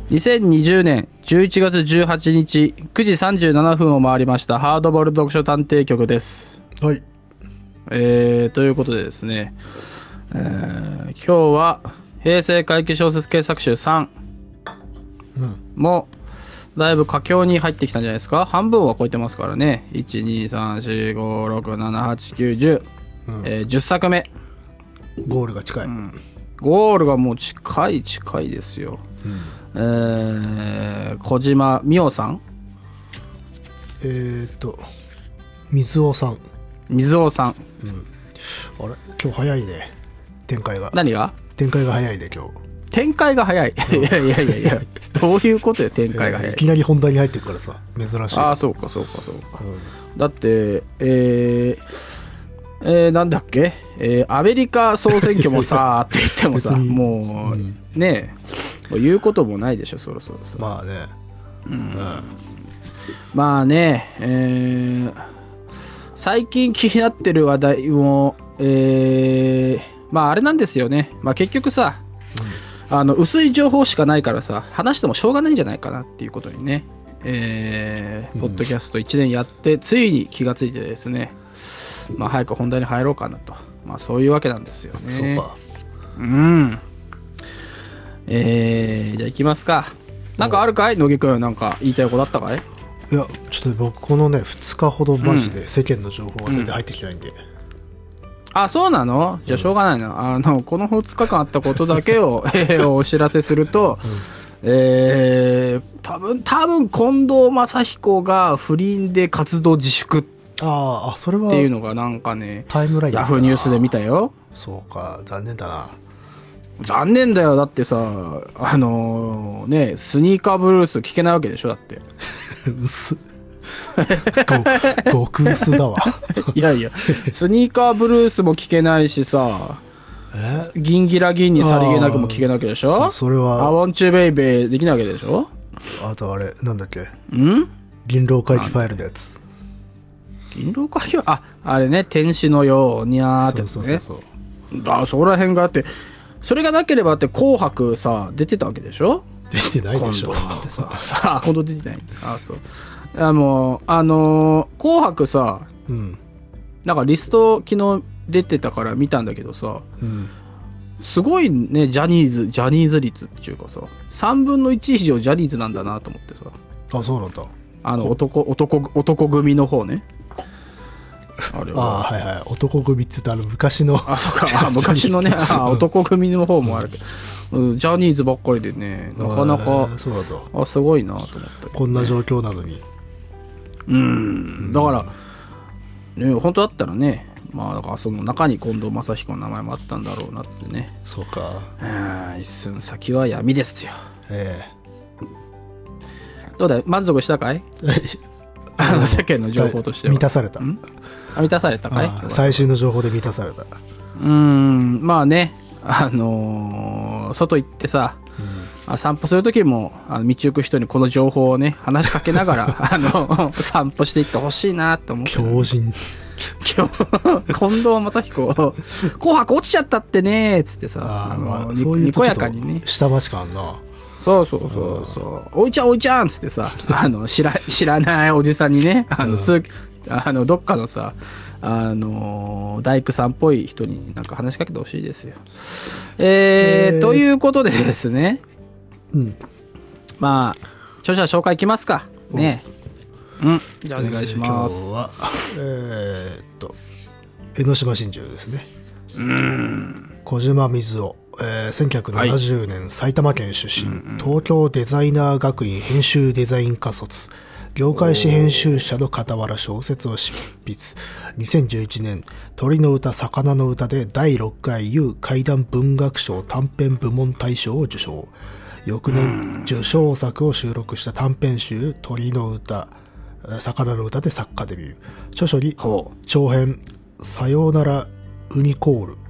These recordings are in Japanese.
2020年11月18日9時37分を回りましたハードボール読書探偵局です。 はい。 ということでですね、今日は平成怪奇小説傑作集3もだいぶ佳境に入ってきたんじゃないですか。半分は超えてますからね。12345678910、10作目。 ゴールが近い、 ゴールがもう近いですよ。小島美桜さん、 水尾さん、 あれ今日早いね、展開が。 何が展開が早いね今日。 展開が早い、いやどういうことよ展開が早い、 いきなり本題に入ってるからさ、珍しい。 ああそうか、だってなんだっけ、アメリカ総選挙もさって言ってもさもう、ねえ言うこともないでしょそろそろさ。 まあね、 まあね、最近気になってる話題もまああれなんですよね。まあ結局さ、薄い情報しかないからさ話してもしょうがないんじゃないかなっていうことにね、ポッドキャスト1年やってついに気がついてですね、まあ早く本題に入ろうかなと、まあそういうわけなんですよね。 そうか。 じゃあ行きますか。なんかあるかい乃木くん、なんか言いたいことあったかい？ いやちょっと僕このね2日ほどマジで世間の情報が全然入ってきてないんで、 あ、そうなの？じゃあしょうがないな。この2日間あったことだけを、お知らせすると、多分近藤正彦が不倫で活動自粛ってそれはいうのがなんかね、 タイムラインヤフーニュースで見たよ。 そうか、残念だな。 残念だよ。だってさ、ね、スニーカーブルース聞けないわけでしょだって。 薄極薄だわ。 いやスニーカーブルースも聞けないしさ、ギンギラギンにさりげなくも聞けないわけでしょ。 それはアワンチュベイベーできないわけでしょ。 あとあれなんだっけ、銀狼会議ファイルのやつ。 銀狼会議はあれね、天使のようにゃーってやつね。そこら辺があって、それがなければって紅白さ出てたわけでしょ。 出てないでしょ。 今度ってさ今度出てない。そう。紅白さ、なんかリスト昨日出てたから見たんだけどさ、すごいね、ジャニーズ率っていうかさ、3分の1以上ジャニーズなんだなと思ってさ。 そうなんだ。 男組の方ね。あれははいはい、男組って言った昔のそうか昔のね男組の方もあるけど、ジャニーズばっかりでね、なかなかそうだとすごいなと思った、ね、 こんな状況なのに。 だからね、本当だったらね、まあだからその中に近藤正彦の名前もあったんだろうなってね。 そうか。 一寸先は闇ですよ。どうだい、満足したかい？世間の情報としては満たされた。 満たされたかい？ 最新の情報で満たされた。 まあね、外行ってさ、散歩するときも道行く人にこの情報をね話しかけながら散歩していってほしいなって思って。 強靭。 近藤正彦紅白落ちちゃったってねーっつってさ、にこやかにね、 下町感な。そうおいちゃんっつってさ知らないおじさんにね、どっかのさ大工さんっぽい人になんか話しかけてほしいですよ。ということでですね、まあ著者紹介いきますかね。じゃあお願いします。 今日は江ノ島真珠ですね。小島水尾、1970年埼玉県出身、東京デザイナー学院編集デザイン科卒、業界誌編集者の傍ら小説を執筆。2011年鳥の歌魚の歌で第6回有怪談文学賞短編部門大賞を受賞。翌年受賞作を収録した短編集鳥の歌魚の歌で作家デビュー。著書に長編さようならウニコール、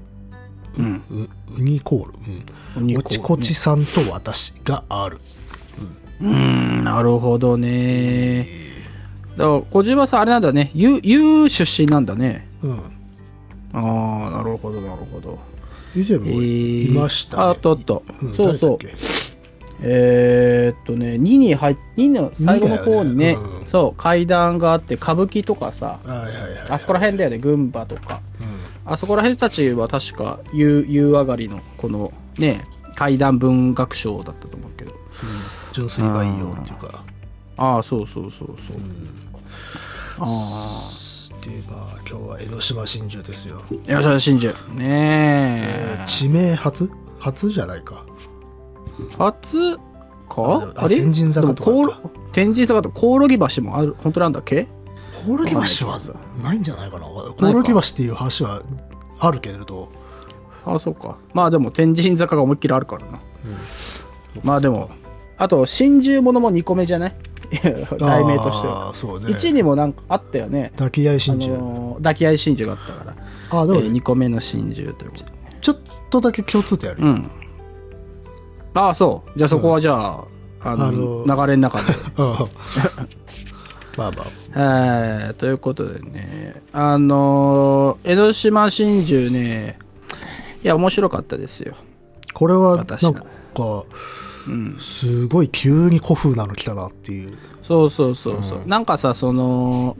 おちこちさんと私がある。 なるほどね。だから小島さんあれなんだね、U 出身なんだね。なるほど。 以前もいましたね。 そうそう。 2の最後の方にね、 二だよねそう、階段があって、歌舞伎とかさ、 はいはいはい。 あそこら辺だよね、群馬とか。 うん。 あそこら辺たちは確か、夕上がりの、この、ね、階段文学賞だったと思うけど。 純粋がいいよっていうか。 ああ、そう。ああ。 で、まあ、今日は江ノ島真珠ですよ。 いらっしゃい、真珠。ねえ。 地名初じゃないか。 初かあれ天神坂とかでも天神坂とコオロギ橋もある、本当なんだっけ？ コオロギ橋はないんじゃないかな。コオロギ橋っていう橋はあるけれど。 ああ、そうか。まあでも天神坂が思いっきりあるからな。まあでも、あと、真珠ものも2個目じゃない題名としては。 そうね。 1にもなんかあったよね。 抱き合い真珠。 抱き合い真珠があったから。 でもね、 2個目の真珠ということで。 ちょっとだけ共通点ある。 ああ、そう。じゃあそこはじゃあ、流れの中で。 まあ。 ということでね、江ノ島真珠ね、いや、面白かったですよ。 これは、なんか、すごい急に古風なの来たなっていう。 そう。なんかさ、ちょ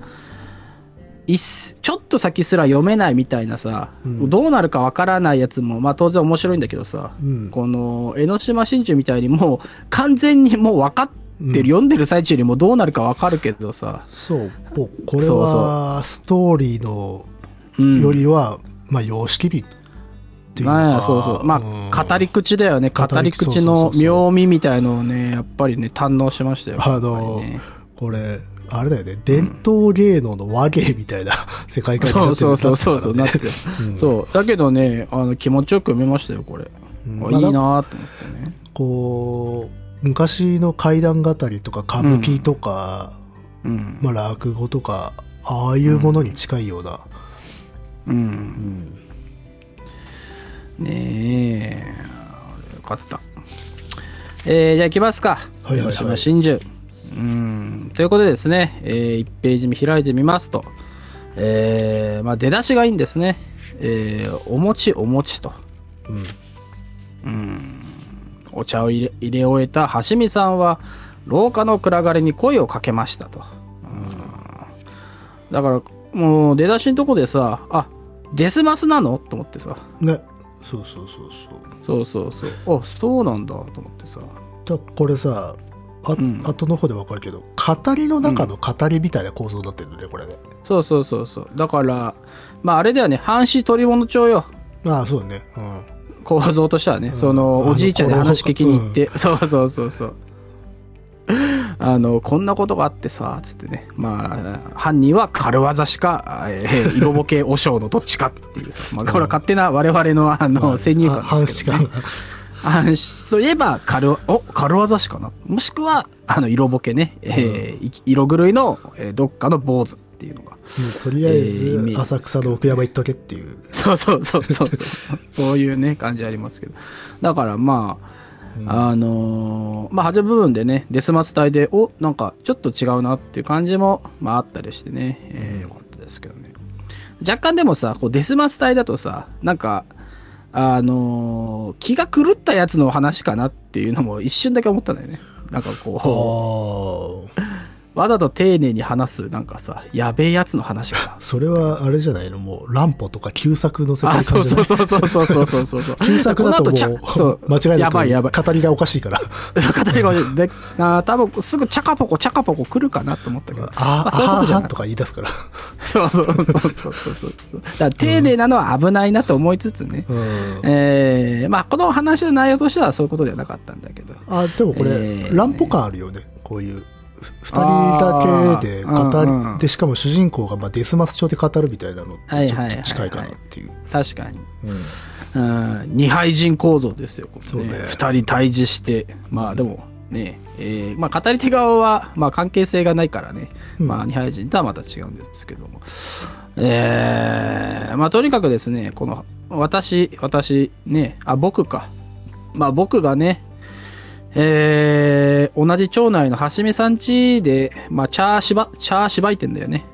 っと先すら読めないみたいなさ、どうなるかわからないやつも、まあ当然面白いんだけどさ、この江ノ島真珠みたいにもう完全にもう分かってる、読んでる最中にもうどうなるかわかるけどさ。 そう、もうこれはストーリーのよりは、まあ様式美っていうか。 そう。まあ、語り口だよね。語り口の妙味みたいのをね、やっぱりね、堪能しましたよ。 これ、あれだよね、伝統芸能の和芸みたいな世界観になってる。 そう、なってる。そう。だけどね、気持ちよく読めましたよ、これ。いいなと思ってね。 こう、昔の怪談語りとか歌舞伎とか、まあ落語とか、ああいうものに近いような。 ねえ、よかった。じゃあ行きますか。江ノ島真珠。ということでですね、1ページ目開いてみますと、まあ出だしがいいんですね。お餅と。お茶を入れ終えた橋見さんは廊下の暗がりに声をかけましたと。だからもう出だしのとこでさ、デスマスなのと思ってさ。 ね。そう。 そうなんだと思ってさ。 これさ、後の方で分かるけど、語りの中の語りみたいな構造になってるんだね、これね。 そう。だから、まああれだよね、半紙取り物帳よ。 そうね。 構造としてはね、おじいちゃんに話聞きに行って、そう。こんなことがあってさ、つってね、まあ、犯人は軽業師か、色ぼけ和尚のどっちかっていうさ、まあ、これは勝手な我々の先入観ですけどね。そういえば軽業師かな、もしくは色ぼけね、色狂いのどっかの坊主っていうのが、 とりあえず浅草の奥山行っとけっていう、 そうそういうね感じありますけど、だからまあまあ初め部分でねデスマス隊でなんかちょっと違うなっていう感じもまああったりしてね、よかったですけどね。若干でもさこうデスマス隊だとさなんか気が狂ったやつの話かなっていうのも一瞬だけ思ったんだよね。なんかこうわざと丁寧に話すなんかさやべえやつの話か。 それはあれじゃないの、もう乱歩とか旧作の世界観じゃない。 そう旧作だともう間違いなく語りがおかしいから語りが多分すぐチャカポコ来るかなと思ったけど、 そういうことじゃないとか言い出すからそうだから丁寧なのは危ないなと思いつつね、まあこの話の内容としてはそういうことじゃなかったんだけど、 でもこれ乱歩感あるよね、こういう2人だけで語りで、しかも主人公がまあデスマス調で語るみたいなのってちょっと近いかなっていう。 確かに、二廃人構造ですよ、 そうね。 2人対峙して、まあでもね、まあ語り手側はまあ関係性がないからね、まあ二廃人とはまた違うんですけども、まあとにかくですね、この私ね、僕がね、同じ町内の橋見さん家で、まあ、茶しばいてんだよね。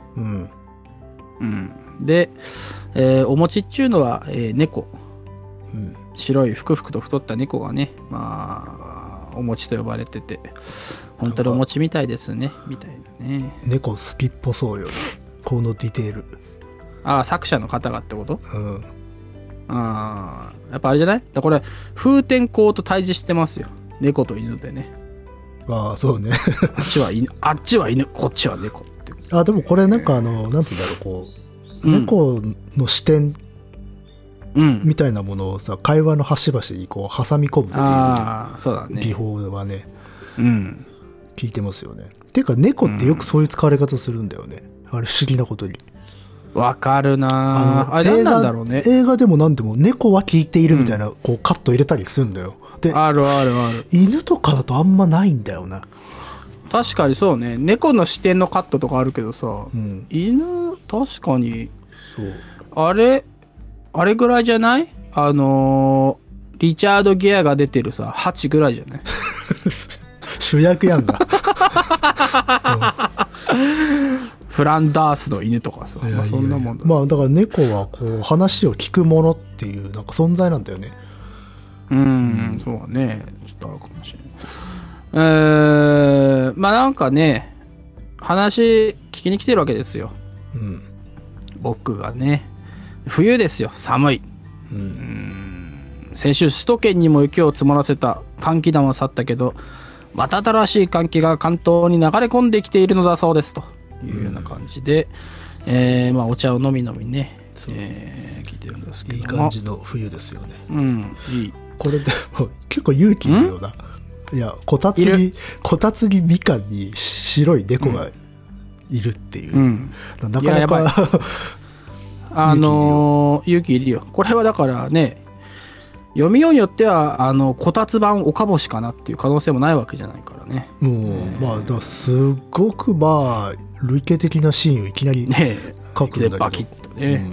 で、お餅っちゅうのは、猫。白いふくふくと太った猫がね、まあ、 お餅と呼ばれてて、本当にお餅みたいですね、みたいなね。 猫好きっぽそうよね。このディテール。 ああ、作者の方がってこと？ うん。 ああ、やっぱあれじゃない？これ、風天候と対峙してますよ。猫と犬でね。 ああ、そうね。 あっちは犬、あっちは犬、こっちは猫っていう。 あ、でもこれなんかなんて言うんだろう、こう、猫の視点みたいなものをさ、会話の端々にこう挟み込むっていう技法はね、聞いてますよね。っていうか猫ってよくそういう使われ方するんだよね。あれ不思議なことに。 わかるなあれ何なんだろうね。 映画でも何でも猫は聞いているみたいな、こうカット入れたりするんだよ。で、 あるあるある。 犬とかだとあんまないんだよな。 確かにそうね。猫の視点のカットとかあるけどさ、犬、確かに、 そう。 あれぐらいじゃない？リチャード・ギアが出てるさ、8ぐらいじゃない？ 主役やんが。 フランダースの犬とかさ、まあ、そんなもんだ。 まあだから猫はこう話を聞くものっていうなんか存在なんだよね。 そうだね。ちょっとあるかもしれない。まあなんかね、話聞きに来てるわけですよ。僕がね、冬ですよ、寒い。先週首都圏にも雪を積もらせた寒気団は去ったけど、また新しい寒気が関東に流れ込んできているのだそうですというような感じで、まあお茶を飲みね、聞いてるんですけども、 いい感じの冬ですよね。 いい。 これでも結構勇気いるような。いや、こたつぎみかんに白い猫がいるっていう、なかなか勇気いるよ。これはだからね、読みようによってはこたつ版おかぼしかなっていう可能性もないわけじゃないからね。 まあだすごくまあ類型的なシーンをいきなり書くんだけど、 バキッとね。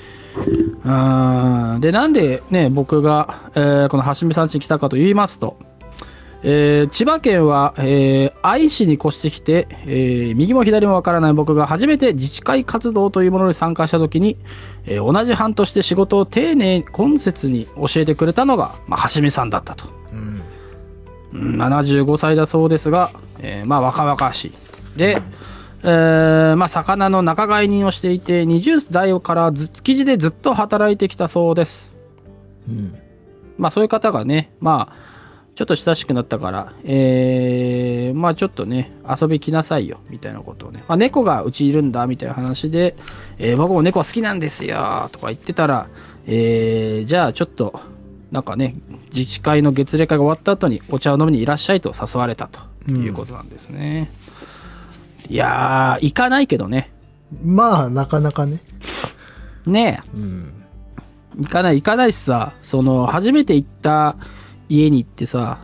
でなんでね僕が、この橋見さん家に来たかと言いますと、千葉県は、愛知に越してきて、右も左もわからない僕が初めて自治会活動というものに参加した時に、同じ班として仕事を丁寧懇切に教えてくれたのが、橋見さんだったと。75歳だそうですが、まあ若々しい。で、まあ魚の仲買人をしていて20代から築地でずっと働いてきたそうです。まあそういう方がね、まあちょっと親しくなったから、まあちょっとね、遊び来なさいよ、みたいなことをね。まあ猫がうちいるんだ、みたいな話で、僕も猫好きなんですよ、とか言ってたら、じゃあちょっと、なんかね、自治会の月例会が終わった後にお茶を飲みにいらっしゃいと誘われたということなんですね。いやー、行かないけどね。 まあ、なかなかね。 ねえ。行かないしさ、初めて行った、家に行ってさ、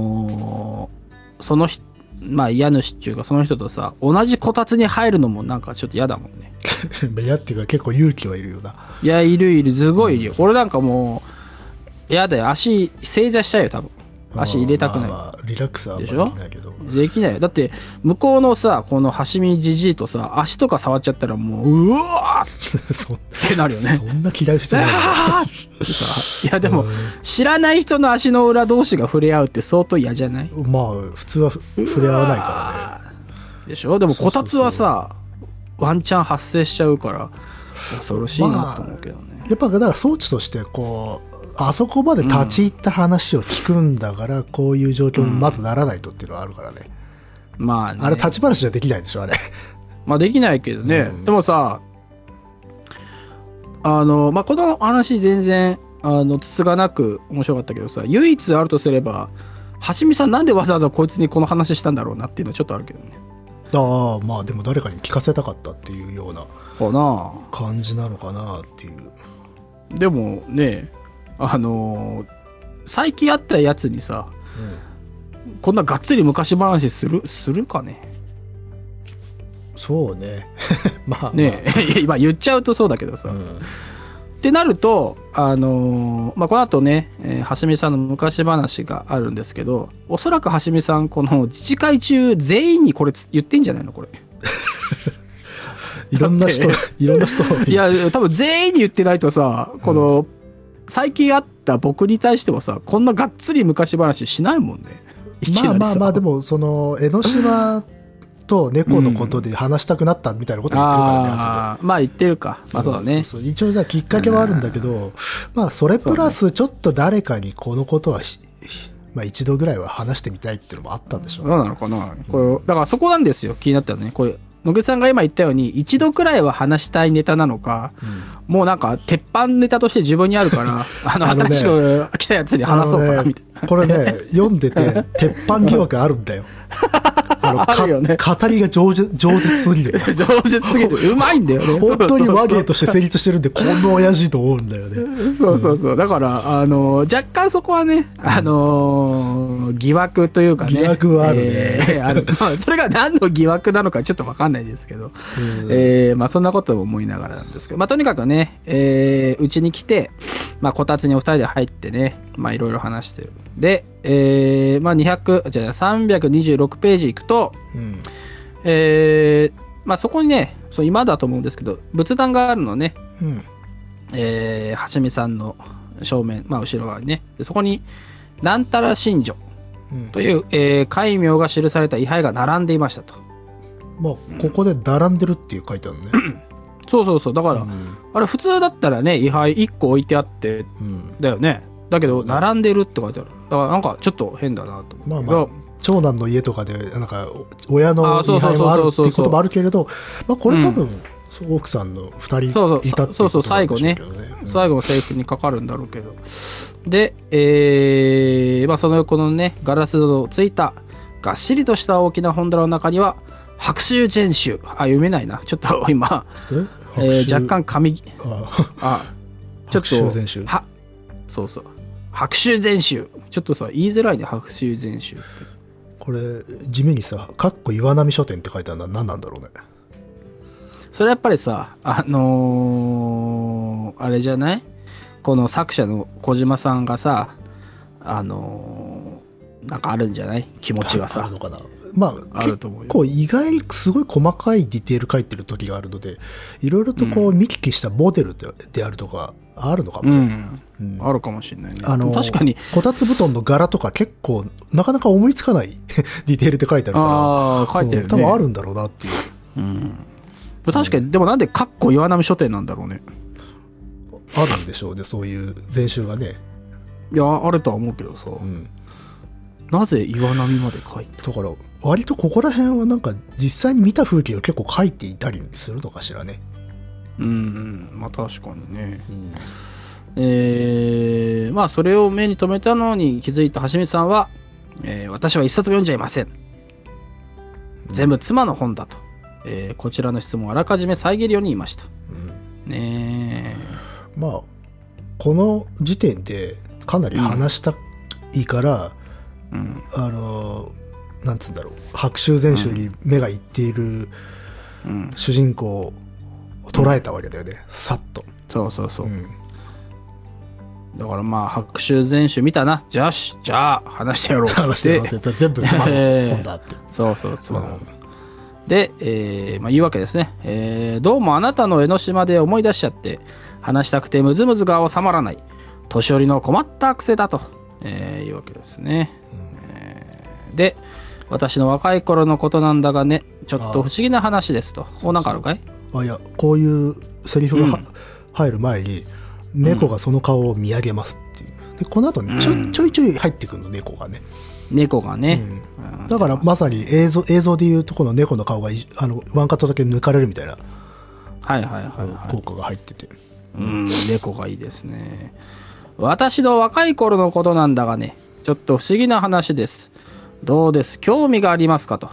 まあ家主っていうかその人とさ、同じこたつに入るのもなんかちょっと嫌だもんね。 嫌っていうか結構勇気はいるよな。 いや、いる、すごいいるよ。俺なんかもう、嫌だよ。足、正座しちゃうよ、多分。足入れたくない。 まあ、リラックスはできないけど。 できないよ。だって、向こうのさ、この橋見じじいとさ、足とか触っちゃったらもう、うわーってなるよね。 そんな嫌いしてないいや、でも、知らない人の足の裏同士が触れ合うって相当嫌じゃない？ まあ、普通は触れ合わないからね。 でしょ？でも、こたつはさ、ワンチャン発生しちゃうから、恐ろしいなと思うけどね。 やっぱ、だから装置として、こう、あそこまで立ち入った話を聞くんだから、こういう状況にまずならないとっていうのはあるからね。 まあね。 あれ、立ち話じゃできないでしょ、あれ。 まあ、できないけどね。でもさ、まあ、この話全然、つつがなく面白かったけどさ、唯一あるとすれば、橋見さんなんでわざわざこいつにこの話したんだろうなっていうのはちょっとあるけどね。 ああ、まあでも誰かに聞かせたかったっていうような感じなのかなっていう。 でもね、最近会ったやつにさ、こんながっつり昔話するかね。 そうね。まあね今言っちゃうとそうだけどさ。ってなると、まあ、この後ね、橋見さんの昔話があるんですけど、おそらく橋見さん、この自治会中全員にこれ言ってんじゃないのこれ。 いろんな人。 いや、多分全員に言ってないとさ、この、最近会った僕に対してはさ、こんながっつり昔話しないもんね。 いきなりさでも、その、江ノ島と猫のことで話したくなったみたいなこと言ってるからね、後で。 まあ言ってるか。まあそうだね。 そう一応きっかけはあるんだけど、まあそれプラスちょっと誰かにこのことはまあ一度ぐらいは話してみたいっていうのもあったんでしょう。 どうなのかな、これだからそこなんですよ、気になったのね。これ野口さんが今言ったように一度くらいは話したいネタなのか、もうなんか鉄板ネタとして自分にあるから新しいの来たやつに話そうかなみたいな、 これね読んでて鉄板疑惑あるんだよ。 あるよね。 語りが饒舌すぎる。 饒舌すぎる。うまいんだよね。 本当に和芸として成立してるんで、この親父と思うんだよね。 そう。だから、若干そこはね、疑惑というかね。 疑惑はあるね。 ある。まあ、それが何の疑惑なのかちょっとわかんないですけど、まあそんなことも思いながらなんですけど、まあとにかくね、うちに来て、まあこたつにお二人で入ってね、まあいろいろ話してる。で、まあ326ページ行くと、まあそこにね、今だと思うんですけど、仏壇があるのね。はしみさんの正面、まあ後ろ側にね。でそこに、なんたら神女という、戒名が記された位牌が並んでいましたと。 まあ、ここで並んでるっていう書いてあるね。 そう。だから、あれ普通だったらね、位牌1個置いてあって、だよね。だけど、並んでるって書いてある。だからなんかちょっと変だなと思う。 まあ、長男の家とかで、なんか、親の位牌もあるっていうこともあるけれど、まあ、これ多分、奥さんの2人いたっていうことなんでしょうけどね。 そう最後ね。最後のセリフにかかるんだろうけど。で、まあ、その横のね、ガラス戸ついた、がっしりとした大きな本棚の中には、白秋全集。読めないな。ちょっと今、若干紙、ちょっと、 白秋全集。 そう。白秋全集。ちょっとさ、言いづらいね、白秋全集って。 これ、地味にさ、岩波書店って書いてあるのは何なんだろうね。 それやっぱりさ、あれじゃない？この作者の小島さんがさ、なんかあるんじゃない？気持ちがさ。 あるのかな。まあ、 あると思うよ。 結構意外にすごい細かいディテール書いてる時があるので、いろいろとこう見聞きしたモデルであるとか、あるのかもね。 あるかもしれないね。確かに。 こたつ布団の柄とか結構、なかなか思いつかないディテールって書いてあるから、 書いてるね。 多分あるんだろうなっていう。 確かに、でもなんで岩波書店なんだろうね。 あるんでしょうね、そういう全集がね。 いや、あるとは思うけどさ。なぜ岩波まで書いた？ だから、割とここら辺はなんか実際に見た風景を結構書いていたりするのかしらね。 まあ確かにね。まあそれを目に留めたのに気づいた橋見さんは、私は一冊も読んじゃいません。全部妻の本だと。こちらの質問をあらかじめ遮るように言いました。 まあ、この時点でかなり話したいから、なんつうんだろう、白秋全集に目がいっている主人公を捉えたわけだよね、さっと。 そう。だからまあ、白秋全集見たな。じゃあ、話してやろう。 話してやろうって。全部妻の本だって。 そう、妻の本。で、まあ言うわけですね。どうもあなたの江ノ島で思い出しちゃって、話したくてムズムズが収まらない。年寄りの困った癖だと、いうわけですね。で、私の若い頃のことなんだがね、ちょっと不思議な話ですと。なんかあるかい？ いや、こういうセリフが、入る前に、猫がその顔を見上げますっていう。で、この後にちょいちょい入ってくるの、猫がね。 猫がね。 だからまさに映像でいうとこの猫の顔がワンカットだけ抜かれるみたいな効果が入ってて。 猫がいいですね。私の若い頃のことなんだがね、ちょっと不思議な話です。どうです？興味がありますかと。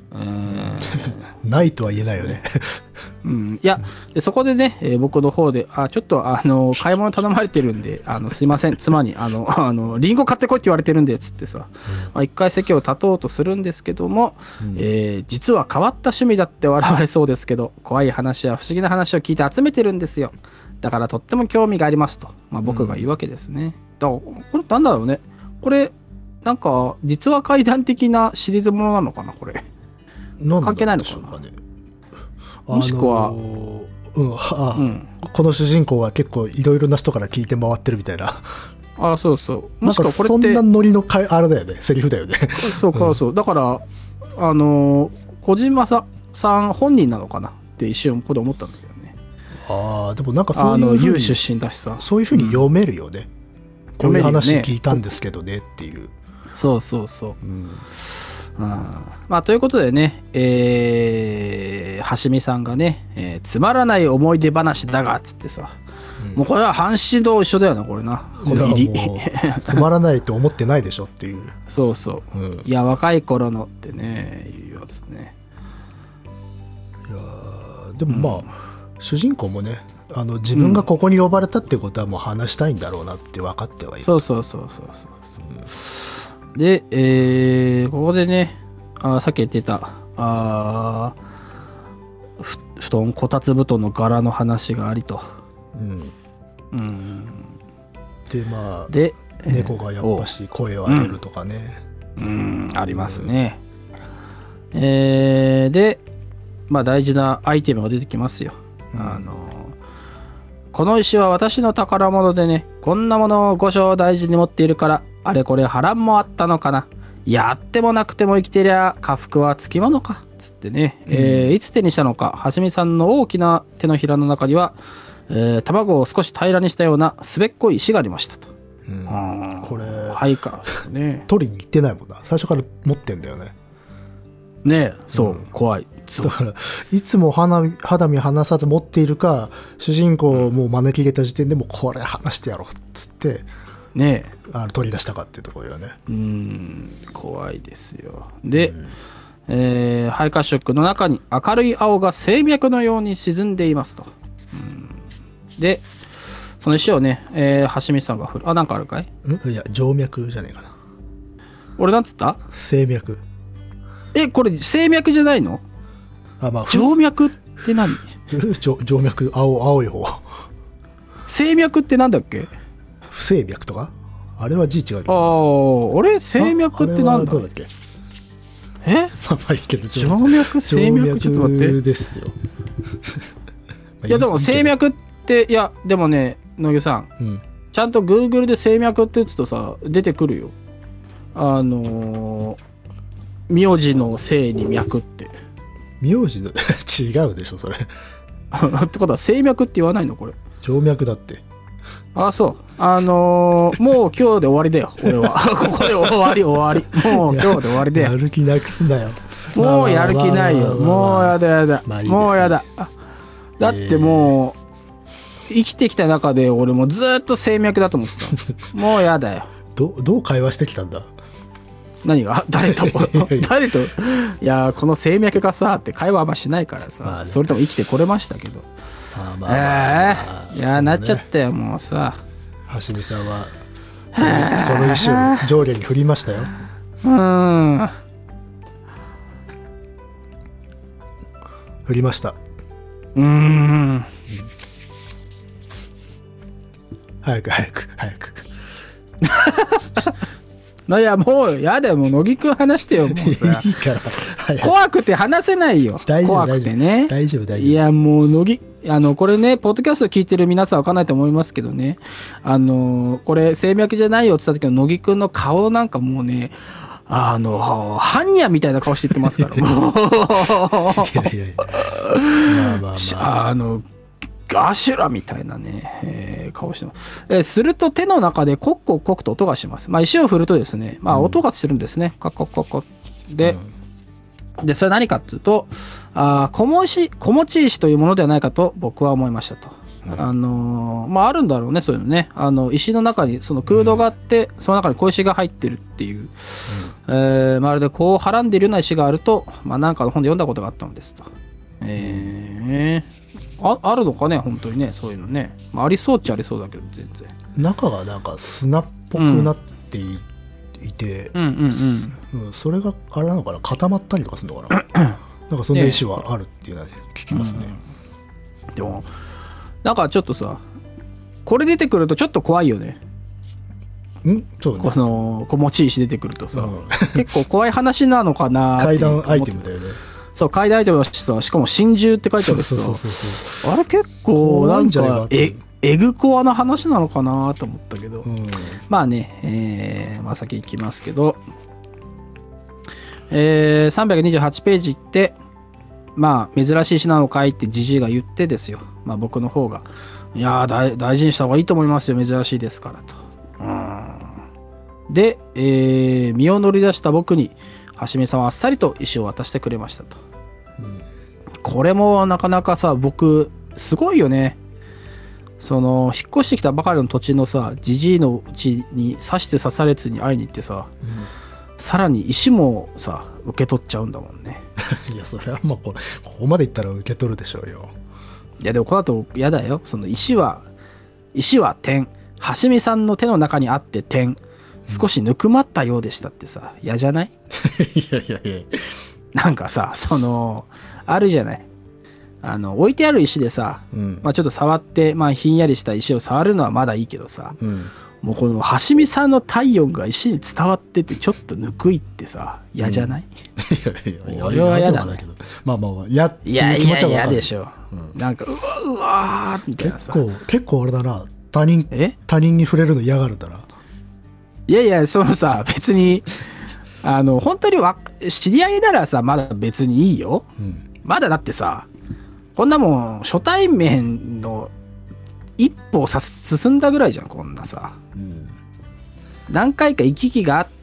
ないとは言えないよね。 いや、でそこでね、僕の方で、ちょっと買い物頼まれてるんで、すいません、妻に、リンゴ買ってこいって言われてるんで、つってさ、一回席を立とうとするんですけども、実は変わった趣味だって笑われそうですけど、怖い話や不思議な話を聞いて集めてるんですよ。だからとっても興味がありますと、僕が言うわけですね。だから、これなんだろうね。これ、なんか、実話怪談的なシリーズものなのかな、これ。関係ないのかな。もしくは、 この主人公は結構いろいろな人から聞いて回ってるみたいな。 あ、そうそう。もしくなんかはこれって、 そんなノリのあれだよね、セリフだよね。 そうか、そう。だから、小島さん本人なのかなって一瞬ここで思ったんだけどね。 ああ、でもなんかそういう風有に出身だしさ。 そういう風に読めるよね。こういう読めるよね話聞いたんですけどねっていう。 そうそうそう。 うんまあ、ということでね、はしみさんがね、つまらない思い出話だが、つってさ、もうこれは阪神と一緒だよな、これな。この入り。 いやもうつまらないと思ってないでしょっていう。 そうそう。 うん、 いや、若い頃のってね、いうやつね。 いやでもまあ、主人公もね、自分がここに呼ばれたってことはもう話したいんだろうなって分かってはいる。 そうそうそうそうそう。で、ここでね、さっき言ってた、布団、こたつ布団の柄の話がありと。 で、まあ、 で、 猫がやっぱし声を上げるとかね。 ありますね。で、まあ大事なアイテムが出てきますよ。この石は私の宝物でね、こんなものを五章大事に持っているから、あれこれ波乱もあったのかな。やってもなくても生きてりゃ、家福はつきものか。つってね、いつ手にしたのか、はしみさんの大きな手のひらの中には、卵を少し平らにしたようなすべっこい石がありましたと。 これ、 はいか、ね。 取りに行ってないもんな。最初から持ってんだよね。 ねえ、そう、怖い。 だから、いつも肌身離さず持っているか、主人公をもう招き入れた時点でもうこれ話してやろうっつって、 ねえ、取り出したかっていうところよね。 怖いですよ。で、肺褐色の中に明るい青が静脈のように沈んでいますと。で、その石をね、橋見さんが振る。なんかあるかい？ いや、静脈じゃねえかな。 俺なんつった？ 静脈。 これ静脈じゃないの？ まあ、 静脈って何？ 静脈、青い方。 静脈ってなんだっけ？ 不整脈とかあれは字違うけど。俺静脈ってなんだ？ どうだっけ？まあいいけど、 静脈、静脈、ちょっと待って。 ですよ。 いや、でも静脈って、いや、でもね、野木さん、ちゃんと Google で静脈って打つとさ、出てくるよ。名字の姓に脈って。 名字の違うでしょ、それ。 ってことは静脈って言わないのこれ？ 静脈だって。 そう。もう今日で終わりだよ、俺は。ここで終わり。もう今日で終わりだよ。 やる気なくすなよ。 もうやる気ないよ。もうやだ。もうやだ。だってもう、生きてきた中で俺もずっと静脈だと思ってた。もうやだよ。 どう会話してきたんだ？ 何が？誰と？いや、この静脈がさ、って会話あんましないからさ、それとも生きてこれましたけど。いや、なっちゃったよ、もうさ。 橋見さんは、その石を上下に振りましたよ。振りました。早く。 いや、もう、やだよ、もう、乃木くん話してよ、もうさ。 いいから。 怖くて話せないよ。怖くてね。 大丈夫。 いや、もう、乃木、これね、ポッドキャスト聞いてる皆さんわかんないと思いますけどね、これ、静脈じゃないよって言った時の乃木くんの顔なんかもうね、般若みたいな顔して言ってますから、もう。まあ、ガシュラみたいなね、顔してます。すると手の中でコッコッコッと音がします。まあ、石を振るとですね、まあ、音がするんですね。コッコッコッコで、それ何かっていうと、小持石というものではないかと僕は思いましたと。まあ、あるんだろうね、そういうのね。石の中にその空洞があって、その中に小石が入ってるっていう、まるでこうはらんでいるような石があると、まあ、なんかの本で読んだことがあったのですと。あるのかね、本当にね、そういうのね。まあ、ありそうっちゃありそうだけど、全然。 中がなんか砂っぽくなっていて、それがあれなのかな、固まったりとかするのかな。なんかそんな石はあるっていうのは聞きますね。 でも、なんかちょっとさ、これ出てくるとちょっと怖いよね。 そうね。 この小持石出てくるとさ、結構怖い話なのかな。 階段アイテムだよね。 そう、階段アイテムだしさ、しかも真珠って書いてあるしさ、あれ結構なんかえエグコアな話なのかなと思ったけど、 うん、 まあね、まあ先行きますけど、328ページって、まあ珍しい詩なのかいってジジイが言ってですよ。まあ僕の方が、いやー大事にした方がいいと思いますよ、珍しいですからと。で、身を乗り出した僕に、はしめさんはあっさりと石を渡してくれましたと。これもなかなかさ、僕、すごいよね。その、引っ越してきたばかりの土地のさ、ジジイのうちに刺して刺されずに会いに行ってさ、さらに石もさ、受け取っちゃうんだもんね。 いや、それはまあここまでいったら受け取るでしょうよ。 いや、でもこの後嫌だよ。その石は点。はしめさんの手の中にあって点。少しぬくまったようでしたってさ、嫌じゃない？ いやいやいや。 なんかさ、その、あるじゃない。置いてある石でさ、まあちょっと触って、まあひんやりした石を触るのはまだいいけどさ、もうこのはしみさんの体温が石に伝わっててちょっとぬくいってさ、嫌じゃない？ いやいや、 俺は嫌だね。 まあまあまあ、嫌っていやいう気持ちは嫌でしょ。なんか、うわーみたいなさ。 結構あれだな、他人に触れるの嫌がるんだな。 いやいや、そのさ、別に、本当に知り合いならさ、まだ別にいいよ。まだだってさ、こんなもん、初対面の一歩進んだぐらいじゃん、こんなさ。何回か行き来があって、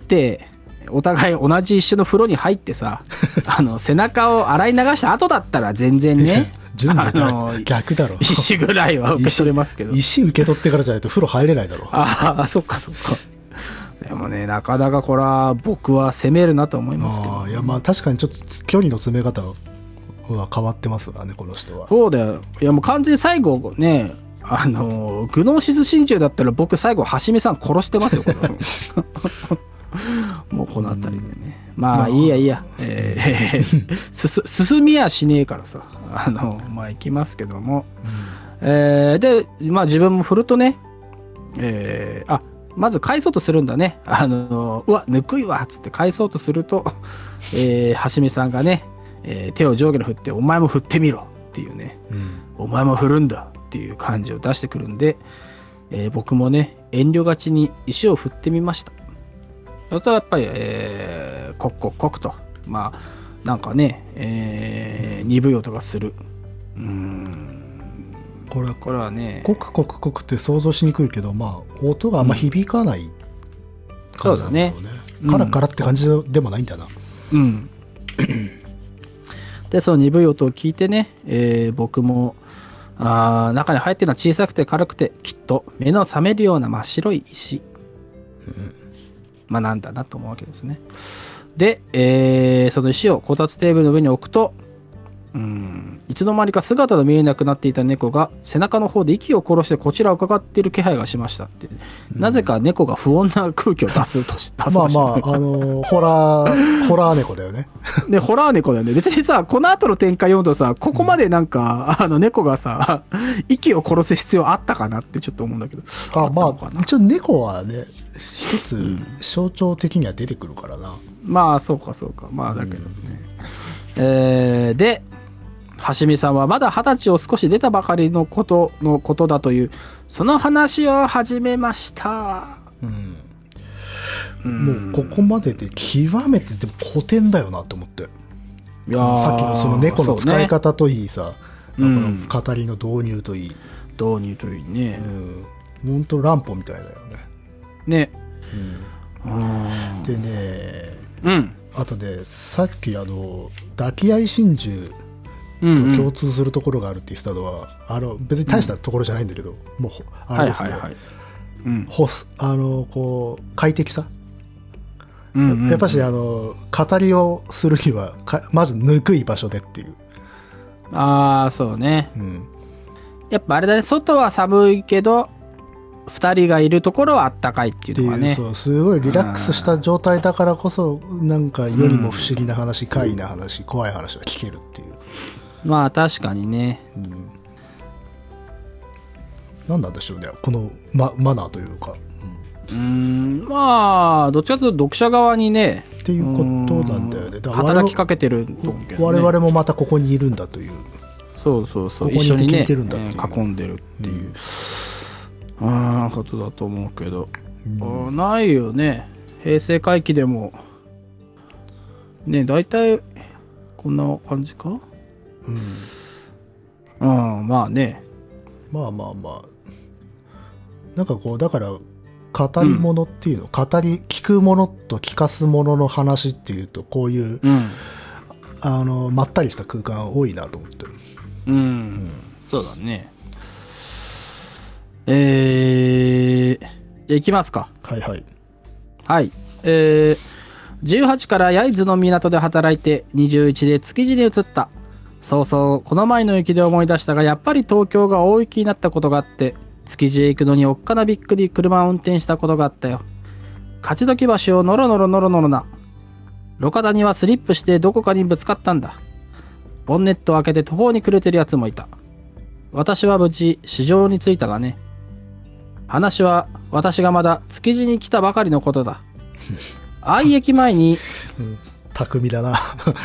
お互い同じ一緒の風呂に入ってさ、背中を洗い流した後だったら全然ね、 準備逆だろ。 石ぐらいは受け取れますけど。 石受け取ってからじゃないと風呂入れないだろ。 ああ、そっかそっか。でもね、なかなかこれは僕は攻めるなと思いますけど、 いや、まあ確かにちょっと距離の詰め方は変わってますがね、この人は。 そうだよ。いやもう完全に最後ね、グノーシス真珠だったら僕最後、はしめさん殺してますよ、このもうこの辺りでね。まあいいやいいや。進みやしねえからさ、まあ行きますけども。で、まあ自分も振るとね、まず返そうとするんだね。うわ、ぬくいわっつって返そうとすると、はしめさんがね、手を上下に振って、お前も振ってみろっていうね、お前も振るんだっていう感じを出してくるんで、僕もね、遠慮がちに石を振ってみました。それとやっぱり、コクコクコクと、まあ、なんかね、鈍い音がする。これはね、 コクコクコクって想像しにくいけど、まあ音があんま響かない感じなんだろうね。カラカラって感じでもないんだな。 で、その鈍い音を聞いてね、僕も中に入ってるのは小さくて軽くてきっと目の覚めるような真っ白い石、まあなんだなと思うわけですね。で、その石をこたつテーブルの上に置くと、いつの間にか姿の見えなくなっていた猫が背中の方で息を殺してこちらを伺っている気配がしましたって、なぜか猫が不穏な空気を出すとしまあまあ、ホラー猫だよね。 で、ホラー猫だよね。別にさ、この後の展開読むとさ、ここまでなんか、猫がさ、息を殺す必要あったかなってちょっと思うんだけど。 まあ、一応猫はね、一つ象徴的には出てくるからな。 まあ、そうかそうか。まあ、だけどね。で、はしみさんはまだ20歳を少し出たばかりのことだという、その話を始めました。 もうここまでで極めてでも古典だよなと思って。いやさっきのその猫の使い方といいさ、この語りの導入といい。 導入といいね。 本当乱歩みたいだよね。 ね。 でね、あとでさっき抱き合い真珠と共通するところがあるって言ってたのは、別に大したところじゃないんだけど、もうあれですね、こう快適さ、やっぱし語りをするにはまずぬくい場所でっていう。 そうね、やっぱあれだね、外は寒いけど2人がいるところはあったかいっていうのがね、 そうすごいリラックスした状態だからこそ、なんかよりも不思議な話、怪異な話、怖い話は聞けるっていう。まあ確かにね、 何なんでしょうね、このマナーというか。 まあどっちかというと読者側にねっていうことなんだよね。 働きかけてると思うけどね。 我々もまたここにいるんだという。 そう一緒にね、囲んでるっていう。 ことだと思うけど、 うんないよね。平成回帰でもね、大体こんな感じか。まあね。 まあまあまあ。なんかこう、だから、語り物っていうの、聞くものと聞かすものの話っていうと、こういう、まったりした空間多いなと思ってる。 そうだね。じゃあ行きますか。 はいはい。 はい。18から焼津の港で働いて、21で築地に移った。そうそう、この前の雪で思い出したが、やっぱり東京が大雪になったことがあって、築地へ行くのにおっかなびっくり車を運転したことがあったよ。勝どき橋をノロノロノロノロな。路肩にはスリップしてどこかにぶつかったんだ。ボンネットを開けて途方に暮れてるやつもいた。私は無事、市場に着いたがね。話は、私がまだ築地に来たばかりのことだ。愛駅前に、 巧みだな。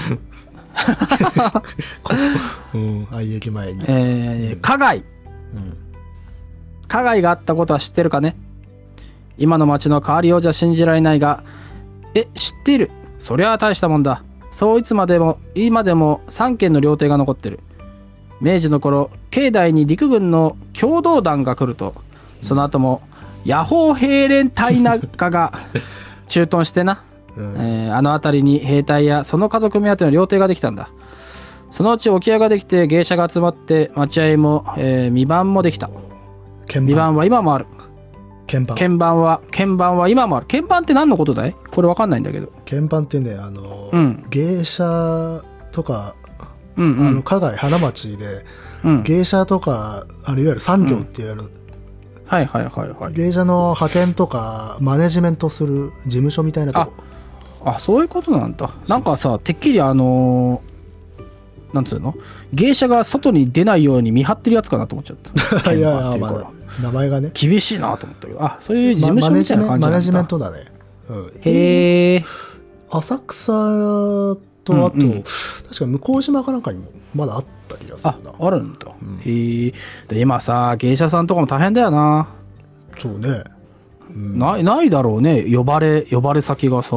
愛駅前に。 花街。花街があったことは知ってるかね。今の街の変わりようじゃ信じられないが、知っている。そりゃあ大したもんだ。そう今でも3軒の料亭が残ってる。明治の頃、境内に陸軍の共同団が来ると、その後も、野砲兵連隊なんかが駐屯してな。あの辺りに兵隊やその家族目当ての料亭ができたんだ。そのうち置屋ができて芸者が集まって待合も、見番もできた。見番は今もある。鍵盤は今もある。鍵盤って何のことだい？これわかんないんだけど。 鍵盤ってね、芸者とか、花街花町で、芸者とかいわゆる産業っていう、芸者の派遣とかマネジメントする事務所みたいなとこ。 そういうことなんだ。なんかさ、てっきりなんつうの、芸者が外に出ないように見張ってるやつかなと思っちゃった。 いやまだ名前がね厳しいなと思ったけど、そういう事務所みたいな感じなんだ。 マネジメントだね。 へえ。 浅草とあと、確か向島かなんかにもまだあった気がするな。 あるんだ。へえ。で今さ、芸者さんとかも大変だよな。 そうね。 ないだろうね。呼ばれ先がさ。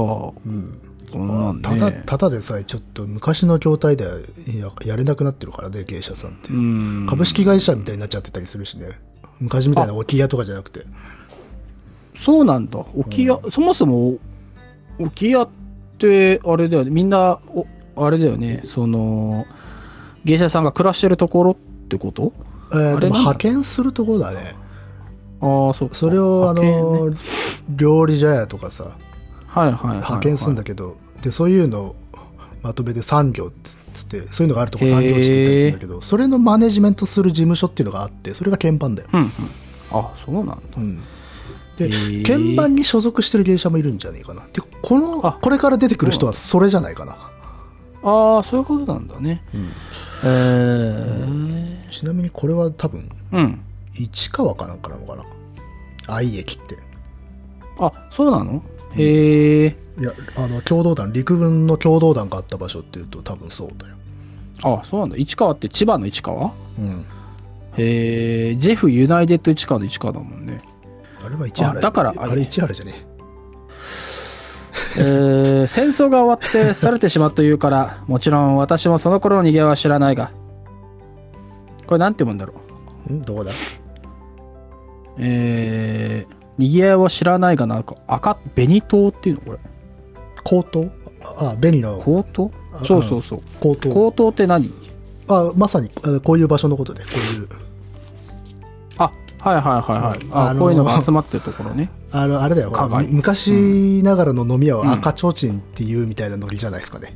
ただでさえちょっと昔の業態ではやれなくなってるからね、芸者さんって。株式会社みたいになっちゃってたりするしね。昔みたいな置屋とかじゃなくて。 そうなんだ。置屋、そもそも置屋ってあれだよね。みんなあれだよね。その芸者さんが暮らしてるところってこと？ でも派遣するところだね。 そうか。 それを料理茶屋とかさ、派遣するんだけど、でそういうのをまとめて産業っつって、そういうのがあるとこ産業地って言ったりするんだけど、それのマネジメントする事務所っていうのがあって、それが鍵盤だよ。 そうなんだ。 で鍵盤に所属してる芸者もいるんじゃねえかな。でこれから出てくる人はそれじゃないかな。 そういうことなんだね。 ちなみにこれは多分、市川かなんかなのかな、愛駅って。 そうなの？へえ。 いや、共同団、陸軍の共同団があった場所っていうと多分そうだよ。 そうなんだ。市川って千葉の市川？へえ。ジェフユナイテッド市川の市川だもんね。 あれは市原。 だからあれ市原じゃねえ。戦争が終わって廃れてしまうというから、もちろん私もその頃の賑わいは知らないが。これなんて読むんだろう。 どこだ？ 賑わいを知らないが、なんか紅糖っていうのこれ。 高騰？紅の。 高騰？そう。 高騰。 高騰って何？ まさにこういう場所のことで、こういう。 こういうのが集まってるところね。 あれだよ、昔ながらの飲み屋を赤ちょうちんっていうみたいなノリじゃないですかね。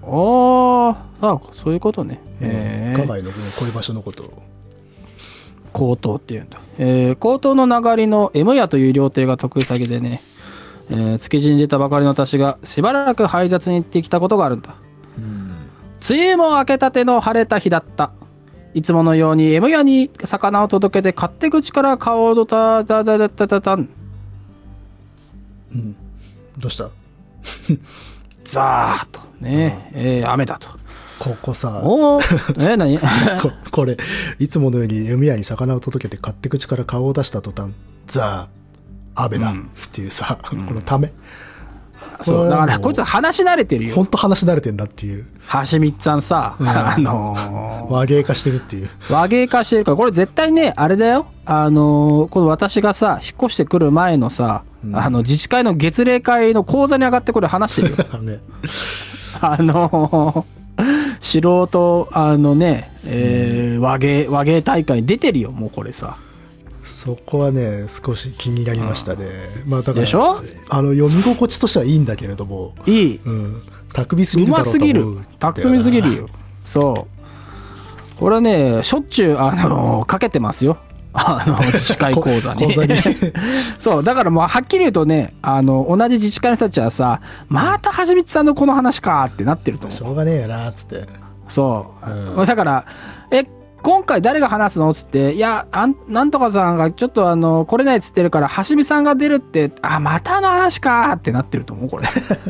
そういうことね。 花街のこういう場所のことを高騰っていうんだ。高騰の流れの M 屋という料亭が得意先でね、築地に出たばかりの私がしばらく配達に行ってきたことがあるんだ。梅雨も明けたての晴れた日だった。いつものように M 屋に魚を届けて勝手口から顔をたん。 どうした？ ザーッとね、雨だと。 ここさ、 おー、何これ、いつものように飲み屋に魚を届けて勝手口から顔を出した途端、ザ・アベだっていうさ、このため。 そう、だからこいつ話し慣れてるよ。 ほんと話し慣れてんだっていう。 橋光さんさ、 和芸化してるっていう。 和芸化してるから、これ絶対ね、あれだよ。この私がさ、引っ越してくる前のさ、自治会の月例会の講座に上がってこれ話してるよ。 ね、 素人、和芸大会に出てるよ、もうこれさ。 そこはね、少し気になりましたね。まあだから、 でしょ？ 読み心地としてはいいんだけれども。 いい。 巧みすぎるだろうと思う。 うますぎる。巧みすぎるよ。そう。これはね、しょっちゅう、かけてますよ。自治会講座に。そう。だからもう、はっきり言うとね、同じ自治会の人たちはさ、またはじみつさんのこの話かってなってると思う。 しょうがねえよな、つって。 そう。だから、今回誰が話すのつって、いや、なんとかさんがちょっと来れないっつってるから、橋見さんが出るって、またの話かってなってると思う、これ。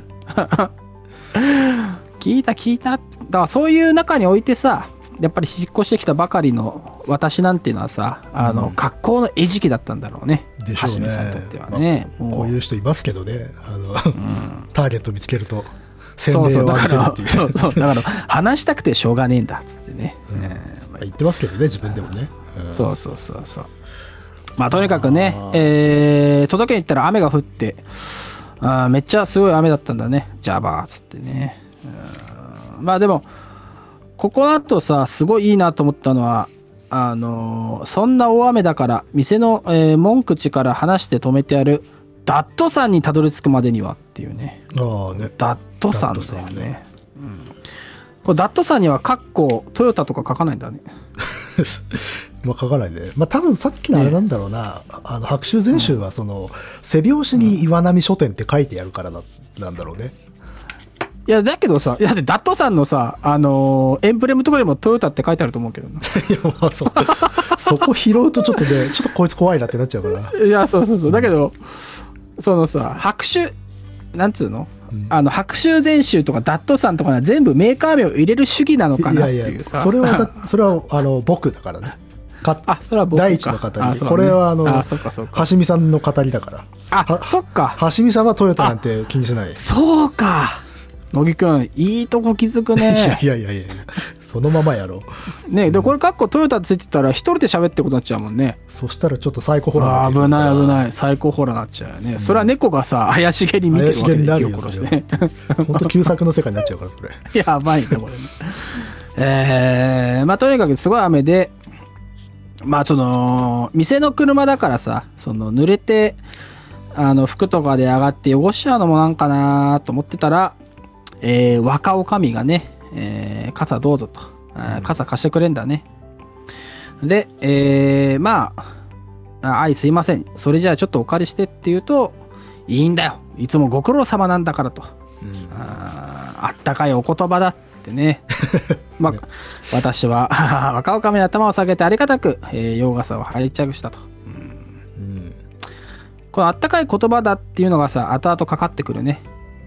聞いた。だからそういう中においてさ、やっぱり引っ越してきたばかりの私なんていうのはさ、格好の餌食だったんだろうね。 でしょうね。 橋見さんにとってはね。 こういう人いますけどね。ターゲット見つけると、洗礼を浴びせるっていう。 そう、だから話したくてしょうがねえんだ、つってね。 言ってますけどね、自分でもね。 そう。まあとにかくね、届けに行ったら雨が降って、めっちゃすごい雨だったんだね。ジャバーつってね。まあでも、ここだとさ、すごいいいなと思ったのは、そんな大雨だから、店の、門口から離して止めてある、ダット山にたどり着くまでにはっていうね。 ね。 ダット山だよね。これダット山にはカッコトヨタとか書かないんだね。 まあ書かないね。まあ多分さっきのあれなんだろうな。白秋全集は背拍子に岩波書店って書いてやるからなんだろうね。 いや、だけどさ、だってダットさんのさ、エンブレムとかでもトヨタって書いてあると思うけどな。 いや、まあそこ拾うとちょっとね、ちょっとこいつ怖いなってなっちゃうから。 いや、そう。だけど、白秋、なんつうの？白秋全集とかダットさんとかは全部メーカー名を入れる主義なのかなっていうさ。 それは僕だからね。 それは僕か。 第一の語り。これは橋見さんの語りだから。 そっか。 橋見さんはトヨタなんて気にしない。 そうか。乃木くん、いいとこ気づくね。 いや。そのままやろう。ねで、これ、トヨタついてたら、一人で喋ってることになっちゃうもんね。 そしたらちょっとサイコホラーになって危ない。サイコホラーになっちゃうよね。それは猫がさ、怪しげに見てるわけで、 怪しげになるよ、それ。本当旧作の世界になっちゃうから、それ。 やばいね、これね。まあ、とにかくすごい雨で、まあ、店の車だからさ、濡れて、服とかで上がって汚しちゃうのもなんかなと思ってたら、若おかみがね、傘どうぞと、傘貸してくれんだね。で、まあ、すいません。それじゃあちょっとお借りしてって言うと、いいんだよ。いつもご苦労様なんだからと。あったかいお言葉だってね。まあ、私は、若おかみに頭を下げてありがたく、洋傘を拝着したと。このあったかい言葉だっていうのがさ、後々かかってくるね。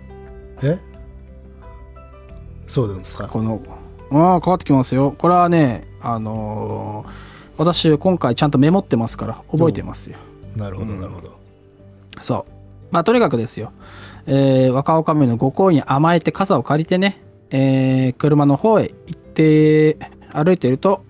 そうなんですか。 かかってきますよ。これはね、私今回ちゃんとメモってますから覚えてますよ。 なるほど。 そう。まあとにかくですよ。若おかみのご好意に甘えて傘を借りてね、車の方へ行って歩いていると、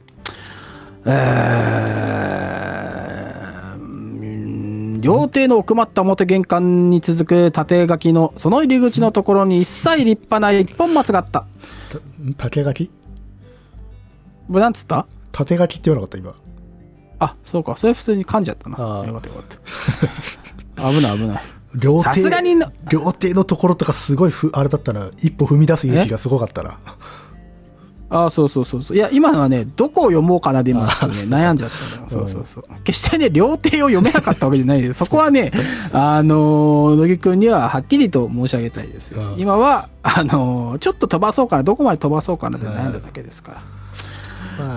料亭の奥まった表玄関に続く縦垣のその入り口のところに一切立派な一本松があった。 竹垣？ なんつった？ 縦垣って言わなかった今。 そうか。それ普通に噛んじゃったな。よかった。危ない。さすがに料亭のところとかすごいあれだったな。一歩踏み出す勇気がすごかったな。 そう。いや、今のはね、どこを読もうかなで今、悩んじゃったんだよ。そう。決してね、料亭を読めなかったわけじゃないです。そこはね、乃木くんにははっきりと申し上げたいですよ。今は、ちょっと飛ばそうかな、どこまで飛ばそうかなって悩んだだけですから。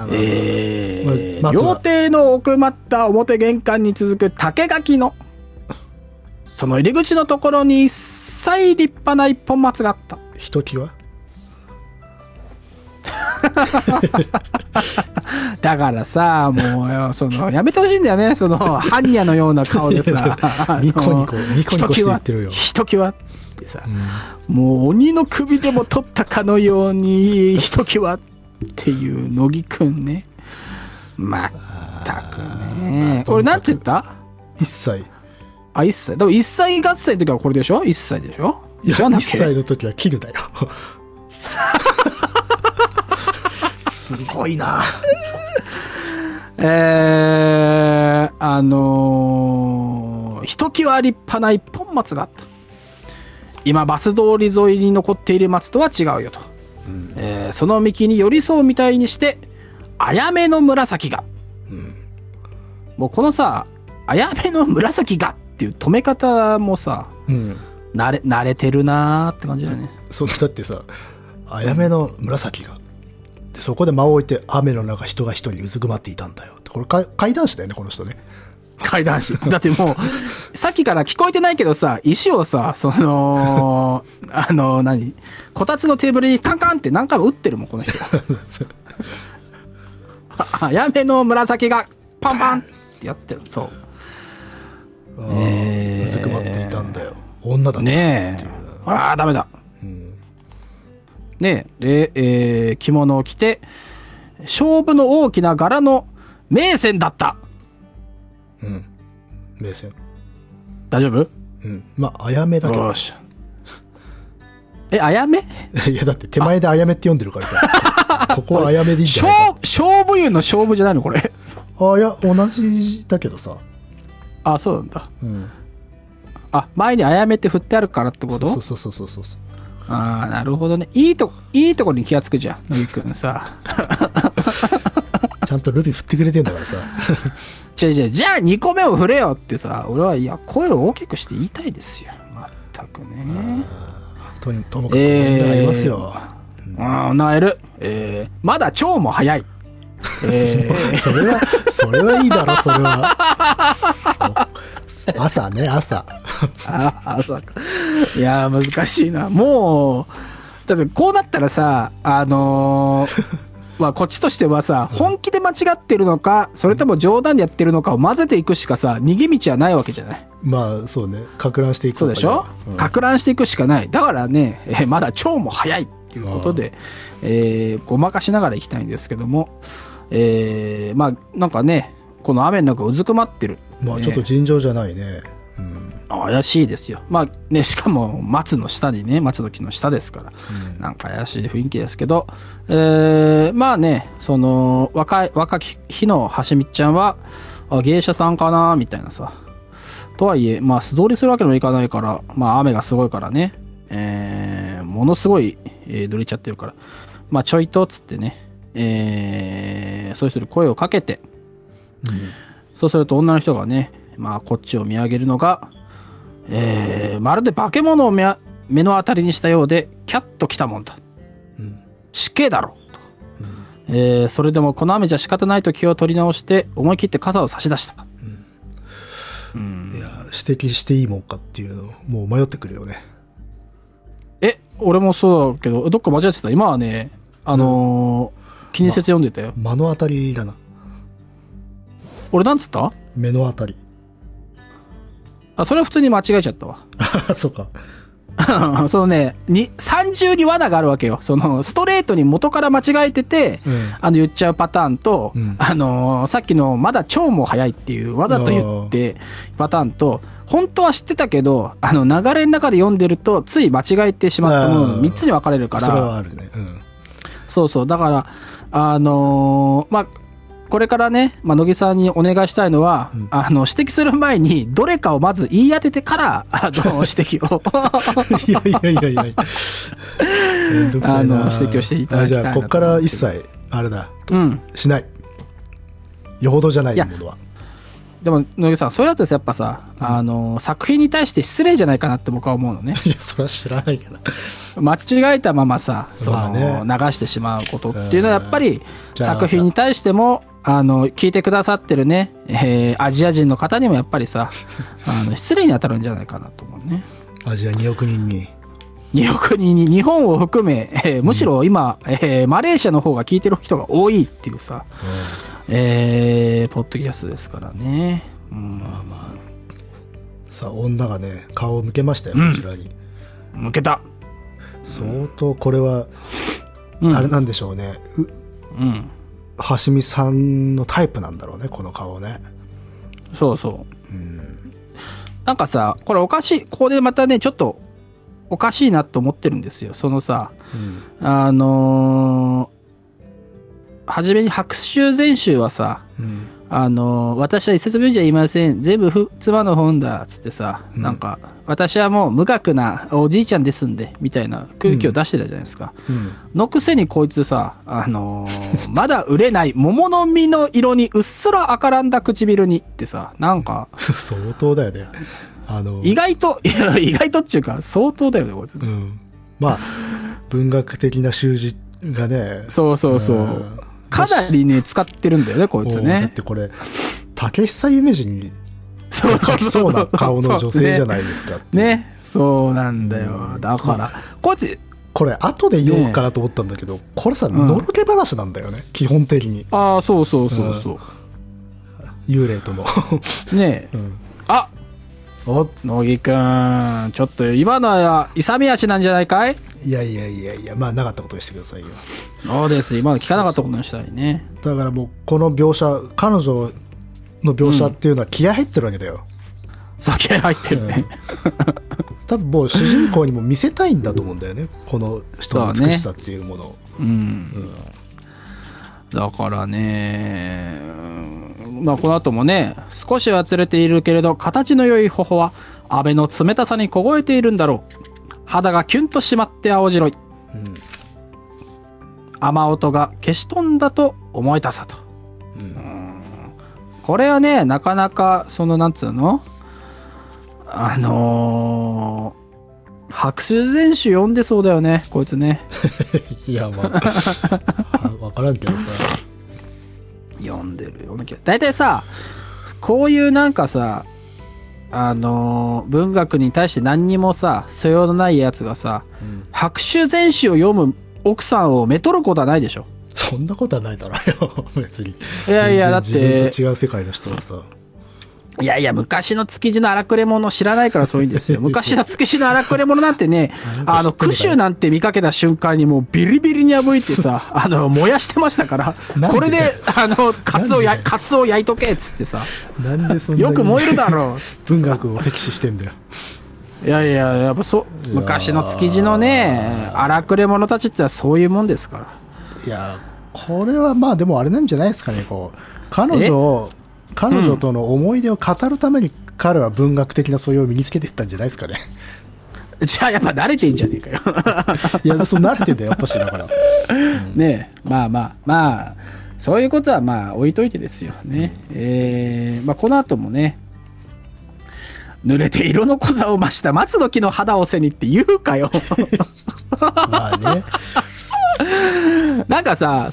料亭の奥まった表玄関に続く竹垣の、その入り口のところに一切立派な一本松があった。 ひときわだからさ、もうよ、やめてほしいんだよね、般若のような顔でさ、 ニコニコして言ってるよ。 ひときわってさ、もう鬼の首でも取ったかのように、ひときわっていう乃木くんね。まったくね。俺なんて言った？ 1歳。 あ、1歳。でも1歳合歳の時はこれでしょ？ 1 歳でしょ？ いや、1歳の時はキルだよ。すごいな。 ひときわ立派な一本松があった。今バス通り沿いに残っている松とは違うよと。その幹に寄り添うみたいにしてあやめの紫が、もうこのさ、あやめの紫がっていう止め方もさ、慣れてるなーって感じだよね。 そうだってさ、あやめの紫が、でそこで間を置いて、雨の中人が一人うずくまっていたんだよ。これ怪談師だよね、この人ね。 怪談師。だってもうさっきから聞こえてないけどさ、石をさ、こたつのテーブルにカンカンって何回も打ってるもん、この人。あやめの紫がパンパンってやってる。そう。 うずくまっていたんだよ。女だったねえ。ああ、ダメだ。ねえ。で、着物を着て、勝負の大きな柄の名線だった。 名線。 大丈夫？ まあ、あやめだけど。 よし。あやめ？ いや、だって手前であやめって読んでるからさ。ここはあやめでいいんじゃないか。 勝負湯の勝負じゃないのこれ。 いや、同じだけどさ。 あ、そうなんだ。あ、前にあやめって振ってあるからってこと？ そう。 ああ、なるほどね。いいとこに気がつくじゃん、乃木くんさ。 ちゃんとルビ振ってくれてんだからさ。 じゃあ2個目を振れよってさ、俺はいや、声を大きくして言いたいですよ。まったくね。 ともかく女がいますよ。 女がいる。まだ腸も早い。 それはいいだろ、それは。朝ね、朝。 朝か。いやー、難しいな。もう、だってこうなったらさ、まあ、こっちとしてはさ、本気で間違ってるのか、それとも冗談でやってるのかを混ぜていくしかさ、逃げ道はないわけじゃない。 まあ、そうね。かく乱していく。 そうでしょ？か乱していくしかない。だからね、まだ腸も早いっていうことで、ごまかしながらいきたいんですけども、まあ、なんかね、この雨の中うずくまってる。 まあ、ちょっと尋常じゃないね。 怪しいですよ。まあね、しかも松の下にね、松の木の下ですから、なんか怪しい雰囲気ですけど、まあね、若き日のはしみっちゃんは、芸者さんかなみたいなさ。とはいえ、まあ素通りするわけにもいかないから、まあ雨がすごいからね、ものすごい、濡れちゃってるから、まあちょいとっつってね、そういう人に声をかけて、そうすると女の人がね、まあこっちを見上げるのが、まるで化け物を目の当たりにしたようで、キャッと来たもんだ。死刑だろと、それでもこの雨じゃ仕方ないと気を取り直して思い切って傘を差し出した。 いや、指摘していいもんかっていうのもう迷ってくるよね。 俺もそうだけど、どっか間違ってた。今はね、気にせず読んでたよ。 目の当たりだな。 俺なんつった？ 目の当たり。 それは普通に間違えちゃったわ。 そうか。 三重に罠があるわけよ。ストレートに元から間違えてて、言っちゃうパターンと、さっきのまだ腸も早いっていうわざと言ってパターンと、本当は知ってたけど、流れの中で読んでると、つい間違えてしまったものの3つに分かれるから。 それはあるね。 そう。だから、まあ、これからね、乃木さんにお願いしたいのは、指摘する前に、どれかをまず言い当ててから、指摘を。 いや。めんどくさいな。 指摘をしていただきたいなと思うんですけど。 じゃあ、こっから一切、あれだ。しない。よほどじゃないものは。 でも、乃木さん、それだとやっぱさ、作品に対して失礼じゃないかなって僕は思うのね。 いや、それは知らないけど。 間違えたままさ、流してしまうことっていうのはやっぱり、作品に対しても、聞いてくださってるね、アジア人の方にもやっぱりさ、失礼に当たるんじゃないかなと思うね。 アジア2億人に。 2億人に日本を含め、むしろ今、マレーシアの方が聞いてる人が多いっていうさ、ポッドキャストですからね。 まあまあ。さあ、女がね、顔を向けましたよ、こちらに。 向けた。 相当これは、あれなんでしょうね。橋見さんのタイプなんだろうね、この顔ね。 そうそう。なんかさ、これおかしい、ここでまたね、ちょっとおかしいなと思ってるんですよ。そのさ、初めに白秋全集はさ、私は一節分じゃ言いません。全部妻の本だ。つってさ、なんか、私はもう無学なおじいちゃんですんで、みたいな空気を出してたじゃないですか。のくせにこいつさ、まだ売れない桃の実の色にうっすら赤らんだ唇にってさ、なんか。 相当だよね。 意外とっていうか、相当だよね、こいつ。 まあ、文学的な習字がね。 そうそうそう。かなりね、使ってるんだよね、こいつね。 だってこれ、竹久夢二に描きそうな顔の女性じゃないですかってね、そうなんだよ。だから、こいつ、 これ、後で言おうかなと思ったんだけど、これさ、のろけ話なんだよね、基本的に。 ああ、そうそうそうそう。 幽霊との。 ねえ。あ、乃木くん、ちょっと今のは勇み足なんじゃないかい？ いや、まあなかったことにしてくださいよ。 そうです、今の聞かなかったことにしたいね。 だからもうこの描写、彼女の描写っていうのは気合入ってるわけだよ。 そう、気合入ってるね。 多分もう主人公にも見せたいんだと思うんだよね、この人の美しさっていうものを。 だからね、まあこの後もね、少しは釣れているけれど、形の良い頬は、飴の冷たさに凍えているんだろう。肌がキュンとしまって青白い。雨音が消し飛んだと思えたさと。これはね、なかなか、なんつうの？白秋全集読んでそうだよね、こいつね。 いや、まあ、わからんけどさ。 読んでるような気が。だいたいさ、こういうなんかさ、文学に対して何にもさ、素養のないやつがさ、白秋全集を読む奥さんをめとることはないでしょ。 そんなことはないだろうよ、別に。 いやいや、だって。 自分と違う世界の人はさ。 いやいや、昔の築地の荒くれ者知らないからそういうんですよ。昔の築地の荒くれ者なんてね、クシュなんて見かけた瞬間にもうビリビリに破いてさ、燃やしてましたから、これで、カツオ焼いとけっつってさ、 なんでそんなよく燃えるだろうっつって文学を敵視してんだよ。 いやいや、やっぱ昔の築地のね、荒くれ者たちってそういうもんですから。 いや、これはまあでもあれなんじゃないですかね、こう、彼女との思い出を語るために彼は文学的な素養を身につけていったんじゃないですかね。 じゃあやっぱ慣れてんじゃねえかよ。 いや、そう慣れてんだよ、やっぱしだから。 ねえ、まあ、そういうことはまあ置いといてですよね。まあこの後もね、濡れて色の濃さを増した松の木の肌を背にって言うかよ。 まあね。 なんかさ、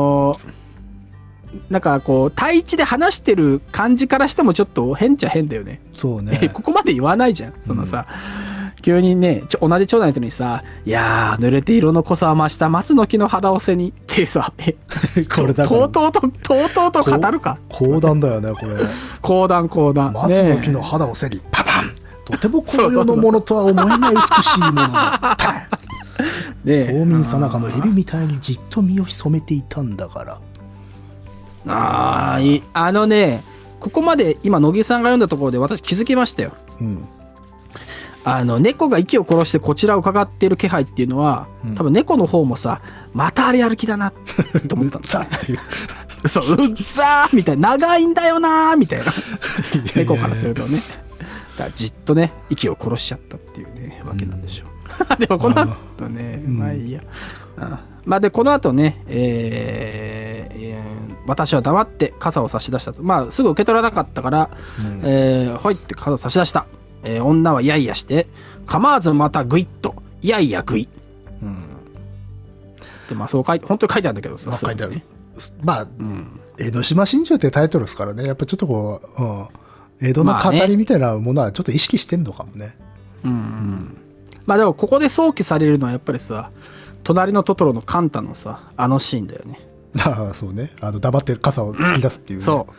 なんかこう対一で話してる感じからしてもちょっと変っちゃ変だよね。 そうね。 ここまで言わないじゃん。急にね、同じ町内の人にさ、いやー、濡れて色の濃さを増した松の木の肌を背にってさ、 これだからとうとうと語るか。 講談だよね、これ。 講談。 松の木の肌を背に、パパンとてもこの世のものとは思えない美しいものだった。冬眠さなかの蛇みたいにじっと身を潜めていたんだから。 ここまで今乃木さんが読んだところで私気づきましたよ。猫が息を殺してこちらを伺っている気配っていうのは、多分猫の方もさ、またあれやる気だなと思ったんだ、ね。そう、うっざーみたいな、長いんだよなーみたいな。猫からするとね。だからじっとね、息を殺しちゃったっていうね、わけなんでしょう。でもこの後ね、まあいいや。まあで、この後ね、私は黙って傘を差し出したと。まあ、すぐ受け取らなかったから、ほいって傘を差し出した。女はイヤイヤして、構わずまたグイッと、イヤイヤグイ。で、まあそう本当に書いてあるんだけどさ。 書いてある。まあ、江ノ島真珠ってタイトルですからね。やっぱちょっとこう、江戸の語りみたいなものはちょっと意識してんのかもね。 まあでもここで想起されるのはやっぱりさ、隣のトトロのカンタのさ、あのシーンだよね。 ああ、そうね。黙って傘を突き出すっていう、ねそう。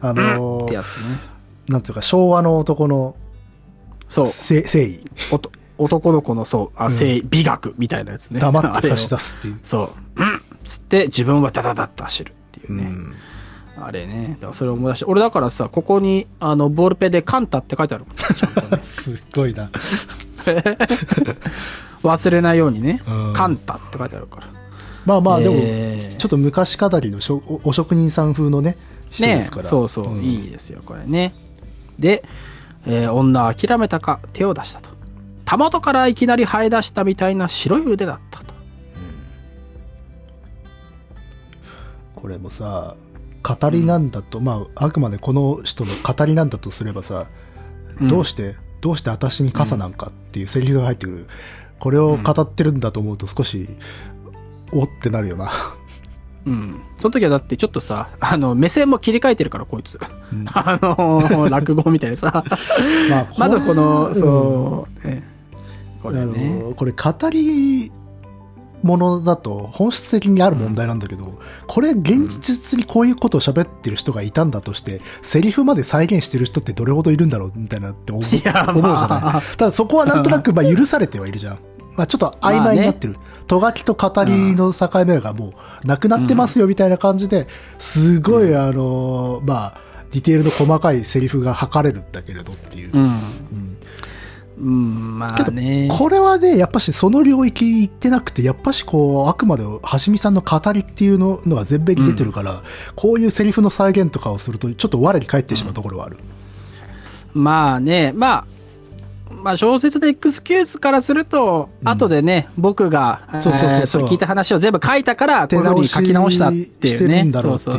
ってやつね。 なんていうか、昭和の男の、 そう。 誠意。 男の子のそう、美学みたいなやつね。 黙って差し出すっていう。 そう。つって自分はダダダッと走るっていうね。あれね。だからそれを思い出して、俺だからさ、ここに、ボールペンでカンタって書いてあるもん。ちゃんとね、 すっごいな。 忘れないようにね、カンタって書いてあるから。 まあまあ、でも、ちょっと昔かなりのお職人さん風のね、人ですから。 ね、そうそう、いいですよ、これね。で、女は諦めたか手を出したと。たもとからいきなり生え出したみたいな白い腕だったと。 これもさ、語りなんだと、まあ、あくまでこの人の語りなんだとすればさ、どうして私に傘なんかっていうセリフが入ってくる。これを語ってるんだと思うと少し、おってなるよな。 うん。その時はだってちょっとさ、目線も切り替えてるから、こいつ。落語みたいにさ。まずこの、そう、これね。 これ語りものだと本質的にある問題なんだけど、これ現実にこういうことを喋ってる人がいたんだとして、セリフまで再現してる人ってどれほどいるんだろうみたいなって思うじゃない。ただそこはなんとなく許されてはいるじゃん。まあちょっと曖昧になってる。とがきと語りの境目がもうなくなってますよみたいな感じで、すごいまあディテールの細かいセリフが測れるんだけれどっていう。 まあね。 これはね、やっぱしその領域行ってなくて、やっぱしこう、あくまで橋見さんの語りっていうのが全面に出てるから、こういうセリフの再現とかをすると、ちょっと我に返ってしまうところはある。 まあね、まあ小説でエクスキューズからすると、後でね、僕が、そう聞いた話を全部書いたから、こういう風に書き直したっていうね。そう。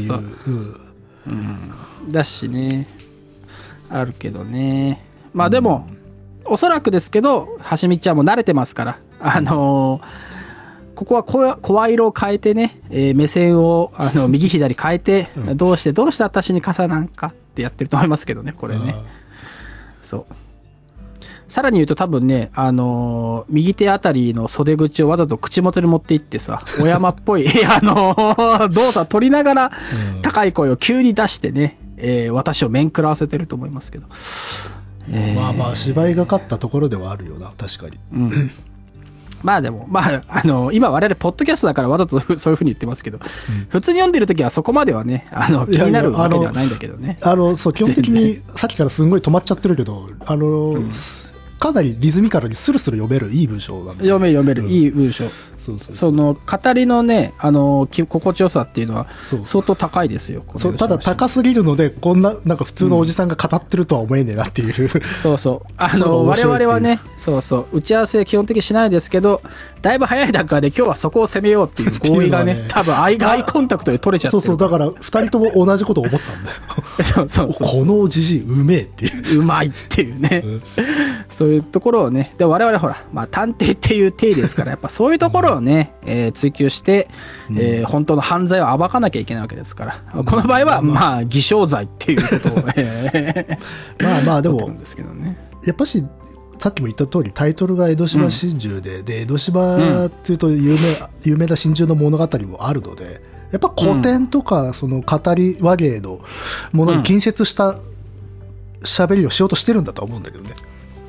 だしね、あるけどね。まあでも、おそらくですけど、橋見ちゃんも慣れてますから、ここは声色を変えてね、目線を右左変えて、どうして私に傘なんかってやってると思いますけどね、これね。そう。さらに言うと多分ね、右手あたりの袖口をわざと口元に持っていってさ、お山っぽい、動作を取りながら、高い声を急に出してね、私を面食らわせてると思いますけど。 まあまあ芝居がかったところではあるよな、確かに。 まあでも、今我々ポッドキャストだからわざとそういう風に言ってますけど、普通に読んでるときはそこまではね、気になるわけではないんだけどね。 そう、基本的にさっきからすんごい止まっちゃってるけど、かなりリズミカルにスルスル読めるいい文章なんで。 読める、いい文章。その語りのね、心地よさっていうのは相当高いですよ。 ただ高すぎるので、こんな、なんか普通のおじさんが語ってるとは思えねえなっていう。 そうそう。我々はね、打ち合わせ基本的にしないですけど、だいぶ早い段階で今日はそこを攻めようっていう合意がね、多分アイコンタクトで取れちゃってる。 そう、だから二人とも同じことを思ったんだよ。そう。このじじいうめえっていう。 うまいっていうね。そういうところをね、で我々ほら、探偵っていう体ですから、やっぱそういうところをね、追求して、本当の犯罪を暴かなきゃいけないわけですから、この場合は、偽証罪っていうことを、 まあでも、 ね、 やっぱし、さっきも言った通り、タイトルが江戸島心中で、江戸島っていうと有名な心中の物語もあるので、やっぱ古典とか、その語り話芸のものに近接した喋りをしようとしてるんだとは思うんだけどね。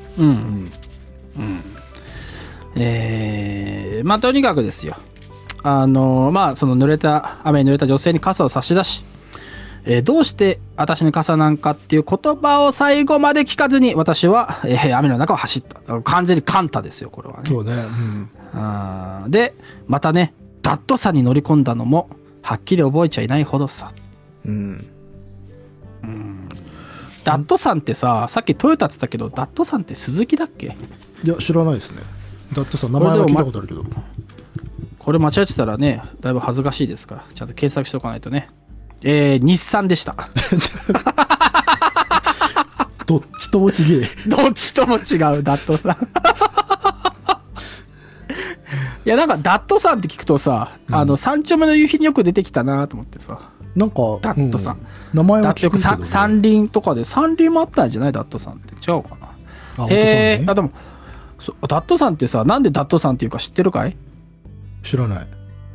とにかくですよ。その雨に濡れた女性に傘を差し出し、どうして私に傘なんかっていう言葉を最後まで聞かずに私は、雨の中を走った。完全にカンタですよ、これはね。 そうね。 で、またね、ダットさんに乗り込んだのも、はっきり覚えちゃいないほどさ。ダットさんってさっきトヨタって言ったけど、ダットさんって鈴木だっけ？ いや、知らないですね。ダットさん、名前は聞いたことあるけど。 これ間違えてたらね、だいぶ恥ずかしいですから、ちゃんと検索しておかないとね。日産でした。 どっちとも違え。 どっちとも違う、ダットさん。いや、なんか、ダットさんって聞くとさ、三丁目の夕日によく出てきたなと思ってさ。 なんか、 ダットさん。 名前は聞くけど、ね。 三輪とかで、三輪もあったんじゃないダットさんって。違うかな。 でダットさんってさ、なんでダットさんっていうか知ってるかい？ 知らない。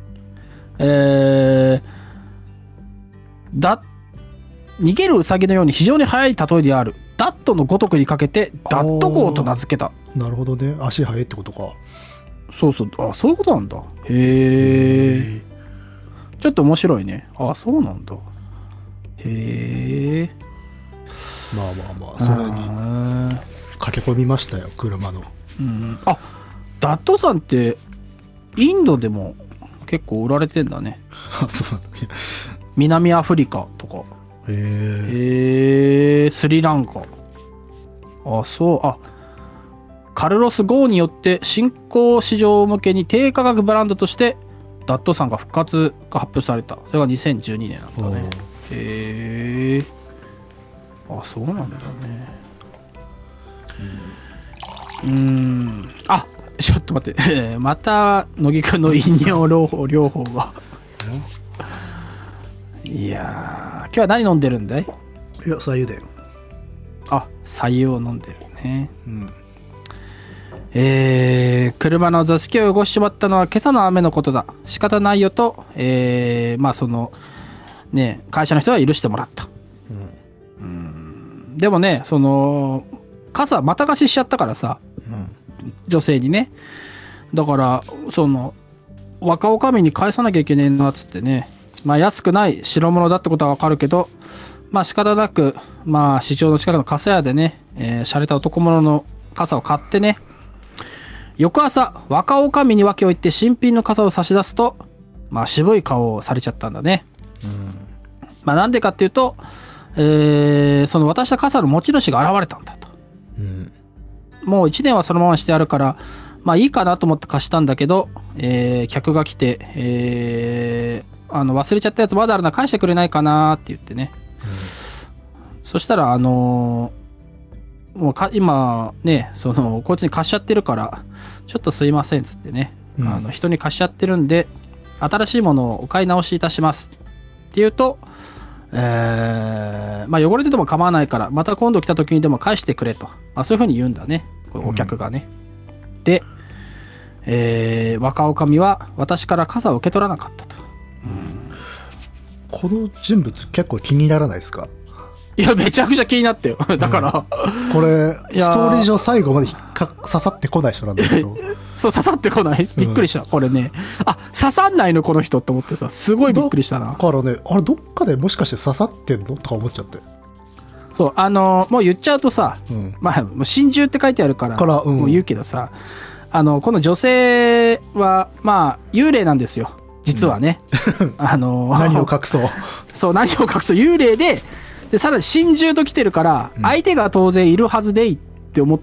逃げるウサギのように非常に速い例えであるダットのごとくにかけてダット号と名付けた。 なるほどね。足速いってことか。 そうそう。あ、そういうことなんだ。へえ。ちょっと面白いね。あ、そうなんだ。へえ。 まあまあまあ、それに駆け込みましたよ、車の。 うん。あ、ダットさんってインドでも結構売られてんだね。 あ、そうなんだね。 南アフリカとか。 へえ。 スリランカ。あ、そう。あ、カルロス・ゴーによって新興市場向けに低価格ブランドとしてダットさんが復活が発表された。それが2012年なんだね。へえ。あ、そうなんだね。あ、ちょっと待って。また乃木くんの飲料療法が。いやー、今日は何飲んでるんだい？ いや、左右だよ。 あ、白湯を飲んでるね。 うん。 車の座敷を汚しちまったのは今朝の雨のことだ。仕方ないよと、まあその、ね、会社の人は許してもらった。でもね、その、傘また貸ししちゃったからさ、女性にね。だから、その、若女将に返さなきゃいけねえな、つってね。まあ安くない代物だってことはわかるけど、まあ仕方なく、まあ市場の近くの傘屋でね、洒落た男物の傘を買ってね、翌朝、若女将に訳を言って新品の傘を差し出すと、まあ渋い顔をされちゃったんだね。まあなんでかっていうと、その渡した傘の持ち主が現れたんだと。もう1年はそのまましてやるから、まあいいかなと思って貸したんだけど、客が来て、忘れちゃったやつまだあるな、返してくれないかなって言ってね。そしたら、もう今ね、その、こいつに貸しちゃってるから、ちょっとすいませんっつってね、人に貸しちゃってるんで、新しいものをお買い直しいたします。って言うと、まあ汚れてても構わないから、また今度来た時にでも返してくれと。まあそういう風に言うんだね。このお客がね。で、若女将は私から傘を受け取らなかったと。 この人物結構気にならないですか？ いや、めちゃくちゃ気になったよ。だから、 これ、ストーリー上最後まで刺さってこない人なんだけど。 そう、刺さってこない？びっくりした。これね。あ、刺さんないのこの人って思ってさ、すごいびっくりしたな。 だからね、あれ、どっかでもしかして刺さってんのとか思っちゃって。 そう、もう言っちゃうとさ、まあ、もう心中って書いてあるから、もう言うけどさ、この女性は、まあ、幽霊なんですよ。実はね。 何を隠そう。 そう、何を隠そう。幽霊で、さらに心中と来てるから、相手が当然いるはずでいいって思って、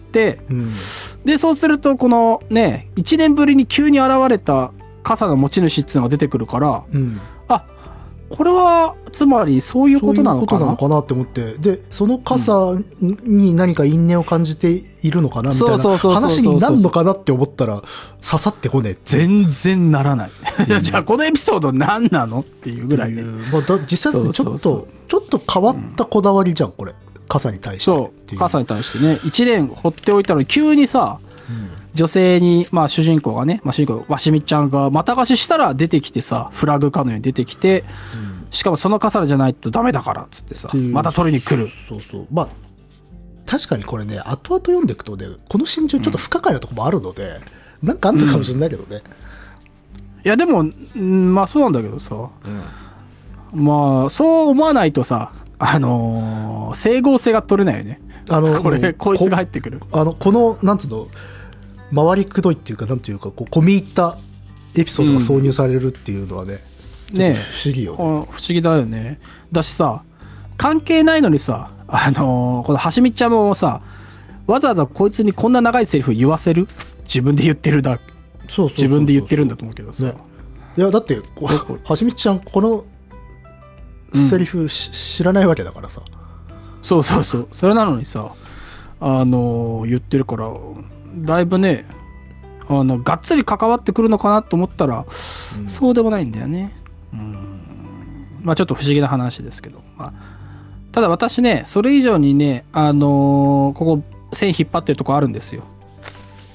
で、そうすると、このね、1年ぶりに急に現れた傘の持ち主っていうのが出てくるから、あ、これは、つまりそういうことなのかな？そういうことなのかなって思って、で、その傘に何か因縁を感じているのかなみたいな話になるのかなって思ったら、刺さってこねえって。 全然ならない。じゃあ、このエピソード何なのっていうぐらいね。 まあ、実際ちょっと変わったこだわりじゃん、これ。傘に対して。 そう。傘に対してね。1年放っておいたのに、急にさ、女性に、まあ主人公がね、まあ主人公、わしみちゃんがまた貸ししたら出てきてさ、フラグかのように出てきて、しかもその傘じゃないとダメだからっつってさ、また取りに来る。 そうそう。まあ、確かにこれね、後々読んでいくとね、この心中ちょっと不可解なとこもあるので、なんかあんのかもしれないけどね。 いやでも、まあそうなんだけどさ、まあそう思わないとさ、整合性が取れないよね。こいつが入ってくる。 この、なんつうの、回りくどいっていうか、なんていうか、こう、込み入ったエピソードが挿入されるっていうのはね、ね、不思議よね。不思議だよね。だしさ、関係ないのにさ、このはしみちゃんもさ、わざわざこいつにこんな長いセリフ言わせる？自分で言ってるだ。自分で言ってるんだと思うけどさ。ね、 いや、だって、はしみちゃん、このセリフ、知らないわけだからさ。 そうそうそう。それなのにさ、言ってるから、だいぶね、がっつり関わってくるのかなと思ったら、そうでもないんだよね。まあちょっと不思議な話ですけど。まあ、ただ私ね、それ以上にね、ここ線引っ張ってるとこあるんですよ。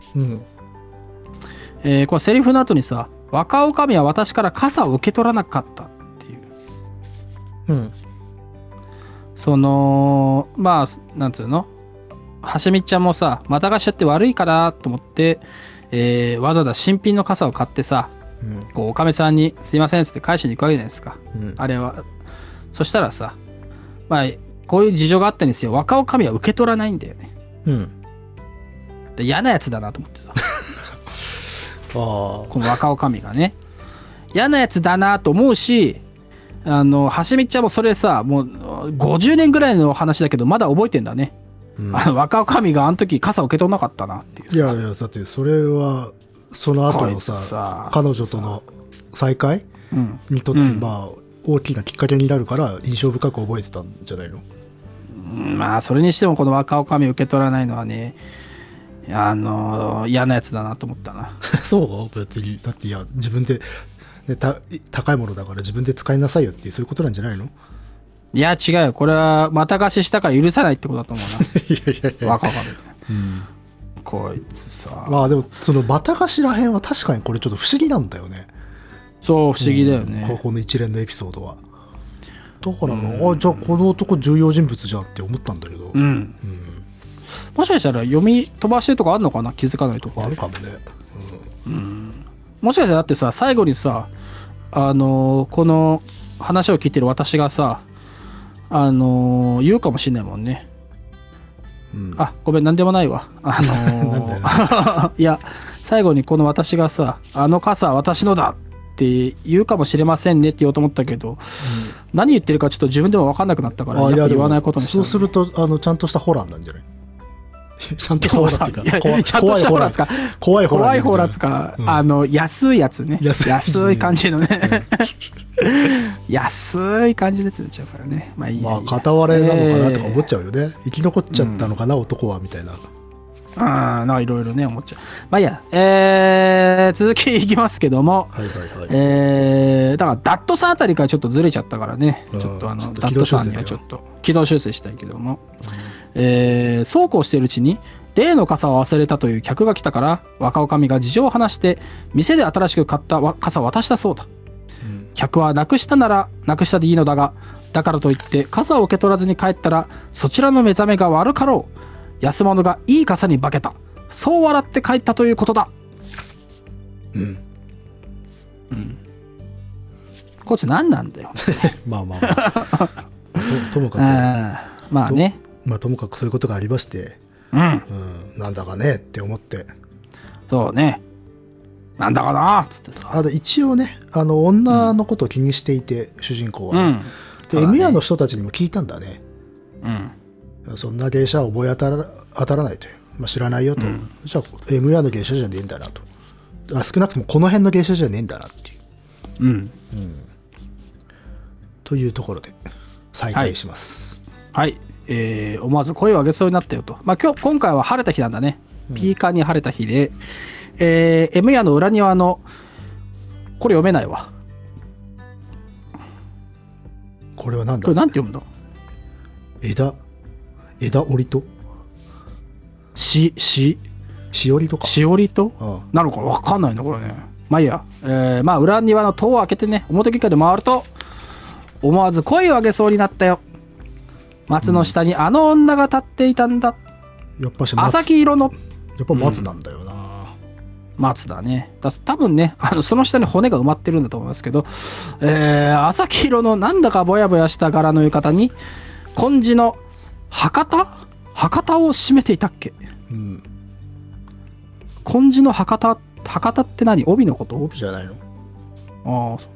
うんこのセリフの後にさ、若女将は私から傘を受け取らなかったっていう。 うん。 その、まあ、なんつうの、はしみっちゃんもさ、またがしちゃって悪いかなと思って、わざわざ新品の傘を買ってさ、こう、おかみさんにすいませんっつって返しに行くわけじゃないですか。あれは。そしたらさ、まあ、こういう事情があったんですよ。若女将は受け取らないんだよね。で嫌なやつだなと思ってさ。この若女将がね。嫌なやつだなと思うし、はしみっちゃんもそれさ、もう50年ぐらいの話だけど、まだ覚えてんだね。若女将があの時傘を受け取らなかったなっていうさ。 いやいや、だってそれは、その後のさ、彼女との再会にとって、まあ、大きなきっかけになるから、印象深く覚えてたんじゃないの？ まあ、それにしてもこの若女将受け取らないのはね、嫌なやつだなと思ったな。 そう別に、だっていや、自分で、ね、高いものだから自分で使いなさいよっていう、そういうことなんじゃないの？ いや、違うよ。これは、また貸ししたから許さないってことだと思うな。 いやいやいや。 若女将。こいつさ。 まあでも、その、また貸しらへんは確かにこれちょっと不思議なんだよね。 そう、不思議だよね。 この一連のエピソードは。だから、じゃあこの男重要人物じゃんって思ったんだけど。もしかしたら読み飛ばしてるとかあるのかな、気づかないとか。 あるかもね。 もしかしたらだってさ、最後にさ、この話を聞いてる私がさ、言うかもしれないもんね。あ、ごめん、なんでもないわ。いや、最後にこの私がさ、あの傘は私のだって言うかもしれませんねって言おうと思ったけど、何言ってるかちょっと自分でも分かんなくなったから、やっぱ言わないことにした、ね。 そうすると、ちゃんとしたホラーなんじゃない？ちゃんとしたホラーっていうか、 ちゃんとしたホラーつか、 怖いホラー。 怖いホラーつか、安いやつね。安い感じのね。安い感じでついちゃうからね。まあいいや。 まあ、片割れなのかなとか思っちゃうよね。生き残っちゃったのかな、男は、みたいな。 なんかいろいろね、思っちゃう。まあいいや、続きいきますけども、だから、ダットさんあたりからちょっとずれちゃったからね、ちょっとダットさんにはちょっと軌道修正したいけども、そうこうしているうちに、例の傘を忘れたという客が来たから、若女将が事情を話して、店で新しく買った傘を渡したそうだ。客はなくしたならなくしたでいいのだが、だからといって傘を受け取らずに帰ったら、そちらの目覚めが悪かろう。安物がいい傘に化けた。そう笑って帰ったということだ。こいつ何なんだよ。 まあまあ。ともかく。 まあね。 まあともかくそういうことがありまして、なんだかねって思って。 そうね。なんだかなっつってさ。 一応ね、女のことを気にしていて、主人公は、ね。で、M 屋の人たちにも聞いたんだね。そんな芸者は覚え当たらないという。まあ、知らないよと。じゃあ、M 屋の芸者じゃねえんだなと。少なくともこの辺の芸者じゃねえんだなっていう。というところで、再開します。 はい。思わず声を上げそうになったよと。まあ、今回は晴れた日なんだね。ピーカーに晴れた日で、M 屋の裏庭の、これ読めないわ。 これはなんだ？ これなんて読むの？ 枝折りとしおりとか。 しおりとなのかわかんないのこれね。まあいいや。まあ裏庭の戸を開けてね、表玄関で回ると、思わず声を上げそうになったよ。松の下にあの女が立っていたんだ。 やっぱし朝黄色の。 やっぱ松なんだよな。 松だね。多分ね、その下に骨が埋まってるんだと思いますけど、朝黄色のなんだかぼやぼやした柄の浴衣に、紺地の博多を締めていたっけ？紺地の博多って何？帯のこと？ 帯じゃないの？ ああ、そう。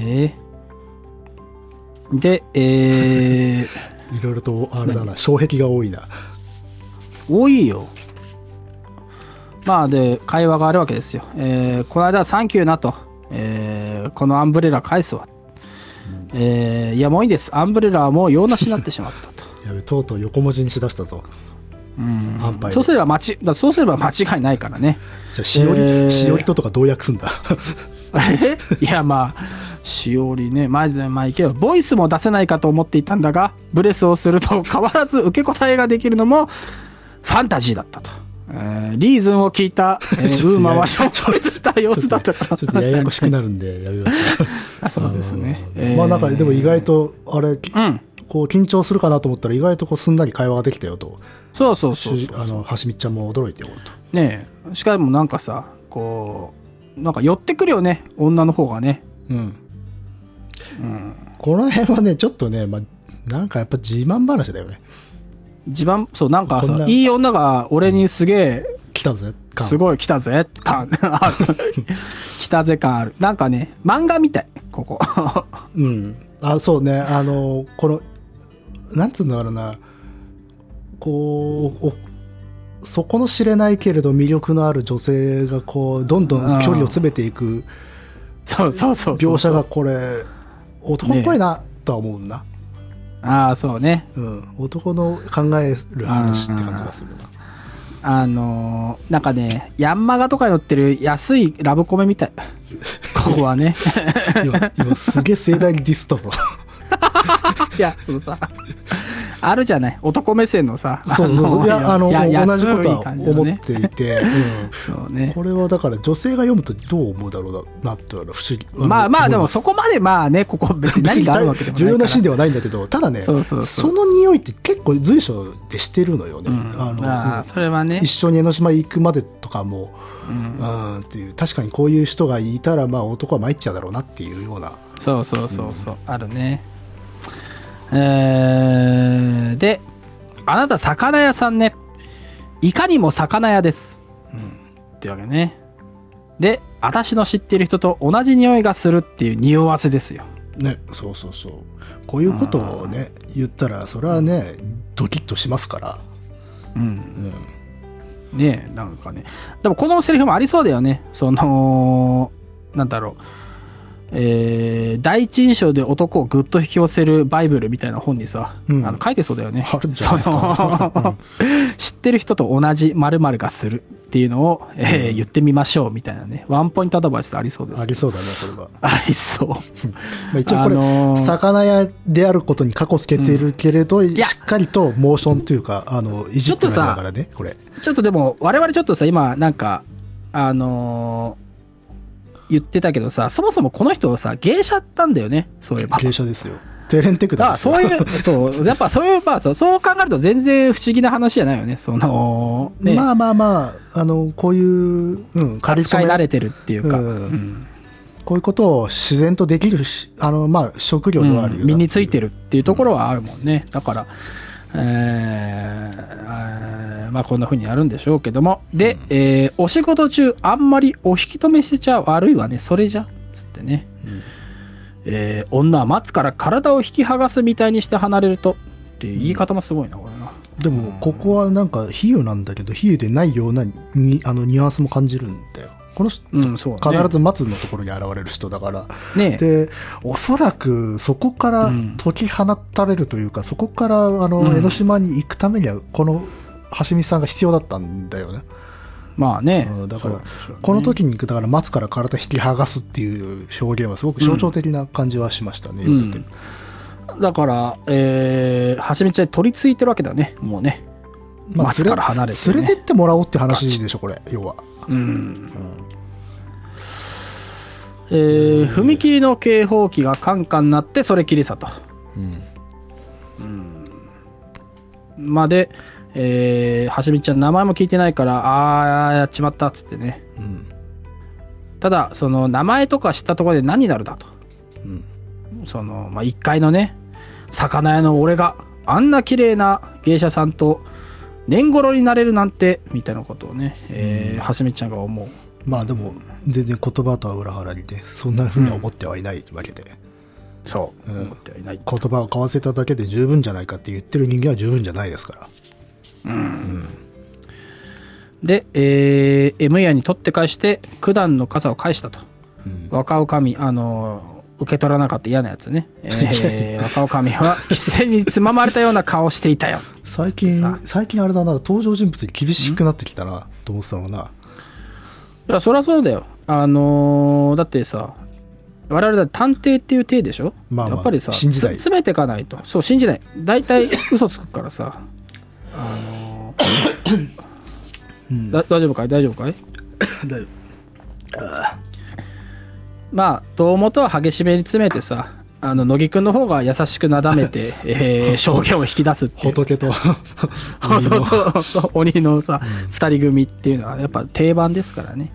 で、 いろいろと、あれだな、障壁が多いな。 多いよ。まあで、会話があるわけですよ。この間はサンキューなと。このアンブレラ返すわ。いやもういいです。アンブレラはもう用なしになってしまったと。 やべ、とうとう横文字にしだしたぞ。 そうすれば間違いないからね。 じゃあしおりとかどう訳すんだ。 いやまあしおりね、まあいけよ。ボイスも出せないかと思っていたんだが、ブレスをすると変わらず受け答えができるのもファンタジーだったと。 リーズンを聞いた、ウーマは消滅した様子だったから。 ちょっとややこしくなるんでやめましょう。 あ、そうですね。 まあなんかでも意外とあれ、こう緊張するかなと思ったら意外とこうすんなり会話ができたよと。 そうそう。 はしみちゃんも驚いておると。 ねえ、しかもなんかさ、こうなんか寄ってくるよね、女の方がね。 この辺はねちょっとね、まあなんかやっぱ自慢話だよね。 そうなんかさ、いい女が俺にすげえ来たぜ感、 すごい来たぜ感来たぜ感ある。なんかね漫画みたいここ。 そうね、このなんつうんだろうな、こうそこの知れないけれど魅力のある女性がこうどんどん距離を詰めていく描写がこれ男っぽいなとは思うんだ。 ああそうね、 男の考える話って感じがするな。なんかねヤンマガとかに載ってる安いラブコメみたい。ここはね。 今すげえ盛大にディスったぞ。 いやそのさあるじゃない男目線のさ、 そういや同じことは思っていて、 そうね、 これはだから女性が読むとどう思うだろうなって不思議。 まあでもそこまでまあねここ別に何があるわけでもないから重要なシーンではないんだけど、ただねその匂いって結構随所でしてるのよね。 それはね一緒に江ノ島行くまでとかもっていう、確かにこういう人がいたらまあ男は参っちゃうだろうなっていうような。 そうあるね。で、あなた魚屋さんね。いかにも魚屋です。っていうわけね。で、私の知っている人と同じ匂いがするっていう匂わせですよ。 ね、そう。こういうことをね、言ったら、それはね、ドキッとしますから。 ねえ、なんかね。でもこのセリフもありそうだよね。なんだろう。第一印象で男をぐっと引き寄せるバイブルみたいな本にさ、書いてそうだよね。 あるんじゃないですか。 知ってる人と同じ〇〇がするっていうのを、言ってみましょうみたいなね。ワンポイントアドバイスってありそうです。 ありそうだね、これは。 ありそう。まあ一応これ、魚屋であることに過去つけているけれど、しっかりとモーションというか、いじってるだからね、これ。 ちょっとでも、我々ちょっとさ、今、なんか、言ってたけどさ、そもそもこの人さ芸者なんだよね。そういえば芸者ですよ。テレンテクだ。 そういうやっぱそういうそう考えると全然不思議な話じゃないよね。 ね、まあこういうカリスマに慣れてるっていうか、 こういうことを自然とできる職業ではあるよ、 身についてるっていうところはあるもんね。だからまあこんな風にやるんでしょうけども、で、お仕事中あんまりお引き止めしちゃ悪いわね、それじゃつってね、女は待つから体を引き剥がすみたいにして離れるとっていう言い方もすごいなこれな。 でもここはなんか比喩なんだけど、比喩でないようなニュアンスも感じるんだよ。この人、必ず松のところに現れる人だから、でおそらくそこから解き放たれるというか、そこから江ノ島に行くためにはこの橋見さんが必要だったんだよね。 まあね、 だからこの時にだから松から体引き剥がすっていう表現はすごく象徴的な感じはしましたね。 だから橋見ちゃんに取り付いてるわけだね、もうね。松から離れてね、 連れてってもらおうって話でしょこれ、要は。 踏切の警報器がカンカン鳴ってそれきりさと、まで、橋見ちゃん名前も聞いてないからやっちまったっつってね、ただその名前とか知ったところで何になるだと、1階のね魚屋の俺があんな綺麗な芸者さんと年頃になれるなんてみたいなことをね、橋見ちゃんが思う。 まあでも全然言葉とは裏腹にね、そんなふうには思ってはいないわけで、 思ってはいない。 言葉を交わせただけで十分じゃないかって言ってる人間は十分じゃないですから。 で、M 屋に取って返して九段の傘を返したと、若女将受け取らなかった嫌なやつね、若女将は規制につままれたような顔していたよ。 最近あれだな、登場人物に厳しくなってきたなと思ってたのな。 いやそりゃそうだよ。だってさ我々だって探偵っていう体でしょ、やっぱりさ詰めていかないと。そう信じない、大体嘘つくからさ大丈夫かい大丈夫かい大丈まあ胴元は激しめに詰めてさ、乃木くんの方が優しくなだめて、証言を引き出すっていう。 仏とそう鬼のさ、二人組っていうのはやっぱ定番ですからね。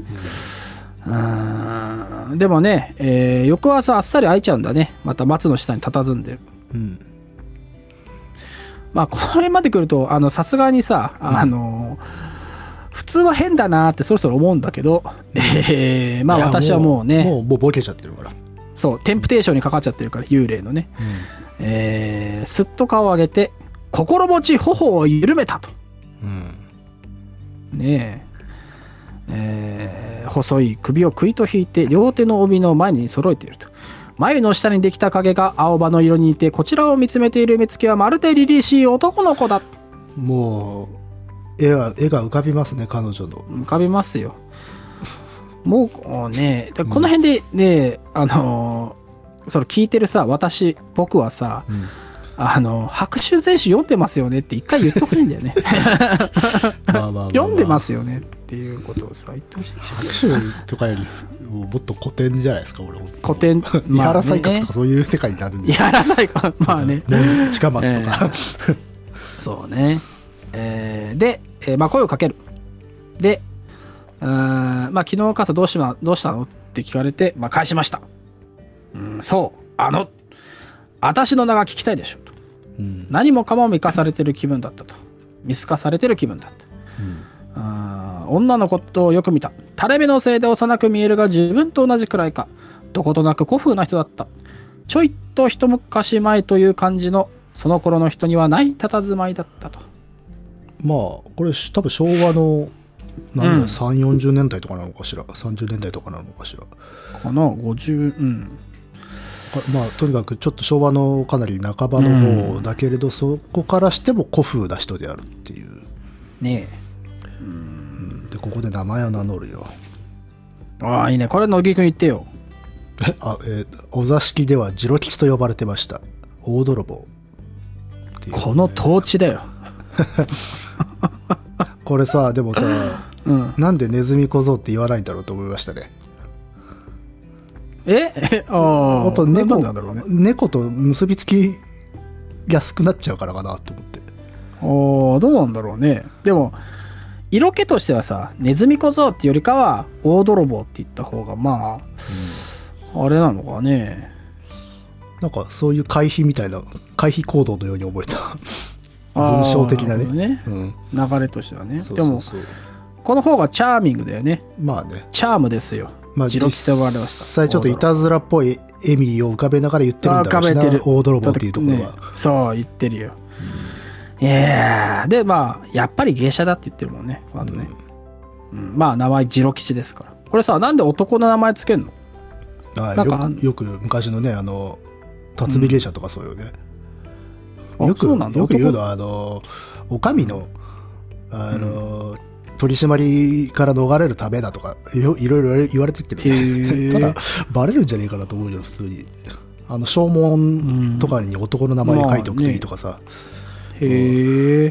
でもね、翌朝あっさり開いちゃうんだね。また松の下に佇んでる。まあこの辺まで来るとさすがにさ普通は変だなってそろそろ思うんだけど、まあ私はもうね、 もうボケちゃってるから。 そうテンプテーションにかかっちゃってるから、幽霊のね、すっと顔を上げて心持ち頬を緩めたと、ねえ、細い首をくいと引いて両手の帯の前に揃えていると。眉の下にできた影が青葉の色に似てこちらを見つめている目つきはまるで凛々しい男の子だ。 もう絵が浮かびますね、彼女の。 浮かびますよ。もうね、この辺でね、それ聞いてるさ、僕はさ、白秋全史読んでますよねって一回言っとくんだよね。読んでますよねっていうことをさ、言ってほしい。 白秋とかよりもっと古典じゃないですか、俺も。 古典、 伊原西閣とかそういう世界になるんで。 伊原西閣、まあね。 近松とか。 そうね。で、まあ声をかける。で、まあ昨日傘どうしたのって聞かれて、まあ返しました。そう、私の名が聞きたいでしょと。何もかも見透かされてる気分だったと。見透かされてる気分だった。女のことをよく見た。垂れ目のせいで幼く見えるが自分と同じくらいか。どことなく古風な人だった。ちょいと一昔前という感じの、その頃の人にはない佇まいだったと。 まあこれ多分昭和のなんだ、3、40年代とかなのかしら、30年代とかなのかしら。 かな、50、 まあとにかくちょっと昭和のかなり半ばの方だけれど、そこからしても古風な人であるっていう。 ねえ。で、ここで名前を名乗るよ。 ああ、いいね。これ、乃木くん言ってよ。 お座敷ではジロ吉と呼ばれてました。大泥棒。 この統治だよ。 これさ、でもさ、なんでネズミ小僧って言わないんだろうと思いましたね。やっぱ猫と結びつきやすくなっちゃうからかなと思って。 どうなんだろうね。でも色気としてはさ、ネズミ小僧ってよりかは大泥棒って言った方がまあ、あれなのかね。 なんかそういう回避みたいな、回避行動のように覚えた。文章的なね、 流れとしてはね。でもこの方がチャーミングだよね。 まあね、 チャームですよ。ジロキと呼ばれました。 実際ちょっといたずらっぽい笑みを浮かべながら言ってるんだろうしな、大泥棒っていうところは、 そう言ってるよ。でまあやっぱり芸者だって言ってるもんね、この後ね。まあ名前ジロ吉ですから。これさ、なんで男の名前つけんの？ よく昔のね、辰巳芸者とかそうよね。よく言うのはお上の取り締まりから逃れるためだとかいろいろ言われてるけどね。ただバレるんじゃねえかなと思うよ、普通に。証文とかに男の名前書いておくといいとかさ。で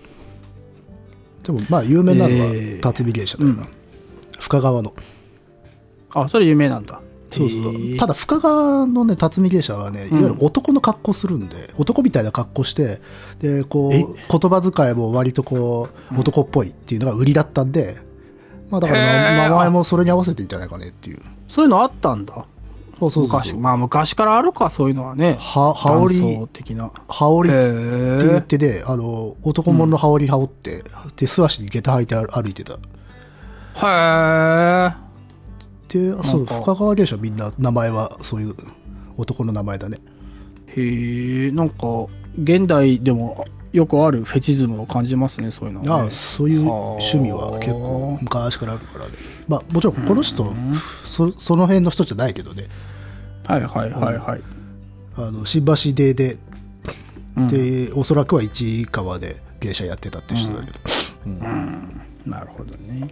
もまあ有名なのは辰巳芸者だよな、深川の。 それ有名なんだ。 そうそう。ただ深川のね、辰巳芸者はね、いわゆる男の格好するんで、男みたいな格好して、でこう言葉遣いも割とこう男っぽいっていうのが売りだったんで、まあだから名前もそれに合わせていいんじゃないかねっていう。 そういうのあったんだ。 そうまあ昔からあるか、そういうのはね。 羽織的な。羽織って言ってね、男物の羽織羽織って、で素足に下駄履いて歩いてた。で、そう、深川芸者みんな名前はそういう男の名前だね。 なんか現代でもよくあるフェチズムを感じますね、そういうのは、ね。 そういう趣味は結構昔からあるからね。まあもちろんこの人、その辺の人じゃないけどね。新橋でおそらくは市川で芸者やってたって人だけど。 なるほどね。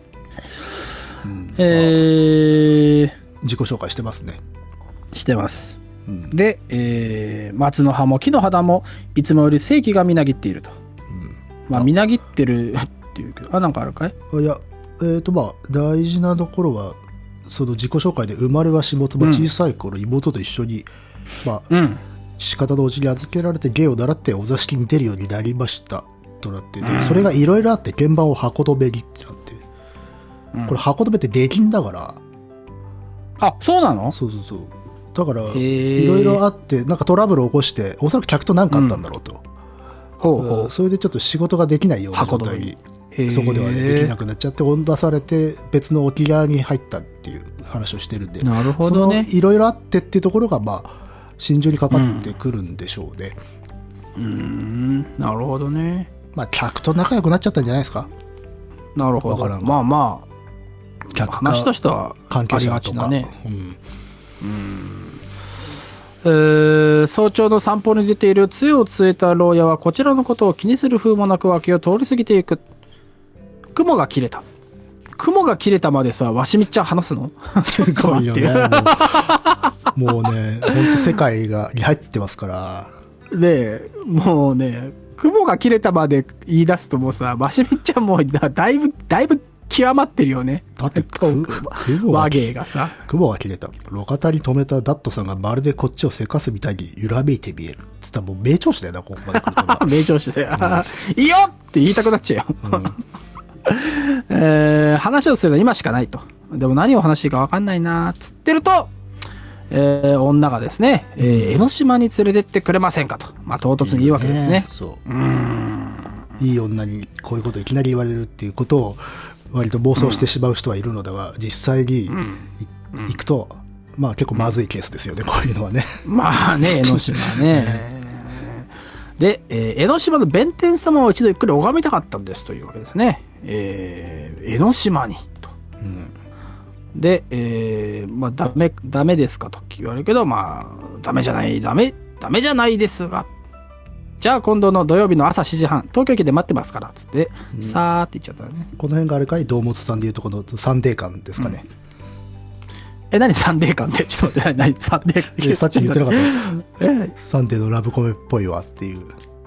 自己紹介してますね。 してます。で、松の葉も木の肌もいつもより生気がみなぎっていると。まあみなぎってるっっていうけど、なんかあるかい？ いや、まあ、大事なところは、その自己紹介で、生まれは下妻、小さい頃、妹と一緒に、まあ、仕方のうちに預けられて芸を習ってお座敷に出るようになりましたとなってで、それがいろいろあって鍵盤を箱止めにってなって、これ箱止めってできんだから。 あ、そうなの？ そうそうそう。だからいろいろあってなんかトラブルを起こして、おそらく客と何かあったんだろうと、それでちょっと仕事ができないような状態にそこではねできなくなっちゃって追い出されて別の置き屋に入ったっていう話をしてるんで、 なるほどね。 いろいろあってっていうところがまあ心情にかかってくるんでしょうね。 なるほどね。 まあ客と仲良くなっちゃったんじゃないですか。 なるほど。まあまあ客話としては関係者とか、 早朝の散歩に出ている杖をついた牢屋はこちらのことを気にする風もなく脇を通り過ぎていく。雲が切れた。雲が切れたまでさ、わしみっちゃん話すの？ すごいよね。もうね、ほんと世界に入ってますから。 で、もうね、雲が切れたまで言い出すともうさ、わしみっちゃんもだいぶ極まってるよね。 だって和芸がさ。 雲が切れた。路肩に止めたダットさんがまるでこっちをせかすみたいに揺らめいて見える。つったらもう名調子だよな、ここまで来るとな。 名調子だよ。いいよって言いたくなっちゃうよ。話をするのは今しかないと。でも何を話していいか分かんないなつってると、女がですね、江ノ島に連れてってくれませんかと。まあ唐突に言うわけですね。 いい女にこういうこといきなり言われるっていうことを割と暴走してしまう人はいるのだが、実際に行くと、まあ結構まずいケースですよね、こういうのはね。 まあね、江ノ島ね。で、江ノ島の弁天様を一度ゆっくり拝みたかったんですというわけですね。江ノ島にと。で、まあダメですかと言われるけど、まあダメじゃないですが、じゃあ今度の土曜日の朝7時半東京駅で待ってますからつって、さーって言っちゃったね。 この辺があれかい、堂本さんでいうとこのサンデー感ですかね。 何サンデー感ってちょっと待って、何サンデー感さっき言ってなかったサンデーのラブコメっぽいわっていう。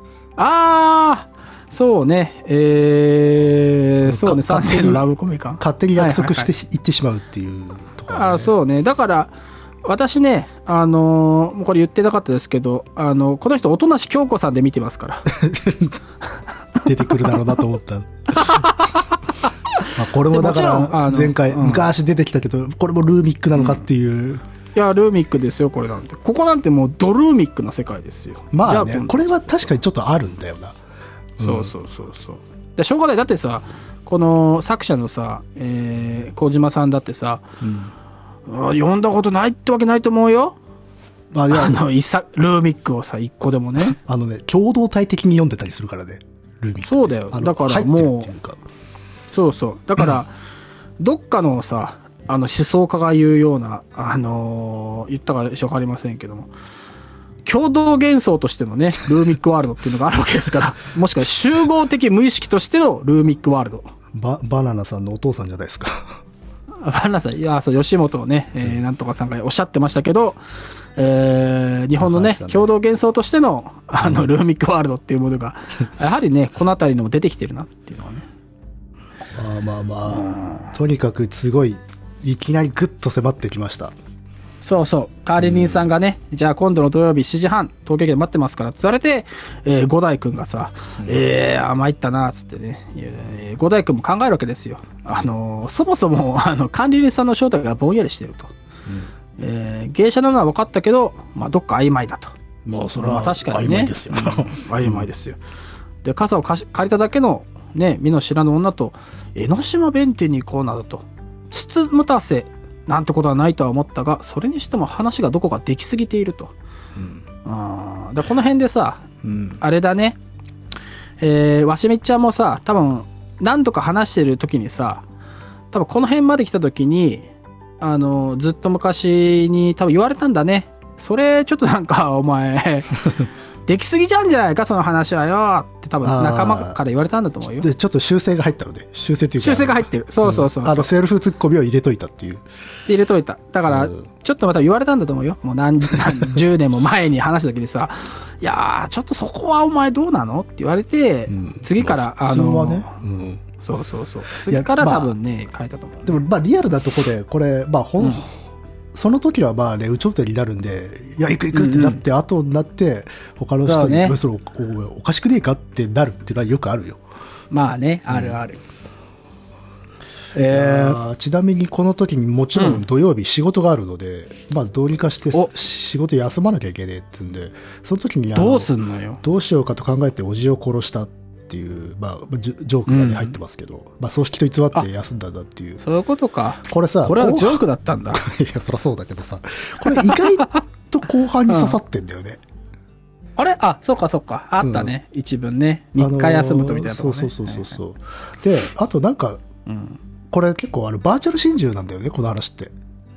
そうね、そうね、サンデーのラブコメ感勝手に約束して行ってしまうっていうところ、ね。 そうね。だから私ね、もうこれ言ってなかったですけど、この人音無京子さんで見てますから出てくるだろうなと思ったまあこれもだから前回昔出てきたけど、これもルーミックなのかっていう、 いやルーミックですよこれなんて。ここなんてもうドルーミックな世界ですよ。 まあね、これは確かにちょっとあるんだよな。 そうでしょうがない。だってさ、この作者のさ、小島さんだってさ、読んだことないってわけないと思うよ。ルーミックをさ、一個でもね。 共同体的に読んでたりするからね、ルーミック。 そうだよ。だからもう、そう。だから、どっかのさ、思想家が言うような、言ったかわかりませんけども、共同幻想としてのね、ルーミックワールドっていうのがあるわけですから、もしくは集合的無意識としてのルーミックワールド。 バナナさんのお父さんじゃないですか。 バナナさん、いや、そう、吉本ね、なんとかさんがおっしゃってましたけど、日本のね、共同幻想としての、ルーミックワールドっていうものが、やはりね、この辺りにも出てきてるなっていうのはね。 とにかくすごい、いきなりグッと迫ってきました。 そう。管理人さんがね、じゃあ今度の土曜日7時半、東京駅で待ってますからって言われて、五代くんがさ、参ったな、つってね、五代くんも考えるわけですよ。そもそも、管理人さんの正体がぼんやりしてると。芸者なのは分かったけど、まあ、どっか曖昧だと。 もうそれは確かにね。 曖昧ですよ。 曖昧ですよ。で、傘を借りただけの、ね、身の知らぬ女と、江ノ島弁天に行こうなどと、つつむたせ、なんてことはないとは思ったが、それにしても話がどこかできすぎていると。でこの辺でさ、あれだね、わしみっちゃんもさ、多分何度か話してる時にさ、多分この辺まで来た時に、ずっと昔に多分言われたんだね。それちょっとなんかお前できすぎちゃうんじゃないかその話はよって多分仲間から言われたんだと思うよ。 でちょっと修正が入ったので、修正が入ってる。そうセルフツッコミを入れといたっていう。 入れといた。だからちょっとまた言われたんだと思うよ。もう何十年も前に話した時にさ、いやーちょっとそこはお前どうなのって言われて、次から普通はね、 そうそうそう。次から多分ね、変えたと思う。 でもまあリアルなとこでこれまあその時はまあね有頂天になるんで、いや行く行くってなって、後になって他の人にそれおかしくねえかってなるっていうのはよくあるよ。 まあね、あるある。 ちなみにこの時にもちろん土曜日仕事があるので、まあどうにかして仕事休まなきゃいけねえって言うんで、その時にどうすんのよ。 どうしようかと考えておじを殺したっていう、まあ、ジョークが、ね入ってますけど、まあ葬式と偽って休んだんだっていう。 そういうことか。 これさ、 これはジョークだったんだ。 いや、そりゃそうだけどさ、これ意外と後半に刺さってんだよね。 あれそうかそうか。あったね。一文ね。3日休むとみたいなとこね。 そう。で、あとなんか、これ結構バーチャル心中なんだよね、この話って。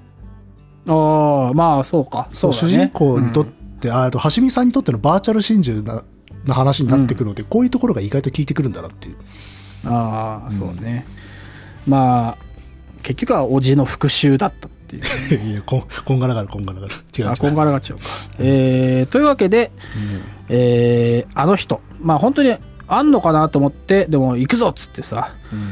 まあそうか。そうだね。 主人公にとって、橋見さんにとってのバーチャル心中な話になってくるので、こういうところが意外と効いてくるんだなっていう。 そうね。まあ、結局はおじの復讐だったっていう、 ね。いや、こんがらがる。違う。 こんがらがっちゃうか。というわけで、あの人、まあ本当にあんのかなと思って、でも行くぞっつってさ、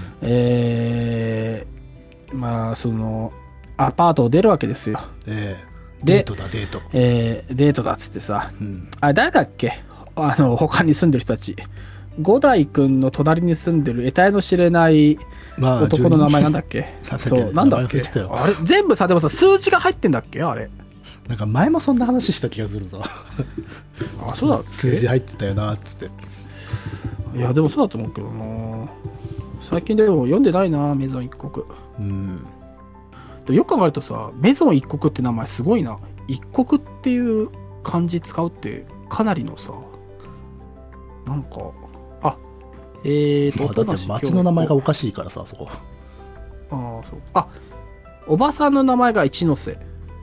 まあその、アパートを出るわけですよ。 デートだ。 デートだっつってさ、あれ誰だっけ、他に住んでる人たち。五代くんの隣に住んでる得体の知れない男の名前なんだっけ、なんだっけあれ全部さ、でもさ、数字が入ってんだっけあれ。 なんか前もそんな話した気がするぞ。 そうだっけ、 数字入ってたよなっつって。 いやでもそうだと思うけどな。最近でも読んでないな、メゾン一国。よく考えるとさ、メゾン一国って名前すごいな。一国っていう漢字使うってかなりのさ、なんかだって町の名前がおかしいからさ、そこ。 そうおばさんの名前が一ノ瀬。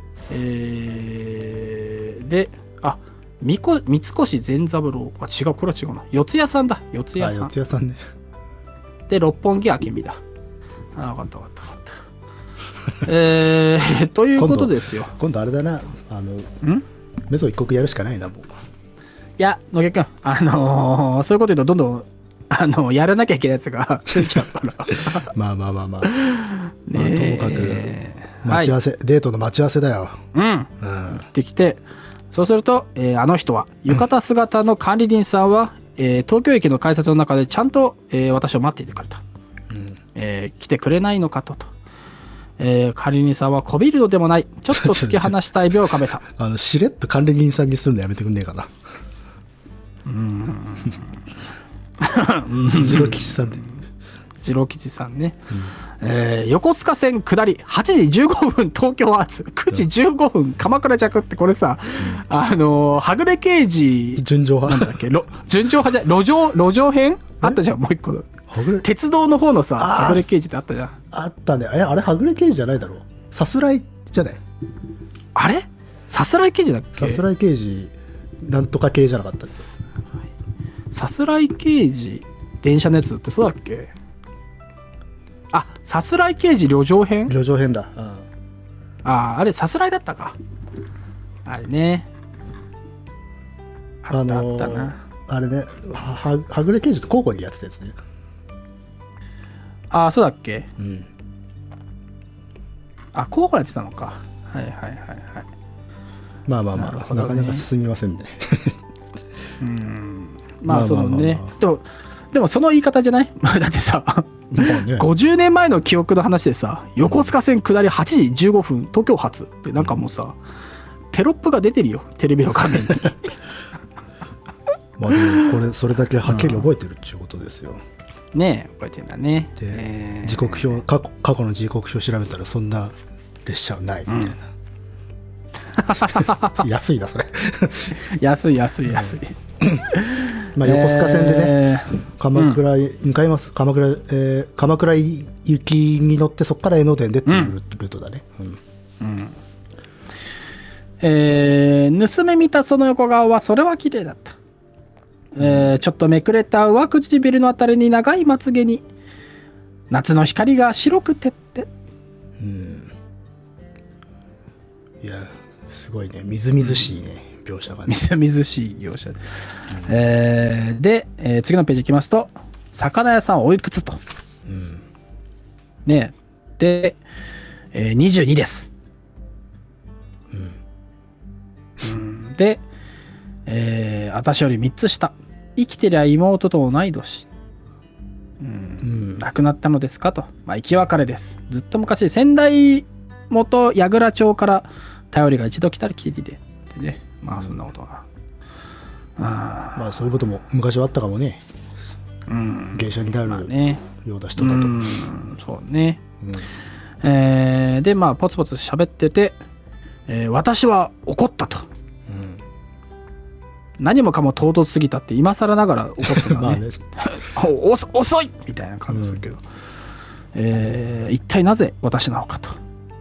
で、三越善三郎。違う、これは違うな。四谷さんだ。四谷さん。 四谷さんね。 で、六本木明美だ。分かった。ということですよ。 今度あれだな、メゾン一国やるしかないな、もう。いや、野毛くん、そういうこと言うとどんどん、やらなきゃいけないやつが増えちゃうから。 まあ、ともかく、待ち合わせ、デートの待ち合わせだよ。 行ってきて、そうすると、あの人は、浴衣姿の管理人さんは、東京駅の改札の中でちゃんと、私を待っていてくれた。来てくれないのかと。管理人さんはこびるのでもない。ちょっと突き放したい秒をかめた。 しれっと管理人さんにするのやめてくんねえかな。次郎吉さんで。 次郎吉さんね。横須賀線下り8時15分東京発9時15分鎌倉着ってこれさ、はぐれ刑事純情派なんだっけ、純情派じゃ路上編あったじゃん、もう一個。鉄道の方のさ、はぐれ刑事ってあったじゃん。 あったね。あれはぐれ刑事じゃないだろう。さすらいじゃない。 あれさすらい刑事だっけ。 さすらい刑事なんとか系じゃなかったです。 さすらい刑事電車のやつってそうだっけ。さすらい刑事旅情編だ。 あれさすらいだったか。あれね。あったな。 あれね、はぐれ刑事と交互にやってたやつね。 そうだっけ。交互やってたのか。はい。 まあ、なかなか進みませんね。 そのね、でもその言い方じゃないだってさ、50年前の記憶の話でさ、横須賀線下り8時15分東京発ってなんかもうさ、テロップが出てるよ、テレビの画面に。 でもこれそれだけはっきり覚えてるっていうことですよ。 ねえ、覚えてんだね。 で、時刻表、過去の時刻表調べたらそんな列車はないみたいな。安いなそれ。 安い。 横須賀線でね、鎌倉へ向かいます。鎌倉行きに乗ってそこから江ノ電でっていうルートだね。 盗め見たその横顔はそれは綺麗だった。ちょっとめくれた上唇のあたりに長いまつげに夏の光が白く照って。 いやすごいね、みずみずしいね、描写がね。 みずみずしい描写で、次のページいきますと、魚屋さんおいくつと。 ね。で、22です。で、私より3つ下。生きてりゃ妹と同い年。亡くなったのですかと。まあ、生き別れです。ずっと昔、仙台元矢倉町から頼りが一度来たりきりで。でね、まあそんなことが。 まあそういうことも昔はあったかもね。芸者になるような人だと。 そうね。で、まあポツポツ喋ってて、私は怒ったと。何もかも唐突すぎたって今更ながら怒ってたね。遅いみたいな感じするけど、一体なぜ私なのかと。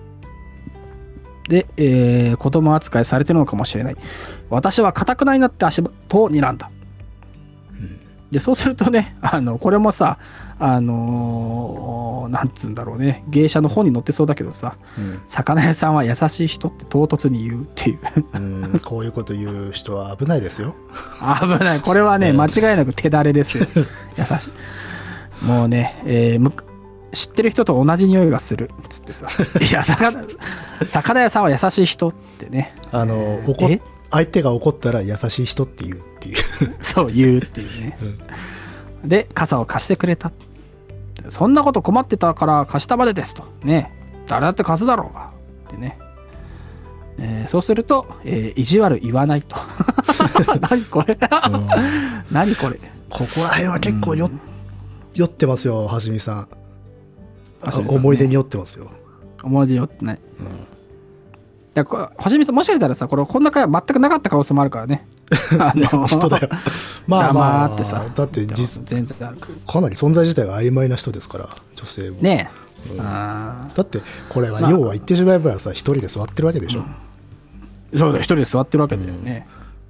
で、子供扱いされてるのかもしれない。私は堅くないなって足元を睨んだ。で、そうするとね、これもさ、なんつうんだろうね、芸者の本に載ってそうだけどさ、魚屋さんは優しい人って唐突に言うっていう。 こういうこと言う人は危ないですよ。 危ない。これはね、間違いなく手だれですよ。優しい。もうね、知ってる人と同じ匂いがするっつってさ。いや、魚屋さんは優しい人ってね。 相手が怒ったら優しい人って言うっていう。 そう言うっていうね。で、傘を貸してくれた。そんなこと困ってたから貸したまでですと。ね。誰だって貸すだろうが。ってね。そうすると、意地悪言わないと。何これ何これ。 ここら辺は結構酔ってますよ、はじみさん。思い出に酔ってますよ。 思い出に酔ってない。はじめさん、もしかしたらさ、こんな会話全くなかった可能性もあるからね。 本当だよ。まあまあ、 黙ってさ、 だって全然あるかなり存在自体が曖昧な人ですから、女性も。 ねえ。 だって、これは要は言ってしまえばさ、一人で座ってるわけでしょ。 そうだ、一人で座ってるわけだよね。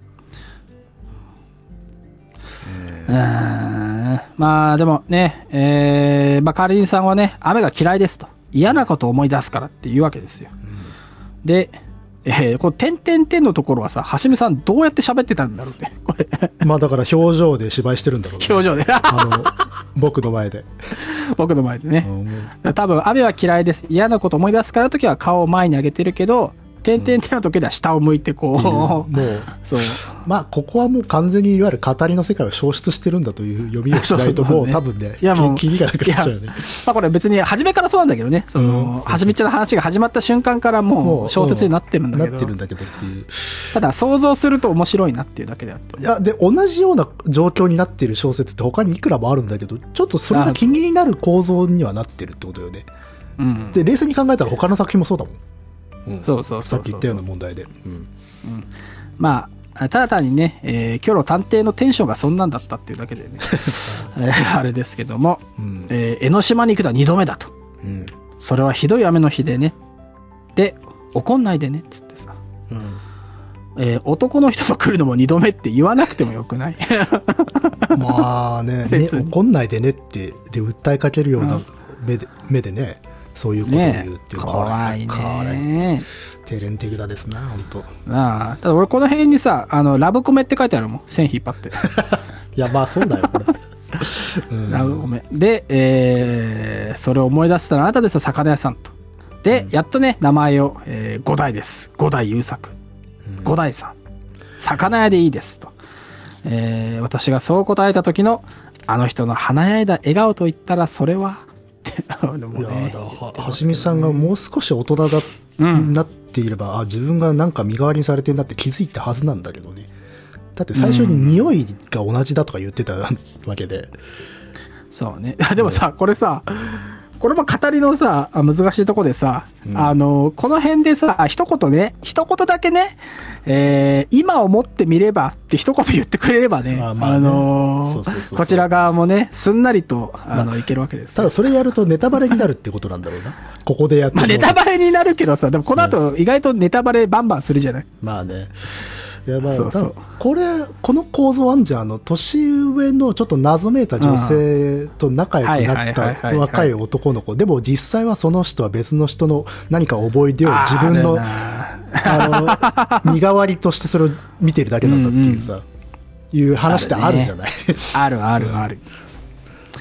まあでもね、まあカーリンさんはね、雨が嫌いですと。嫌なことを思い出すからって言うわけですよ。で、この点々点のところはさ、はしみさんどうやって喋ってたんだろうね、これ。 まあだから表情で芝居してるんだろうね。 表情で。 僕の前で。 僕の前でね。多分、雨は嫌いです。嫌なこと思い出すからの時は顔を前に上げてるけど、点々点の時では下を向いてこう。もう、そう。まあ、ここはもう完全にいわゆる語りの世界を消失してるんだという読みをしないと、もう多分ね、キリがなくなっちゃうよね。 まあこれ別に初めからそうなんだけどね、はじめちゃんの話が始まった瞬間からもう小説になってるんだけど。 なってるんだけどっていう。 ただ想像すると面白いなっていうだけであって。 いや、で、同じような状況になってる小説って他にいくらもあるんだけど、ちょっとそれが気になる構造にはなってるってことよね。で、冷静に考えたら他の作品もそうだもん。 そうそうそう。 さっき言ったような問題で。 まあ、ただ単にね、キョロ探偵のテンションがそんなんだったっていうだけでね、あれですけども、江ノ島に行くのは2度目だと。それはひどい雨の日でね。で、怒んないでね、つってさ。男の人と来るのも2度目って言わなくてもよくない？ まあね、怒んないでねって、で、訴えかけるような目でね。そういうことを言うっていうのは怖いね。 テレンテグダですな、本当。 ただ俺この辺にさ、ラブコメって書いてあるもん、線引っ張って。 いや、まあそうだよ、これ。 ラブコメ。で、それを思い出したらあなたですよ、魚屋さんと。で、やっとね、名前を、五代です。五代優作。五代さん。魚屋でいいですと。私がそう答えた時の、あの人の華やいだ笑顔と言ったら、それは、 はしみさんがもう少し大人になっていれば、自分がなんか身代わりにされてるなって気づいたはずなんだけどね。だって最初に匂いが同じだとか言ってたわけで。 そうね。でもさ、これさ、これも語りのさ、難しいとこでさ、この辺でさ、一言だけね、今思ってみればって一言言ってくれればね、こちら側もね、すんなりと、いけるわけです。 ただそれやるとネタバレになるってことなんだろうな。ここでやって。 ネタバレになるけどさ、でもこの後意外とネタバレバンバンするじゃない。 まあね。いやまあ、この構造あんじゃん、年上のちょっと謎めいた女性と仲良くなった若い男の子、でも実際はその人は別の人の何か覚え出を自分の身代わりとしてそれを見てるだけなんだっていうさ、いう話ってあるじゃない。 あるあるある。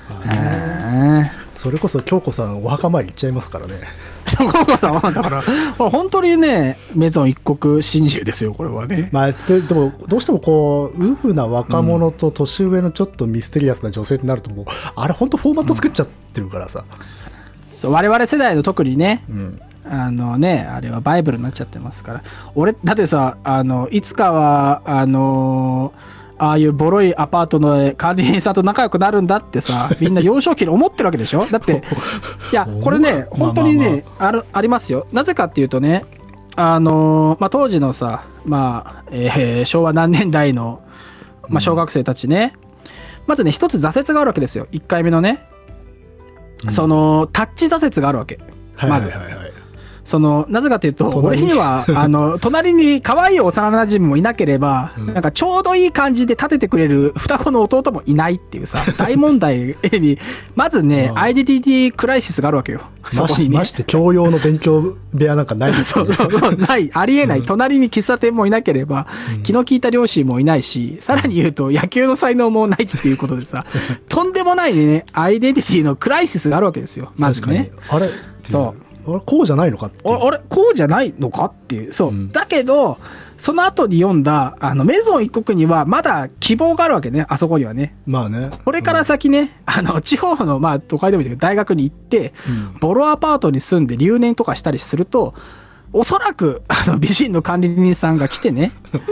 それこそ京子さんお墓参り行っちゃいますからね。 京子さんはだから本当にねメゾン一国心中ですよこれはね。 まあでもどうしてもこうウフな若者と年上のちょっとミステリアスな女性ってなるともう、あれ本当フォーマット作っちゃってるからさ、 そう我々世代の特にね、 うん、 ねあれはバイブルになっちゃってますから。俺だってさいつかはああいうボロいアパートの管理人さんと仲良くなるんだってさ、みんな幼少期に思ってるわけでしょ。だって、いや、これね、本当にね、ありますよ。なぜかっていうとね、まあ、当時のさ、まあ、昭和何年代の、まあ、小学生たちね、まずね、一つ挫折があるわけですよ。1回目のね。その、タッチ挫折があるわけ。まず。なぜかというと、俺には、隣に可愛い幼馴染もいなければ、なんかちょうどいい感じで立ててくれる双子の弟もいないっていうさ、大問題に、まずね、アイデンティティクライシスがあるわけよ。そこにね。 まして教養の勉強部屋なんかないですよね。 そう、ない、ありえない。隣に喫茶店もいなければ、気の利いた両親もいないし、さらに言うと野球の才能もないっていうことでさ、とんでもないね、アイデンティティのクライシスがあるわけですよ。まずね。 あれそう。 こうじゃないのかっていう。 あれこうじゃないのかっていう。そう。だけど、その後に読んだ、メゾン一国にはまだ希望があるわけね、あそこにはね。 まあね。 これから先ね、地方の、まあ、都会でもいいけど、大学に行って、ボロアパートに住んで留年とかしたりすると、おそらく、美人の管理人さんが来てね、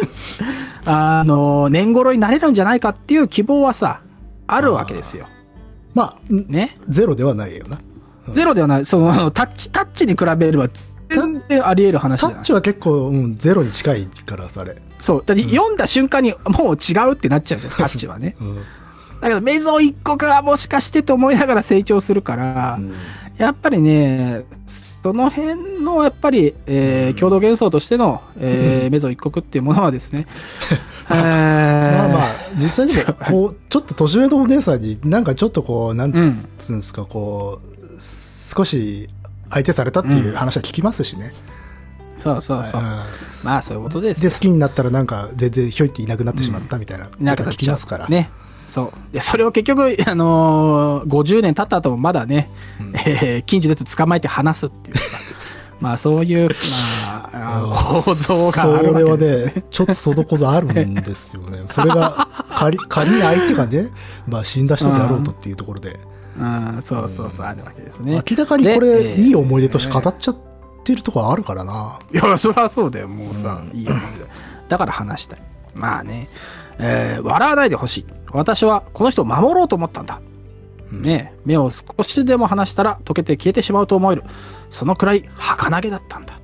年頃になれるんじゃないかっていう希望はさ、あるわけですよ。 まあ、ね。ゼロではないよな。 ゼロではない。タッチに比べれば全然あり得る話じゃない。 タッチは結構、ゼロに近いからさ、あれ。 そう。だって読んだ瞬間にもう違うってなっちゃうじゃん、タッチはね。だけど、メゾン一国はもしかしてと思いながら成長するから、やっぱりね、その辺の、やっぱり、共同幻想としての、メゾン一国っていうものはですね、 まあまあ、実際にも、こう、ちょっと年上のお姉さんに、なんかちょっとこう、なんつうんですか、こう、少し相手されたっていう話は聞きますしね。 そう。まあそういうことです。 で、好きになったらなんか全然ひょいっていなくなってしまったみたいなことは聞きますから。 ね。そう。で、それを結局、50年経った後もまだね、近所で捕まえて話すっていうさ、まあそういう、まあ、構造があるわけですよね。 それはね、ちょっとその構造あるんですよね。それが、仮に相手がね、まあ死んだ人であろうとっていうところで。 そう、あるわけですね。 明らかにこれ、いい思い出として語っちゃってるところあるからな。 いや、そりゃそうだよ、もうさ、いい思い出。だから話したい。まあね、笑わないでほしい。私はこの人を守ろうと思ったんだ。ね、目を少しでも離したら溶けて消えてしまうと思える。そのくらい儚げだったんだ。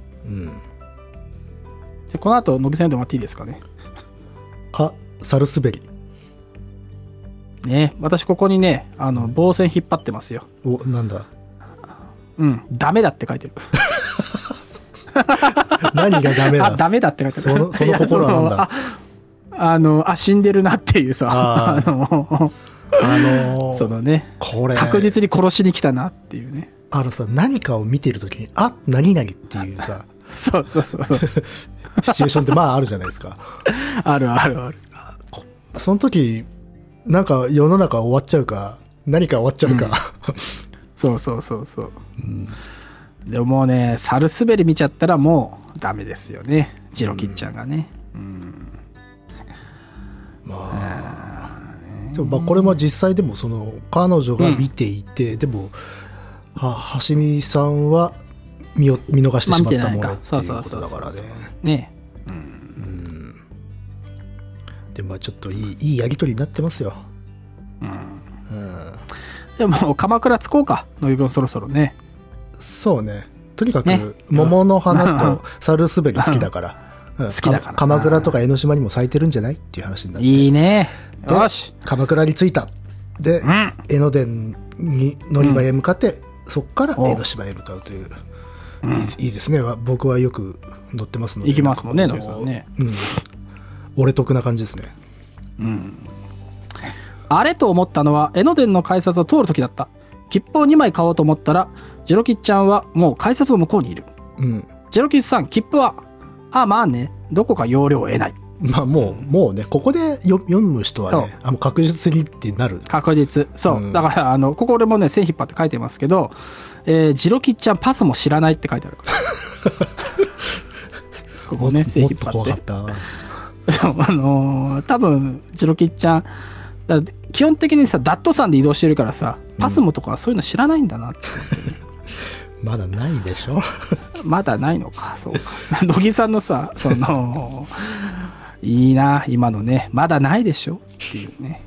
でこの後、乃木さん読んでもらっていいですかね。 サルスベリ。 ね、私ここにね、棒線引っ張ってますよ。 なんだ。 ダメだって書いてる。 何がダメだ。 ダメだって書いてる。 その心はなんだ。 死んでるなっていうさ、そのね、 これ確実に殺しに来たなっていうね。 何かを見てるときに、何々っていうさ、 そう。シチュエーションってまああるじゃないですか。 ある。 その時、なんか世の中終わっちゃうか、何か終わっちゃうか。 そう。でももうね、サルスベリ見ちゃったらもうダメですよね。ジロキッちゃんがね。 でもこれも実際でも彼女が見ていて、でも橋見さんは見逃してしまったものっていうことだからね。でもちょっといいやりとりになってますよ。 でも鎌倉着こうか、乃木君そろそろね。 そうね。とにかく桃の花とサルスベリ好きだから。 好きだから。 鎌倉とか江ノ島にも咲いてるんじゃないっていう話になって。 いいね。よし。 鎌倉に着いた。で、江ノ電に乗り場へ向かって、そこから江ノ島へ向かうという。いいですね。僕はよく乗ってますので。 行きますもんね、乃木さんね。 俺得な感じですね。 あれと思ったのは江ノ電の改札を通るときだった。切符を2枚買おうと思ったら、ジロキッちゃんはもう改札の向こうにいる。ジロキッさん、切符はまあね、どこか容量を得ない。 まあもうね、ここで読む人はね、確実にってなる。 確実。そう。だから、ここ俺もね、線引っ張って書いてますけど、ジロキッちゃんパスも知らないって書いてあるから。ここね、線引っ張って。もっと怖かった。多分、ジロキッちゃん、基本的にさ、ダットさんで移動してるからさ、パスモとかそういうの知らないんだなって思って、ね。 まだないでしょまだないのか、そうか。乃木さんのさ、いいな、今のね、まだないでしょっていうね。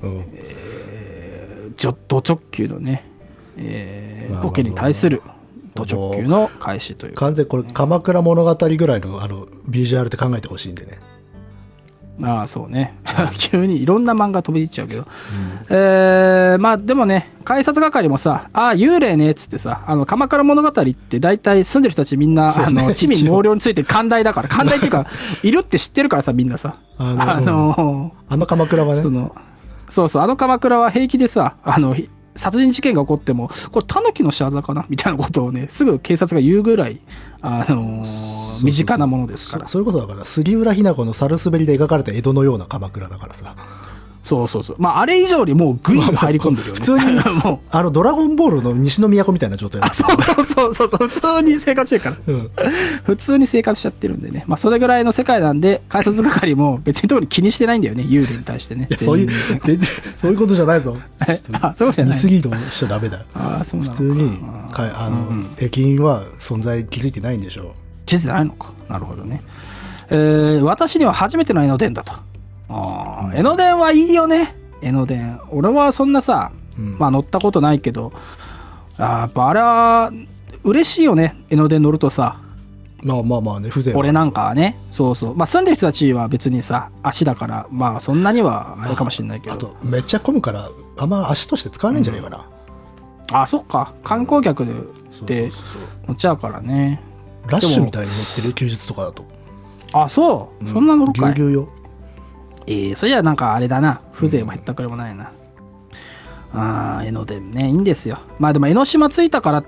ド直球のね、ボケに対するド直球の開始という。 完全にこれ、鎌倉物語ぐらいのビジュアルで考えてほしいんでね。 ああ、そうね。急にいろんな漫画飛び入っちゃうけど。まあでもね、改札係もさ、幽霊ねっつってさ、鎌倉物語って大体住んでる人たちみんな、地味能量について寛大だから、寛大っていうか、いるって知ってるからさ、みんなさ。 鎌倉はね。 そうそう、鎌倉は平気でさ、殺人事件が起こっても、これ、タヌキの仕業かなみたいなことをね、すぐ警察が言うぐらい、身近なものですから。 それこそだから、杉浦日奈子のサルスベリで描かれた江戸のような鎌倉だからさ。 そうそうそう。まあ、あれ以上にもうグイグイ入り込んでるよね。 普通に、もう、ドラゴンボールの西の都みたいな状態だ、 そう、普通に生活してるから。普通に生活しちゃってるんでね。まあ、それぐらいの世界なんで、改札係も別に特に気にしてないんだよね、幽霊に対してね。 いや、そういうことじゃないぞ。 そういうことじゃない。 ミスリードしちゃダメだよ。 そうなのか。 普通に、駅員は存在気づいてないんでしょう。 気づいてないのか。なるほどね。私には初めての江ノ電だと。江ノ電はいいよね。江ノ電。俺はそんなさ、まあ乗ったことないけど、やっぱあれは嬉しいよね。江ノ電乗るとさ。 まあね、風情。 俺なんかはね、そうそう。まあ住んでる人たちは別にさ、足だから、まあそんなにはあれかもしれないけど。 あと、めっちゃ混むから、あんま足として使わないんじゃないかな。 そっか。観光客で乗っちゃうからね。 ラッシュみたいに乗ってる休日とかだと。 そう。そんな乗るかい。 ぎゅうぎゅうよ。 それじゃなんかあれだな。風情も減ったくれもないな。江ノ電ね、いいんですよ。まあでも江ノ島着いたからって、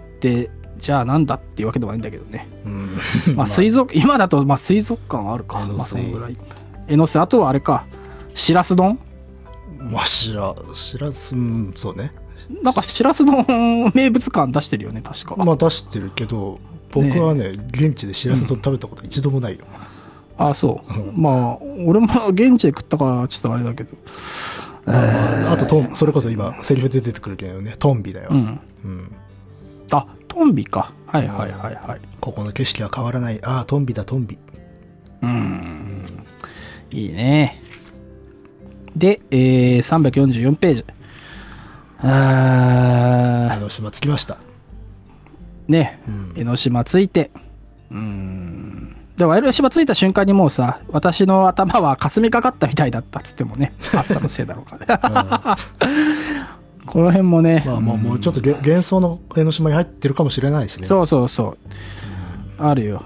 じゃあなんだっていうわけでもないんだけどね。まあ今だと水族館あるか。まあそのぐらい。江ノ瀬、あとはあれか。しらす丼？ まあしらす、そうね。 なんかしらす丼名物館出してるよね、確か。 まあ出してるけど、僕はね、現地でしらす丼食べたこと一度もないよ。 そう。まあ、俺も現地で食ったからちょっとあれだけど。 あとそれこそ今、セリフで出てくるけどね、トンビだよ。 トンビか。はい。 ここの景色は変わらない。トンビだ、トンビ。 いいね。で、344ページ。 江ノ島着きました。 ね、江ノ島着いて。でも江ノ島着いた瞬間にもうさ、私の頭は霞みかかったみたいだったっつってもね、暑さのせいだろうかね。この辺もね。 まあもうちょっと幻想の江ノ島に入ってるかもしれないしね。 そう。あるよ。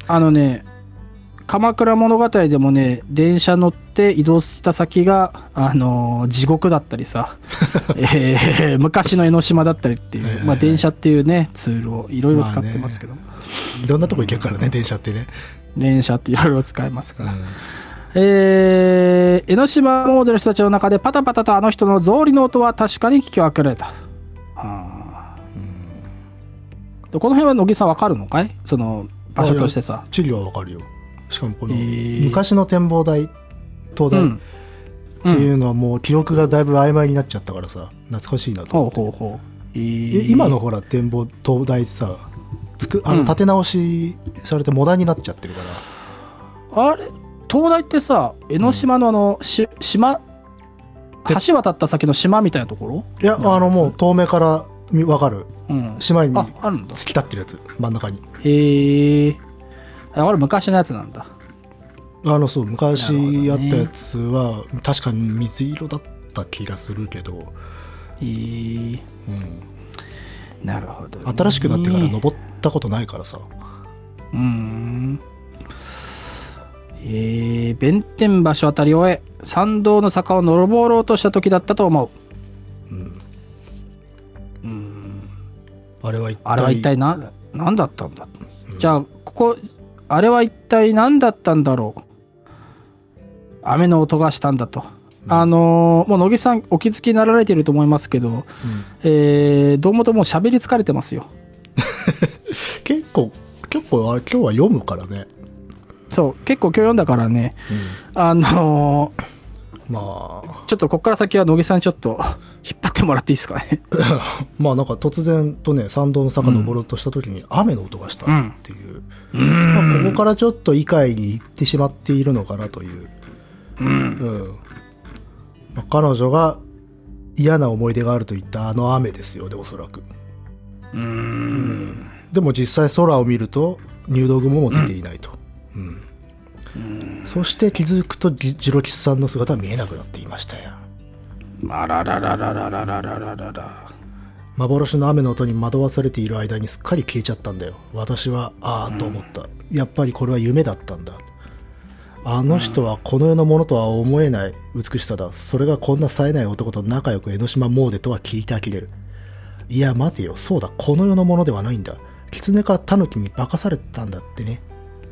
鎌倉物語でもね、電車乗って移動した先が、地獄だったりさ、昔の江ノ島だったりっていう、まあ電車っていうね、ツールをいろいろ使ってますけど。 いろんなとこ行けるからね、電車ってね。 電車っていろいろ使えますから。江ノ島モードの人たちの中でパタパタとあの人の草履の音は確かに聞き分けられた。でこの辺は乃木さんわかるのかい？その場所としてさ。 地理はわかるよ。しかもこの昔の展望台、灯台っていうのはもう記憶がだいぶ曖昧になっちゃったからさ、懐かしいなと思って。今のほら展望灯台さ、建て直しされてモダンになっちゃってるから。 あれ灯台ってさ、江ノ島の島、橋渡った先の島みたいなところ？ いや、もう遠目からわかる。島に突き立ってるやつ、真ん中に。 あれ昔のやつなんだ。 そう、昔あったやつは、確かに水色だった気がするけど。 なるほど、ね。 新しくなってから登ったことないからさ。 弁天橋あたりを終え、参道の坂を登ろうとした時だったと思う。 あれは一体何だったんだ。じゃあ、あれは一体何だったんだろう。 雨の音がしたんだと。もう乃木さんお気づきになられていると思いますけど、どうもともう喋り疲れてますよ。 結構今日は読むからね。 そう、結構今日読んだからね、 まあちょっとここから先は乃木さんちょっと引っ張ってもらっていいですかね。 まあなんか突然とね、参道の坂登ろうとした時に雨の音がしたっていう、まあ、ここからちょっと異界に行ってしまっているのかなという、まあ、彼女が嫌な思い出があるといったあの雨ですよね、おそらく。でも実際空を見ると入道雲も出ていないと、そして気づくとジロキスさんの姿は見えなくなっていましたよ。 あららららららららららら。 幻の雨の音に惑わされている間にすっかり消えちゃったんだよ。私はと思った、やっぱりこれは夢だったんだ。あの人はこの世のものとは思えない美しさだ。それがこんな冴えない男と仲良く江ノ島詣でとは聞いて呆れる。いや待てよ、そうだ、この世のものではないんだ。狐か狸に化かされたんだってね。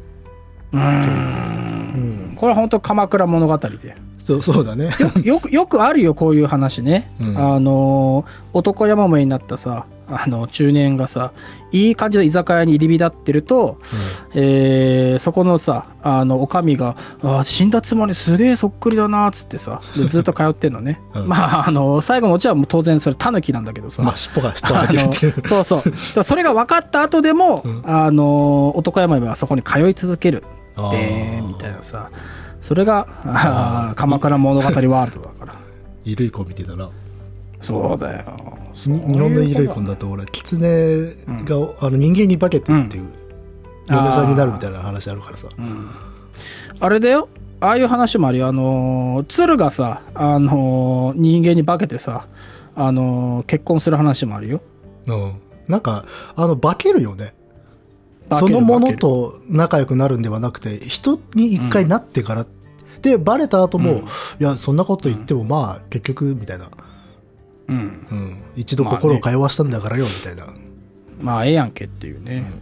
これは本当鎌倉物語で。 そうだね。 よくあるよ、こういう話ね。男山目になったさ、中年がさ、いい感じの居酒屋に入り浸ってると、そこのさ、おかみが、死んだ妻にすげえそっくりだな、つってさ、でずっと通ってんのね。まあ、最後のうちはもう当然それ狸なんだけどさ。 まあ、尻尾が出てるっていう。 そうそう。それが分かった後でも、男山目はそこに通い続ける。みたいなさ。それが鎌倉物語ワールドだから。 イルイコンみたいだな。 そうだよ。 日本のイルイコンだと俺、狐が、人間に化けてっていう、嫁さんになるみたいな話あるからさ。 あれだよ。ああいう話もあるよ。鶴がさ、人間に化けてさ、結婚する話もあるよ。 なんか、化けるよね。そのものと仲良くなるんではなくて、人に一回なってから、で、バレた後も、いや、そんなこと言っても、まあ、結局、みたいな。一度心を通わしたんだからよ、みたいな。 まあ、ええやんけっていうね。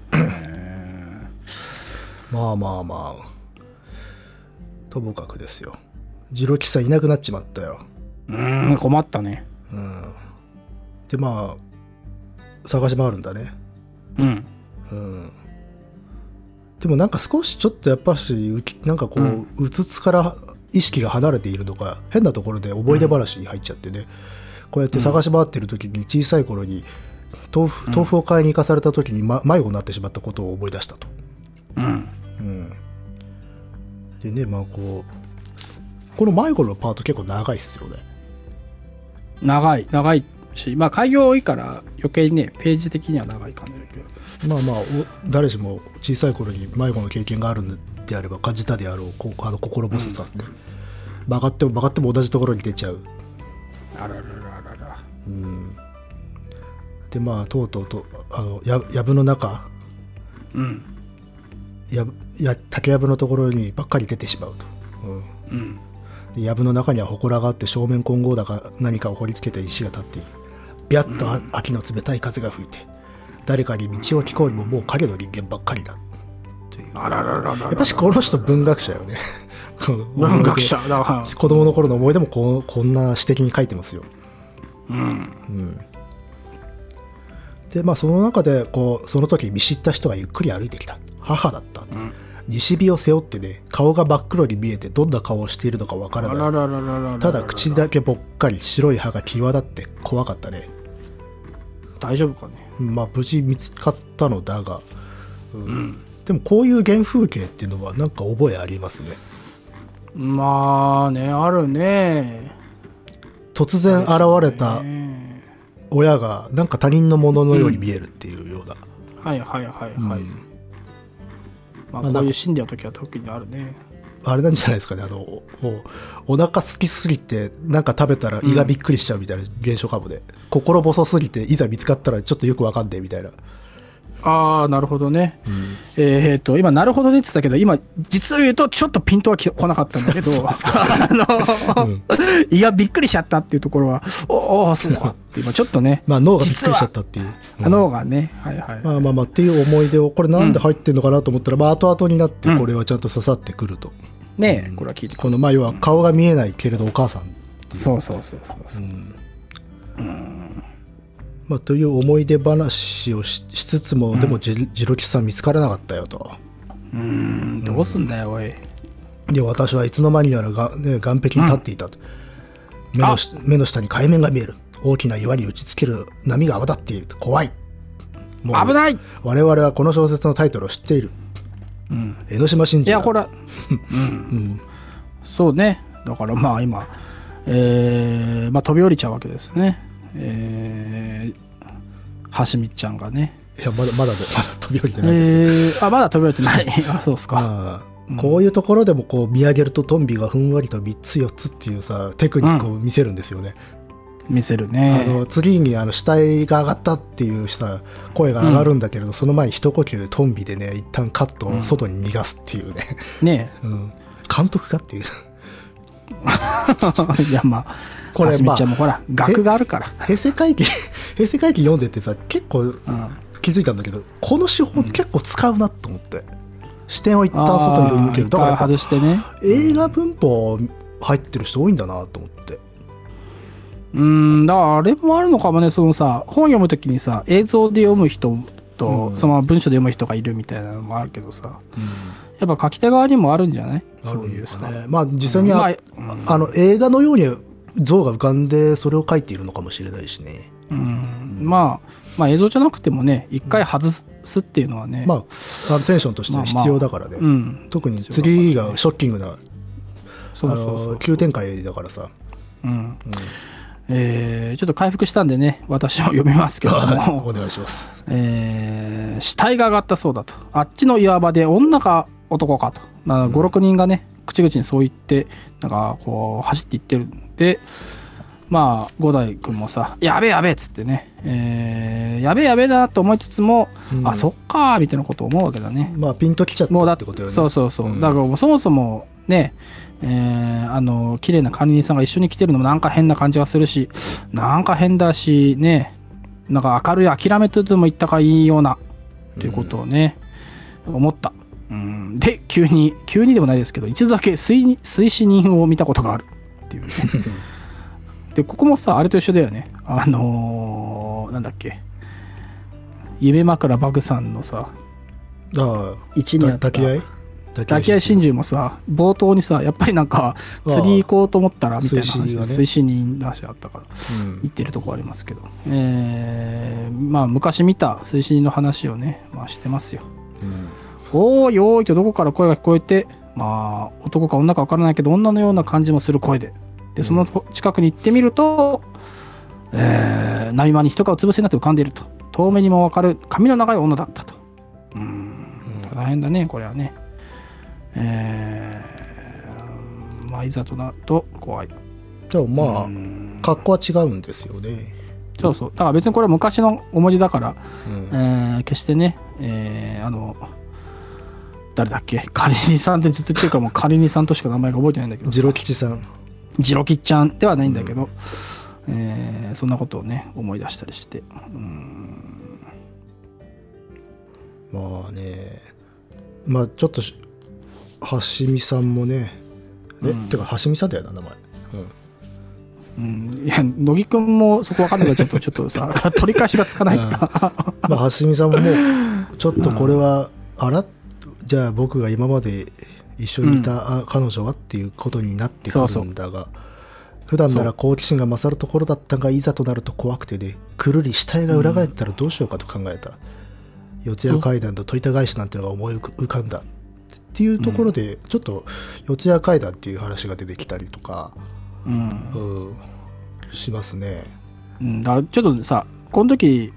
まあ。ともかくですよ。ジロキさんいなくなっちまったよ。 困ったね。 で、まあ、探し回るんだね。でもなんか少しちょっとやっぱし、なんかこう、うつつから意識が離れているのか、変なところで思い出話に入っちゃってね、こうやって探し回ってる時に小さい頃に、豆腐を買いに行かされた時に、迷子になってしまったことを思い出したと。でね、まあこの迷子のパート結構長いっすよね。長いし、まあ開業多いから余計にね、ページ的には長い感じだけど。 まあ誰しも小さい頃に迷子の経験があるんであれば感じたであろう、心細さね。曲がっても同じところに出ちゃう。 あららららら。 で、まあ、とうとうと、藪の中、竹藪のところにばっかり出てしまうと。で、藪の中には祠があって正面金剛だか何かを掘り付けた石が立っている。ビャッと秋の冷たい風が吹いて、誰かに道を聞こうにももう影の人間ばっかりだ。やっぱしこの人文学者よね。 文学者だから。 子供の頃の思い出もこんな詩的に書いてますよ。で、まあその中でその時見知った人がゆっくり歩いてきた。母だった。西日を背負ってね、顔が真っ黒に見えてどんな顔をしているのかわからない。ただ口だけぼっかり、白い歯が際立って怖かったね。 大丈夫かね。 まあ無事見つかったのだが、でもこういう原風景っていうのはなんか覚えありますね。 まあね、あるね。 突然現れた親がなんか他人のもののように見えるっていうような。 はい。まあこういう心理の時は特にあるね。 あれなんじゃないですかね。お腹空きすぎてなんか食べたら胃がびっくりしちゃうみたいな現象かもね。心細すぎていざ見つかったらちょっとよくわかんねえみたいな。 ああ、なるほどね。今、なるほどねって言ったけど、今、実を言うと、ちょっとピントは来なかったんだけど、胃がびっくりしちゃったっていうところは、そうかって今、ちょっとね。 まあ、脳がびっくりしちゃったっていう。 脳がね、 まあっていう思い出を、これなんで入ってんのかなと思ったら、まあ、後々になって、これはちゃんと刺さってくると。 ね、これは聞いてこのまあ要は顔が見えないけれどお母さん。 そうそうそうそうそう。 まあ、という思い出話を しつつも、でもジロ吉さん見つからなかったよと。 どうすんだよ、おい。 で、私はいつの間にやら岸壁に立っていたと。目の下に海面が見える。大きな岩に打ちつける波が泡立っている。怖い。もう危ない。 我々はこの小説のタイトルを知っている。江ノ島真珠だ。 いや、これは、そうね。だからまあ今、まあ飛び降りちゃうわけですね。はしみちゃんがね。 いや、まだ飛び降りてないです。 まだ飛び降りてない。あ、そうですか。 こういうところでもこう見上げるとトンビがふんわりと3つ4つっていうさテクニックを見せるんですよね。 見せるね。 次に死体が上がったっていうさ声が上がるんだけれど、その前に一呼吸トンビでね一旦カットを外に逃がすっていうね。 ねえ、 監督かっていう。 いやまあこれはしみちゃんもほら学があるから。 平成回帰読んでてさ結構気づいたんだけど、この手法結構使うなと思って。視点を一旦外に向ける。だから外してね。 映画文法入ってる人多いんだなと思って。 だからあれもあるのかもね。そのさ、本読むときにさ、映像で読む人と、そのまま文章で読む人がいるみたいなのもあるけどさ、やっぱ書き手側にもあるんじゃない？そういうさ。 まあ実際に映画のように像が浮かんでそれを書いているのかもしれないしね。 まあ映像じゃなくてもね、一回外すっていうのはね、 まあテンションとしては必要だからね。特に次がショッキングな急展開だからさ。 ちょっと回復したんでね、私も読みますけども。 お願いします。 死体が上がったそうだと。あっちの岩場で女か男かと。5、6人がね、口々にそう言って、なんかこう、走っていってるんで、まあ、五代君もさ、やべえやべえっつってね、やべえやべえだと思いつつも、あ、そっかーみたいなことを思うわけだね。 まあ、ピンときちゃったってことよね。 そうそうそう。だからもうそもそもね、綺麗な管理人さんが一緒に来てるのもなんか変な感じがするし、なんか変だし、ね、なんか明るい諦めとでも言ったかいいような、ということをね、思った。で、急にでもないですけど、一度だけ推死人を見たことがあるっていうね。で、ここもさ、あれと一緒だよね。なんだっけ。夢枕バグさんのさ、 一にあった抱き合い真珠もさ、冒頭にさ、やっぱりなんか釣り行こうと思ったらみたいな話が推進人の話あったから言ってるとこありますけど、まあ昔見た推進人の話をね、まあしてますよ。おーいおーいとどこから声が聞こえて、まあ男か女か分からないけど女のような感じもする声で、その近くに行ってみると、波間に人がうつ伏せになって浮かんでいると。遠目にも分かる髪の長い女だったと。大変だねこれはね。まあいざとなると怖い。 でもまあ格好は違うんですよね。 そうそう。だから別にこれは昔の思い出だから、決してね、誰だっけ、カリニさんってずっと言ってるからもうカリニさんとしか名前が覚えてないんだけど、 ジロ吉さん、 ジロ吉ちゃんではないんだけど、そんなことをね思い出したりして、 まあね、まあちょっとはしみさんもね、てかはしみさんだよな名前。 いや乃木くんもそこ分かんないからちょっとさ取り返しがつかないからまあはしみさんももうちょっとこれは、じゃあ僕が今まで一緒にいた彼女はっていうことになってくるんだが、普段なら好奇心が勝るところだったがいざとなると怖くてね、くるり死体が裏返ったらどうしようかと考えた。四谷怪談と問いた返しなんてのが思い浮かんだっていうところで、ちょっと四谷怪談っていう話が出てきたりとか、しますね。 だからちょっとさ、この時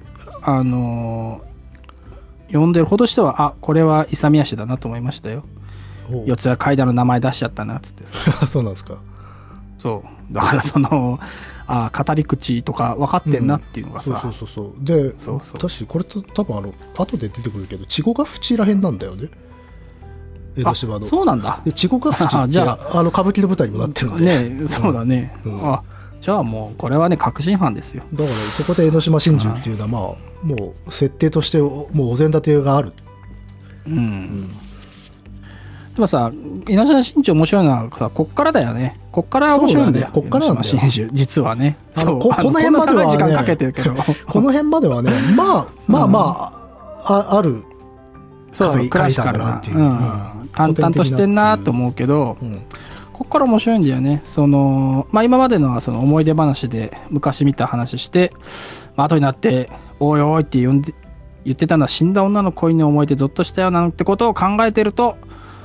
読んでるほどしては、あ、これは勇み足だなと思いましたよ。四谷怪談の名前出しちゃったなっつってさそうなんですか。 そうだから語り口とか分かってんなっていうのがさ、 そうで、私これと多分後で出てくるけど、稚児ヶ淵らへんなんだよね、江ノ島の。そうなんだ。で稚児ヶ淵ってじゃあ歌舞伎の舞台にもなってるんでね。そうだね。じゃあもうこれはね確信犯ですよ。だからそこで江ノ島真珠っていうのはまあもう設定としてもうお膳立てがある。 でもさ、江ノ島真珠面白いのはさ、こっからだよね。こっから面白いんだよ。 こっからなんだよ。 江ノ島真珠、実はね。 この辺まではね、 時間かけてるけど。 この辺まではね、まあ、ある。 そうクラシカルな。淡々としてんなと思うけど、こっから面白いんだよね。今までのはその思い出話で昔見た話して、後になって、おいおいって言ってたのは死んだ女の恋の思い出ゾッとしたよなんてことを考えてると、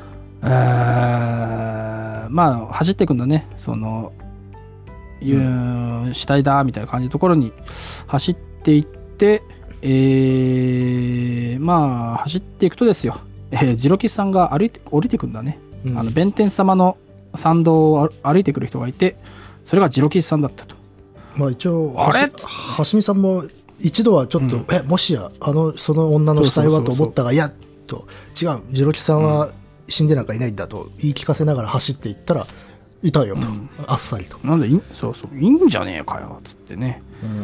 走っていくんだね。死体だみたいな感じのところに走っていって、走っていくとですよ、ジロキさんが降りてくんだね。弁天様の参道を歩いてくる人がいて、それがジロキさんだったと。 一応、橋見さんも一度はちょっと、もしや、その女の死体はと思ったが、いや、と、違う、ジロキさんは死んでなんかいないんだと言い聞かせながら走っていったら、いたよと、あっさりと。 なんで、いいんじゃねえかよ、つってね。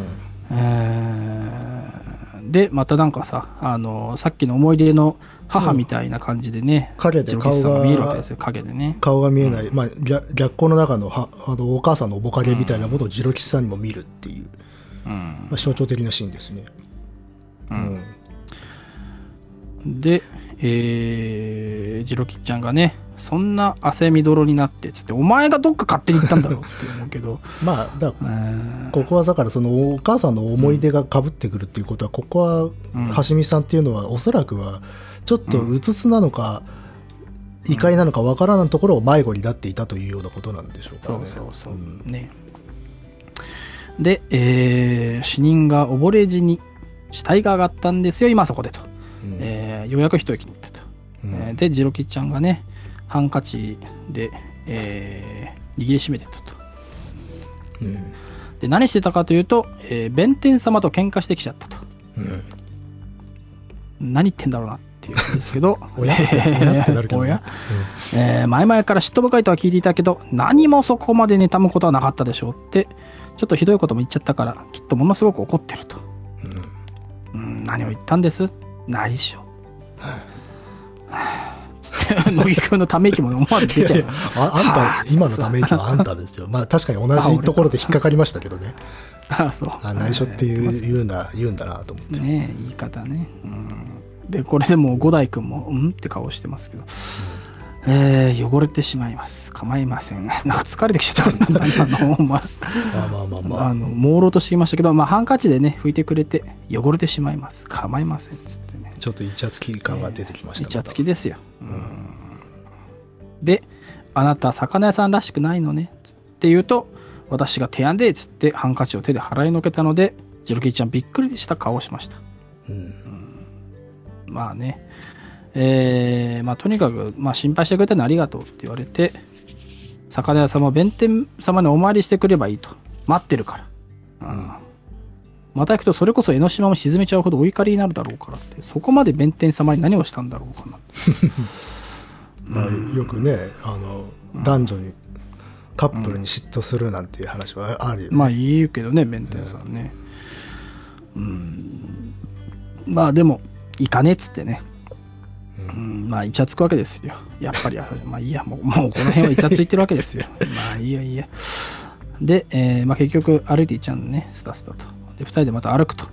で、またなんかさ、さっきの思い出の母みたいな感じでね、 影で顔が見えるわけですよ、影でね。 顔が見えない、逆光の中のお母さんの面影みたいなものをジロキさんにも見るっていう、象徴的なシーンですね。で、ジロキちゃんがね、そんな汗みどろになってつって、お前がどっか勝手に行ったんだろうって思うけどここはだからそのお母さんの思い出が被ってくるっていうことは、ここは橋見さんっていうのはおそらくはちょっとうつつなのか、異界なのかわからないところを迷子になっていたというようなことなんでしょうかね。 ね。で、死人が溺れ死に死体が上がったんですよ、今そこでと。ようやく一息に行ったと。でジロキちゃんがね、ハンカチで、握りしめてたと。で何してたかというと、弁天様と喧嘩してきちゃったと。何言ってんだろうなっていうんですけど前々から嫉妬深いとは聞いていたけど、何もそこまで妬むことはなかったでしょうって、ちょっとひどいことも言っちゃったから、きっとものすごく怒ってると。何を言ったんです？内緒。乃木くんのため息も思わず出ちゃう。 今のため息はあんたですよ。確かに同じところで引っかかりましたけどね。内緒って言うんだなと思って。 ね、言い方ね。でこれでも五代くんもって顔してますけど、汚れてしまいます。構いません。なんか疲れてきちゃったんだ朦朧としていましたけど、ハンカチでね拭いてくれて、汚れてしまいます。構いませんつってね。 ちょっとイチャつき感が出てきました。 イチャつきですよ。で、あなた魚屋さんらしくないのねって言うと、私が手案でつってハンカチを手で払いのけたので、ジロキちゃんびっくりした顔をしました。とにかく、心配してくれたのありがとうって言われて、魚屋さんも弁天様にお参りしてくればいいと。待ってるから。また行くとそれこそ江ノ島も沈めちゃうほどお怒りになるだろうからって、そこまで弁天様に何をしたんだろうかな。よくね、男女にカップルに嫉妬するなんていう話はあるよね。 言うけどね、弁天さんね。でもいかねっつってね。イチャつくわけですよ。やっぱりいいや、もうこの辺はイチャついてるわけですよ。いいや。で、結局歩いていっちゃうのね、スタスタと。で2人でまた歩くと。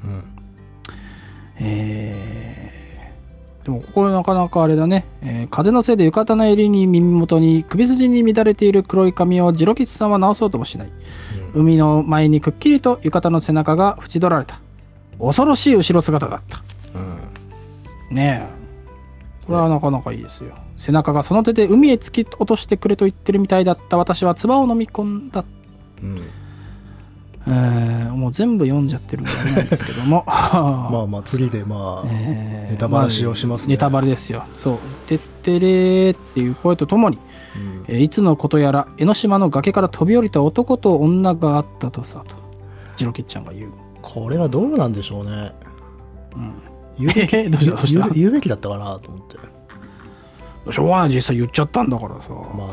でもここなかなかあれだね、風のせいで浴衣の襟に耳元に首筋に乱れている黒い髪をジロ吉さんは直そうともしない。海の前にくっきりと浴衣の背中が縁取られた恐ろしい後ろ姿だった。ねえ、これはなかなかいいですよ。背中がその手で海へ突き落としてくれと言ってるみたいだった。私は唾を飲み込んだ。もう全部読んじゃってるんであれなんですけども次でネタバラシをしますね。 ネタバレですよ。そう、てってれーっていう声とともに、いつのことやら江ノ島の崖から飛び降りた男と女があったとさとジロキッちゃんが言う。 これはどうなんでしょうね。言うべきだったかなと思って。 しょうがない、実際言っちゃったんだからさ。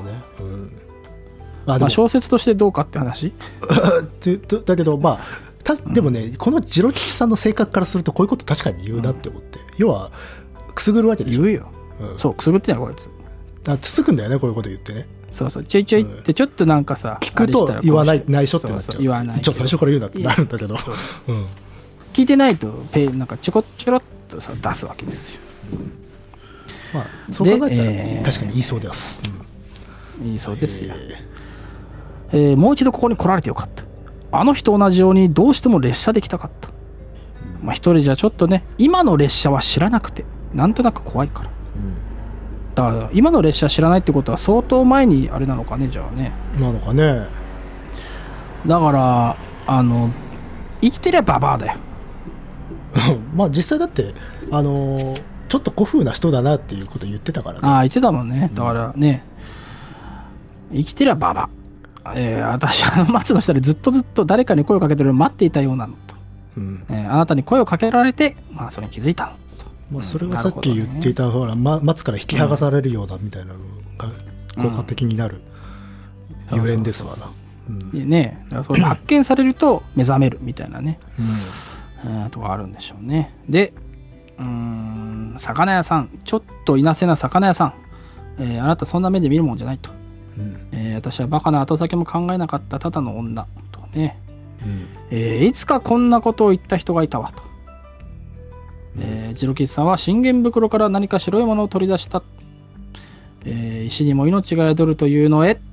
小説としてどうかって話だけどでもね、このジロ吉さんの性格からするとこういうこと確かに言うなって思って、要はくすぐるわけでしょ。 言うよ、そうくすぐってないこいつ。 つつくんだよね、こういうこと言ってね。 そうそう、ちょいちょいってちょっとなんかさ、 聞くと言わない、内緒ってなっちゃう。 そうそう言わない。 一応最初から言うなってなるんだけど。うん。 聞いてないと、なんかちょろっとさ、出すわけですよ。 まあ、そう考えたら、確かに言いそうです。 言いそうですよ。もう一度ここに来られてよかった。あの日と同じようにどうしても列車で来たかった。まあ一人じゃちょっとね、今の列車は知らなくて、なんとなく怖いから。だから今の列車知らないってことは相当前にあれなのかね、じゃあね。 なのかね。 だから、生きてりゃババアだよ。 まあ実際だって、ちょっと古風な人だなっていうこと言ってたからね。 ああ、言ってたもんね。だからね、生きてりゃババア。私、松の下でずっと誰かに声をかけてるのを待っていたようなのと。あなたに声をかけられて、まあ、それに気づいたの。 まあ、それがさっき言っていた、ほら、松から引き剥がされるようだみたいなのが効果的になるゆえんですわな。 ねえ、だからそれ発見されると目覚めるみたいなね、とかあるんでしょうね。で、魚屋さん、ちょっといなせな魚屋さん、あなたそんな目で見るもんじゃないと。私はバカな後先も考えなかったただの女とね、いつかこんなことを言った人がいたわと。ジロキスさんは信玄袋から何か白いものを取り出した。石にも命が宿るというのへ。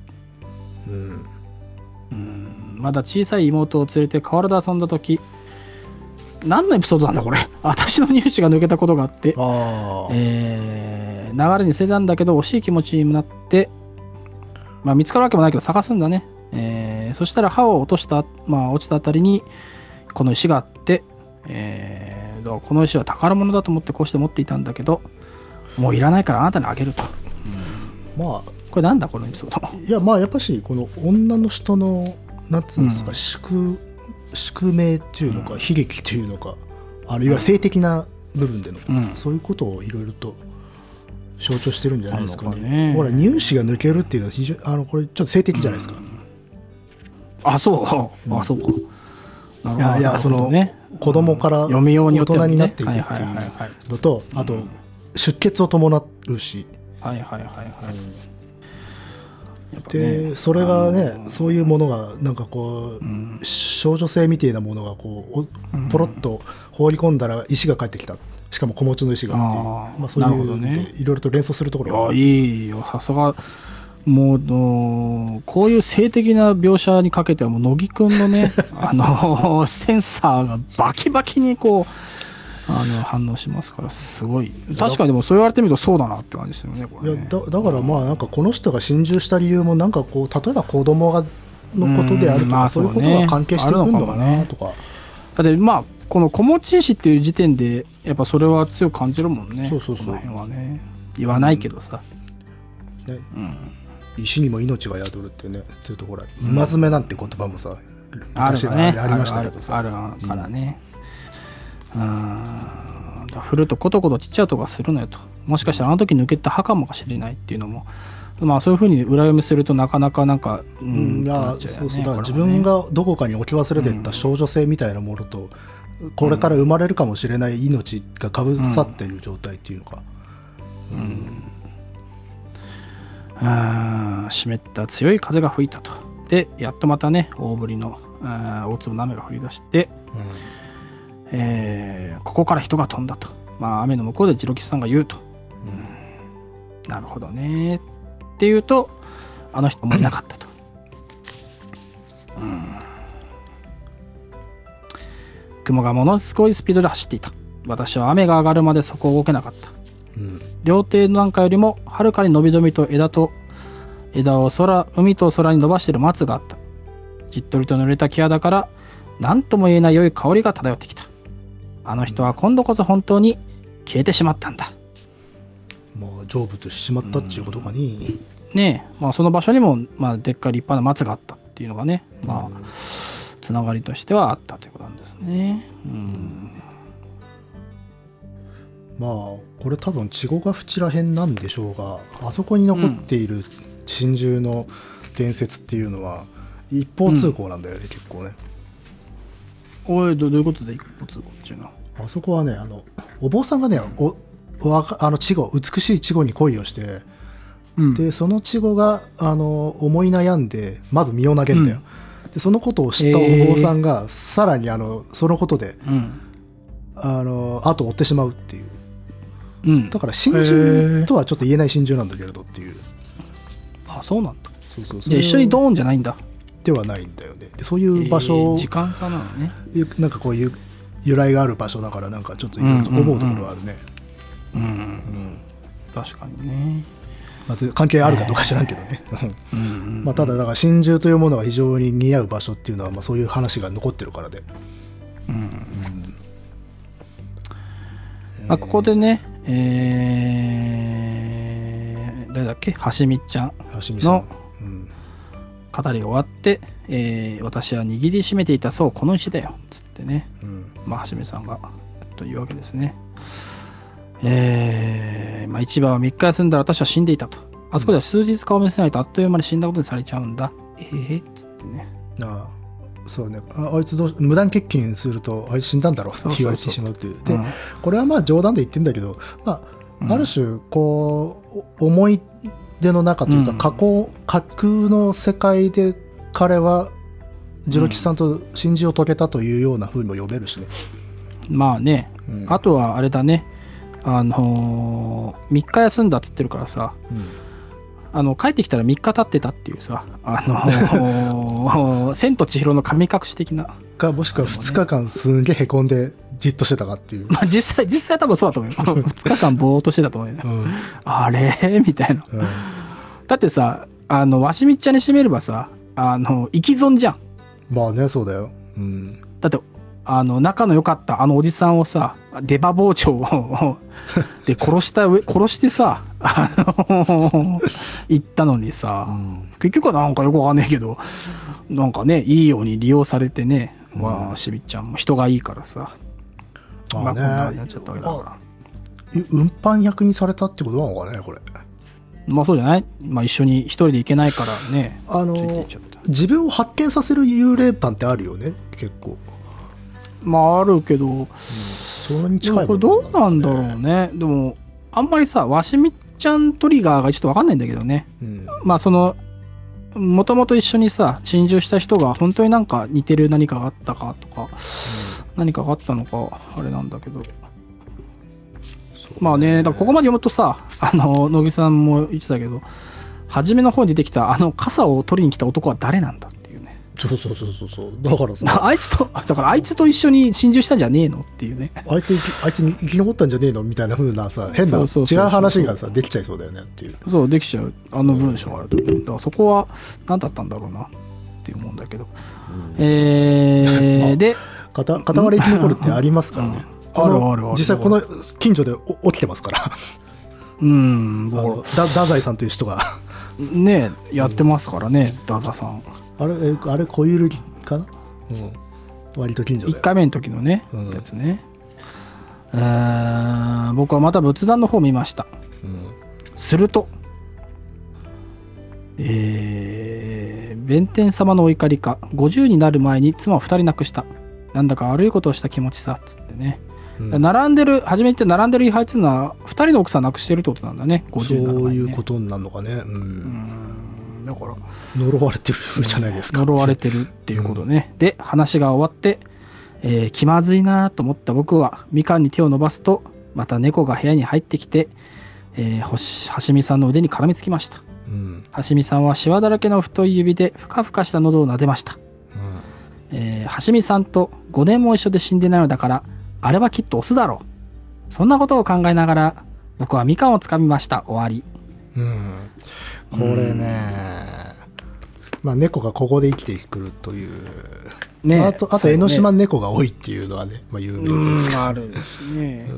まだ小さい妹を連れて河原で遊んだ時、何のエピソードなんだこれ。私の乳歯が抜けたことがあって、流れに捨てたんだけど惜しい気持ちになって、まあ、見つかるわけもないけど探すんだね。そしたら歯を落とした、落ちたあたりにこの石があって、この石は宝物だと思ってこうして持っていたんだけど、もういらないからあなたにあげると。まあこれなんだこのエピソード。 いや、まあやっぱしこの女の人のなんつうんですか、宿命っていうのか、悲劇っていうのか、あるいは性的な部分での、そういうことをいろいろと象徴してるんじゃないですかね。ほら、乳歯が抜けるっていうのは非常にこれちょっと性的じゃないですか。 あ、そう。あ、そうか。 いや、その子供から大人になっていくっていうのと、あと出血を伴うし、でそれがね、そういうものがなんかこう少女性みたいなものがこうポロッと放り込んだら石が返ってきた。しかも子持ちの石がっていう、まあそういうのでいろいろと連想するところが。いいよ、さすが。もうこういう性的な描写にかけてはもう乃木くんのねセンサーがバキバキにこう反応しますから、すごい。確かにでもそう言われてみるとそうだなって感じですよね、これね。 いやだからまあなんかこの人が心中した理由もなんかこう例えば子供がのことであるとか、そういうことが関係してくるのかなとか。 だってまあこの子持ち石っていう時点でやっぱそれは強く感じるもんね。 そうこの辺はね言わないけどさ、 石にも命が宿るってね、ちょっとほら今詰めなんて言葉もさ、 ありましたけどさ、 あるからね。振るとコトコトちっちゃい音がするのよと。もしかしたらあの時抜けた歯かもしれないっていうのも、まあそういうふうに裏読みするとなかなかなんか、 そうだ、自分がどこかに置き忘れていった少女性みたいなものと、これから生まれるかもしれない命がかぶさっている状態っていうのか。 湿った強い風が吹いたと。でやっとまたね大降りの大粒の雨が降り出して、ここから人が飛んだと。まあ雨の向こうでジロキスさんが言うと、なるほどねっていうと、あの人もいなかったと。雲がものすごいスピードで走っていた。私は雨が上がるまでそこを動けなかった。料亭なんかよりもはるかに伸び伸びと枝を海と空に伸ばしている松があった。じっとりと濡れた木肌から何とも言えない良い香りが漂ってきた。あの人は今度こそ本当に消えてしまったんだ。 もう成仏ししまったっていうことかに、 ねえ、まあその場所にも、まあ、でっかい立派な松があったっていうのがね、まあつながりとしてはあったということなんですね。 まあこれ多分稚児ヶ淵らへんなんでしょうが、あそこに残っている珍獣の伝説っていうのは一方通行なんだよね、結構ね。 おい、どういうことで一方通行っていうのは。 あそこはね、お坊さんがね、稚児、美しい稚児に恋をして、 うんでその稚児が思い悩んでまず身を投げんだよ、でそのことを知ったお坊さんが、さらにそのことでうん後を追ってしまうっていう。 うん。 だから心中とはちょっと言えない心中なんだけれどっていう。 あ、そうなんだ。 そうじゃあ一緒にドーンじゃないんだ。 ではないんだよね。でそういう場所、 時間差なのね。 なんかこういう由来がある場所だから、なんかちょっといろいろと思うところはあるね。 うん。 うん確かにね。 まあ、関係あるかどうか知らんけどね。まあただだから心中というものが非常に似合う場所っていうのは、まあそういう話が残ってるからで。 まあ、ここでね、誰だっけ、はしみちゃんの語りが終わって、私は握りしめていたそうこの石だよつってね、まあ、はしみさんがというわけですね。まあ、市場は3日休んだら私は死んでいたと。あそこでは数日顔を見せないとあっという間に死んだことにされちゃうんだ。つってね。 ああ、そうね。あいつ無断欠勤するとあいつ死んだんだろうって言われてしまうという。で、これはまあ冗談で言ってんだけど、まあ、ある種こう思い出の中というか、架空の世界で彼はジロ吉さんと心中を遂げたというような風にも呼べるしね。 まあね、あとはあれだね、3日休んだっつってるからさ、帰ってきたら3日経ってたっていうさ、千と千尋の神隠し的な。 か、もしくは2日間すんげえへこんでじっとしてたかっていう。 まあ実際多分そうだと思うよ。2日間ぼーっとしてたと思うよね。あれみたいな。だってさ、わしみっちゃんにしてみればさ、生き損じゃん。 まあね、そうだよ。 だって、仲の良かったおじさんをさ、出刃包丁をで殺してさ、行ったのにさ、結局はなんかよくわかんないけど、なんかね、いいように利用されてね、わしみっちゃんも人がいいからさ、まあこんなになっちゃったわけだから。 運搬役にされたってことなのかね、これ。 まあそうじゃない？まあ一緒に一人で行けないからね、ついていっちゃった。 自分を発見させる幽霊パンってあるよね、結構。 まああるけど、 それに近いもんね。 これどうなんだろうね。でも、あんまりさ、わしみちゃんトリガーがちょっとわかんないんだけどね。まあもともと一緒にさ、心中した人が本当になんか似てる何かがあったかとか、何かがあったのか、あれなんだけど。まあね、だからここまで読むとさ、野木さんも言ってたけど、初めの方に出てきた傘を取りに来た男は誰なんだっていうね。 そう。だからさ。 あいつと一緒に心中したんじゃねえのっていうね。 あいつに生き残ったんじゃねえのみたいな風なさ、変な違う話がさ、できちゃいそうだよねっていう。 そう、できちゃう。文章があると、ね。だからそこは何だったんだろうなって思うんだけど。で、 片割れ生き残るってありますからね。 ある。 実際この近所で起きてますから。太宰さんという人がねやってますからね、太宰さん。 あれ小ゆるかな、割と近所で 1回目の時のね、やつね。僕はまた仏壇の方を見ました。すると、弁天様のお怒りか、50になる前に妻を2人亡くした。なんだか悪いことをした気持ちさ、つってね。初めに言って並んでる位牌っていうのは、2人の奥さん亡くしてるってことなんだね、50になる前に、ね。そういうことになるのかね。 だから、 呪われてるじゃないですか。 呪われてるっていうことね。で、話が終わって、気まずいなと思った僕は、みかんに手を伸ばすと、また猫が部屋に入ってきて、はしみさんの腕に絡みつきました。はしみさんはシワだらけの太い指でふかふかした喉を撫でました。はしみさんと5年も一緒で死んでないのだから、あれはきっとオスだろう。そんなことを考えながら、僕はみかんをつかみました。終わり。 これね、まあ猫がここで生きてくるという。ね、あと江ノ島猫が多いっていうのはね、まあ有名です。 あるですね。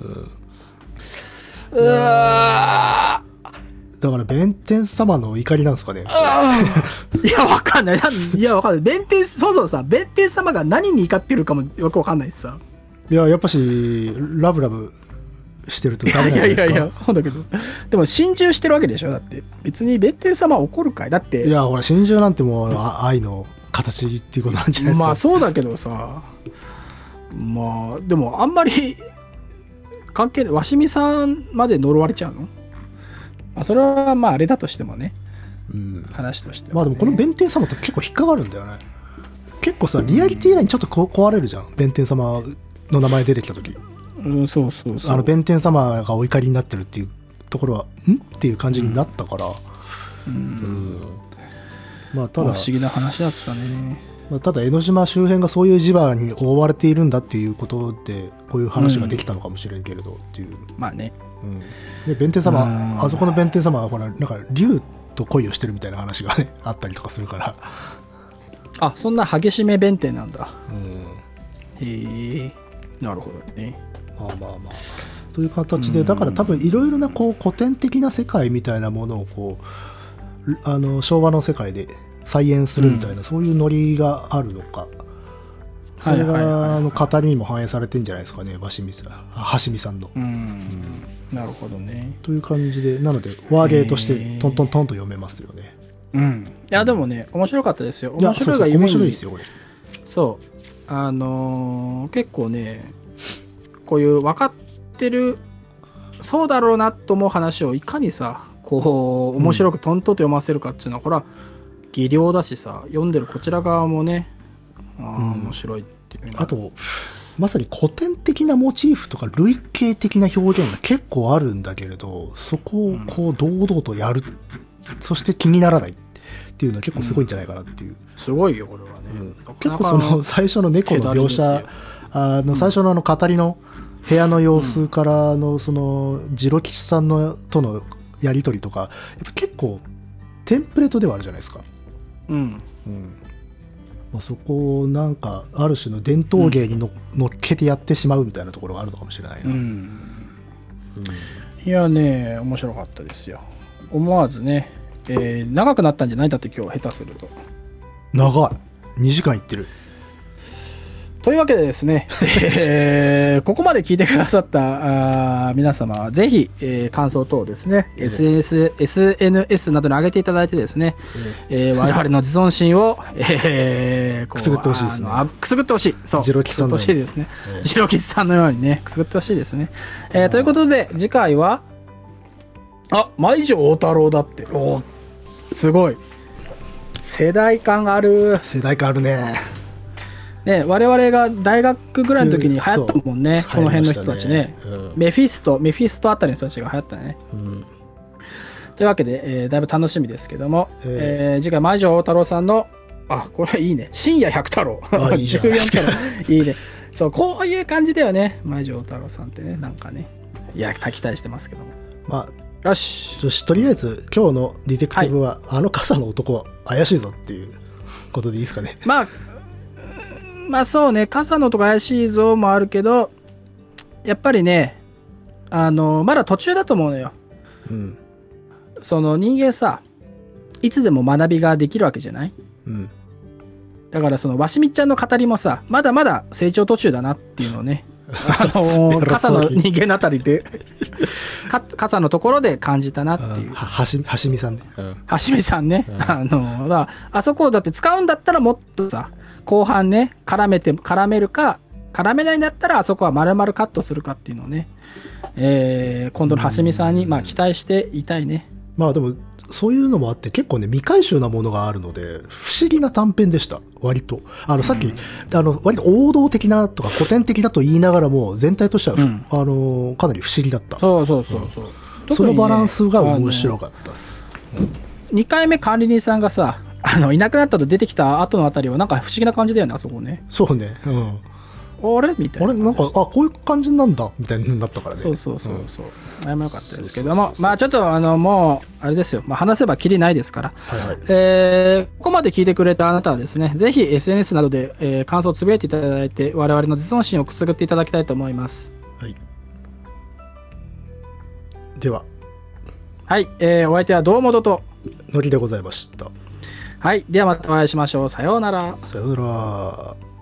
だから弁天様の怒りなんですかね。 いやわかんない。そうさ、弁天様が何に怒ってるかもよくわかんないしさ。 いや、やっぱしラブラブしてるとダメなんですか。 いやそうだけど、でも心中してるわけでしょ。だって別に弁天様は怒るかい。だっていやほら心中なんてもう愛の形っていうことなんじゃないですか。 まあそうだけどさ、まあでもあんまり関係ない。わしみさんまで呪われちゃうの？ まあ、それはまああれだとしてもね、 うん、 話としては、ね、 まあでもこの弁天様って結構引っかかるんだよね。結構さリアリティラインちょっと壊れるじゃん、弁天様の名前出てきた時、 うん、そうそうそう、 弁天様がお怒りになってるっていうところはんっていう感じになったから、 うん、うん、 まあただ不思議な話だったね。 まあ、ただ江ノ島周辺がそういう磁場に覆われているんだっていうことでこういう話ができたのかもしれんけれどっていう、 まあね、 うん、で弁天様、あそこの弁天様はほらなんか竜と恋をしてるみたいな話がねあったりとかするから、 あ、そんな激しめ弁天なんだ、 うん、 へえ、なるほどね。 まあまあまあという形で、だから多分いろいろなこう古典的な世界みたいなものをこう昭和の世界で再現するみたいな、そういうノリがあるのか、それが語りにも反映されてるんじゃないですかね、橋見さんの、 なるほどね。 という感じで、なのでワーゲーとしてトントントンと読めますよね。 うん、いやでもね面白かったですよ。 面白いが面白いですよこれ。 そう結構ねこういう分かってるそうだろうなと思う話をいかにさこう面白くトントンと読ませるかっていうのは、これは技量だしさ、読んでるこちら側もね面白いっていう、 あとまさに古典的なモチーフとか類型的な表現が結構あるんだけれど、そこをこう堂々とやる、そして気にならないっていうのは結構すごいんじゃないかなっていう、 すごいよこれはね、 結構その最初の猫の描写最初の語りの部屋の様子からのその次郎吉さんとのやり取りとか、やっぱ結構テンプレートではあるじゃないですか。まあ、そこをなんかある種の伝統芸に乗っけてやってしまうみたいなところがあるのかもしれないな。 いやね面白かったですよ。思わずね、長くなったんじゃないだって今日下手すると。 長い2時間いってる。 というわけでですね、ここまで聞いてくださった皆様はぜひ、感想等をですね、SNS などに上げていただいてですね、我々の自尊心を、 くすぐってほしいですね。 くすぐってほしい。そう。 次郎吉さんのように。 くすぐってほしいですね。次郎吉さんのようにね、くすぐってほしいですね。ということで、次回は、舞女大太郎だって。すごい。世代感がある。 世代感あるね。 ね、我々が大学ぐらいの時に流行ったもんね、この辺の人たちね、メフィストあたりの人たちが流行ったね、というわけで、だいぶ楽しみですけども、次回舞女大太郎さんのこれいいね、深夜百太郎いいじゃないですかいいね、そうこういう感じだよね、舞女大太郎さんってね、なんかね、いや期待してますけども、 まあよしとりあえず今日のディテクティブは、傘の男は怪しいぞっていうことでいいですかね。 まあそうね、傘のとか怪しいぞもあるけど、やっぱりね、まだ途中だと思うのよ。その人間さ、いつでも学びができるわけじゃない？だからそのわしみっちゃんの語りもさ、まだまだ成長途中だなっていうのをね、傘の人間あたりで傘のところで感じたなっていう。 はしみさんね。 はしみさんね。あそこだって使うんだったらもっとさ、後半ね、絡めるか、絡めないんだったらあそこは丸々カットするかっていうのをね、今度のはしみさんに期待していたいね。 まあでも、そういうのもあって結構ね、未回収なものがあるので、不思議な短編でした。割と。さっき、割と王道的なとか古典的だと言いながらも、全体としては、かなり不思議だった。 そう。 そのバランスが面白かったです。 2回目管理人さんがさ、いなくなったと出てきた後のあたりはなんか不思議な感じだよね、あそこね。 そうね。 あれみたいな。 なんか、こういう感じなんだみたいになったからね。 そう。あれもよかったですけども、ちょっともう、あれですよ。話せばきりないですから。ここまで聞いてくれたあなたはですね、ぜひ SNS などで、感想をつぶやいていただいて、我々の自尊心をくすぐっていただきたいと思います。 はい。では。 はい。お相手はどうもと。 のりでございました。 はい。ではまたお会いしましょう。さようなら。 さようなら。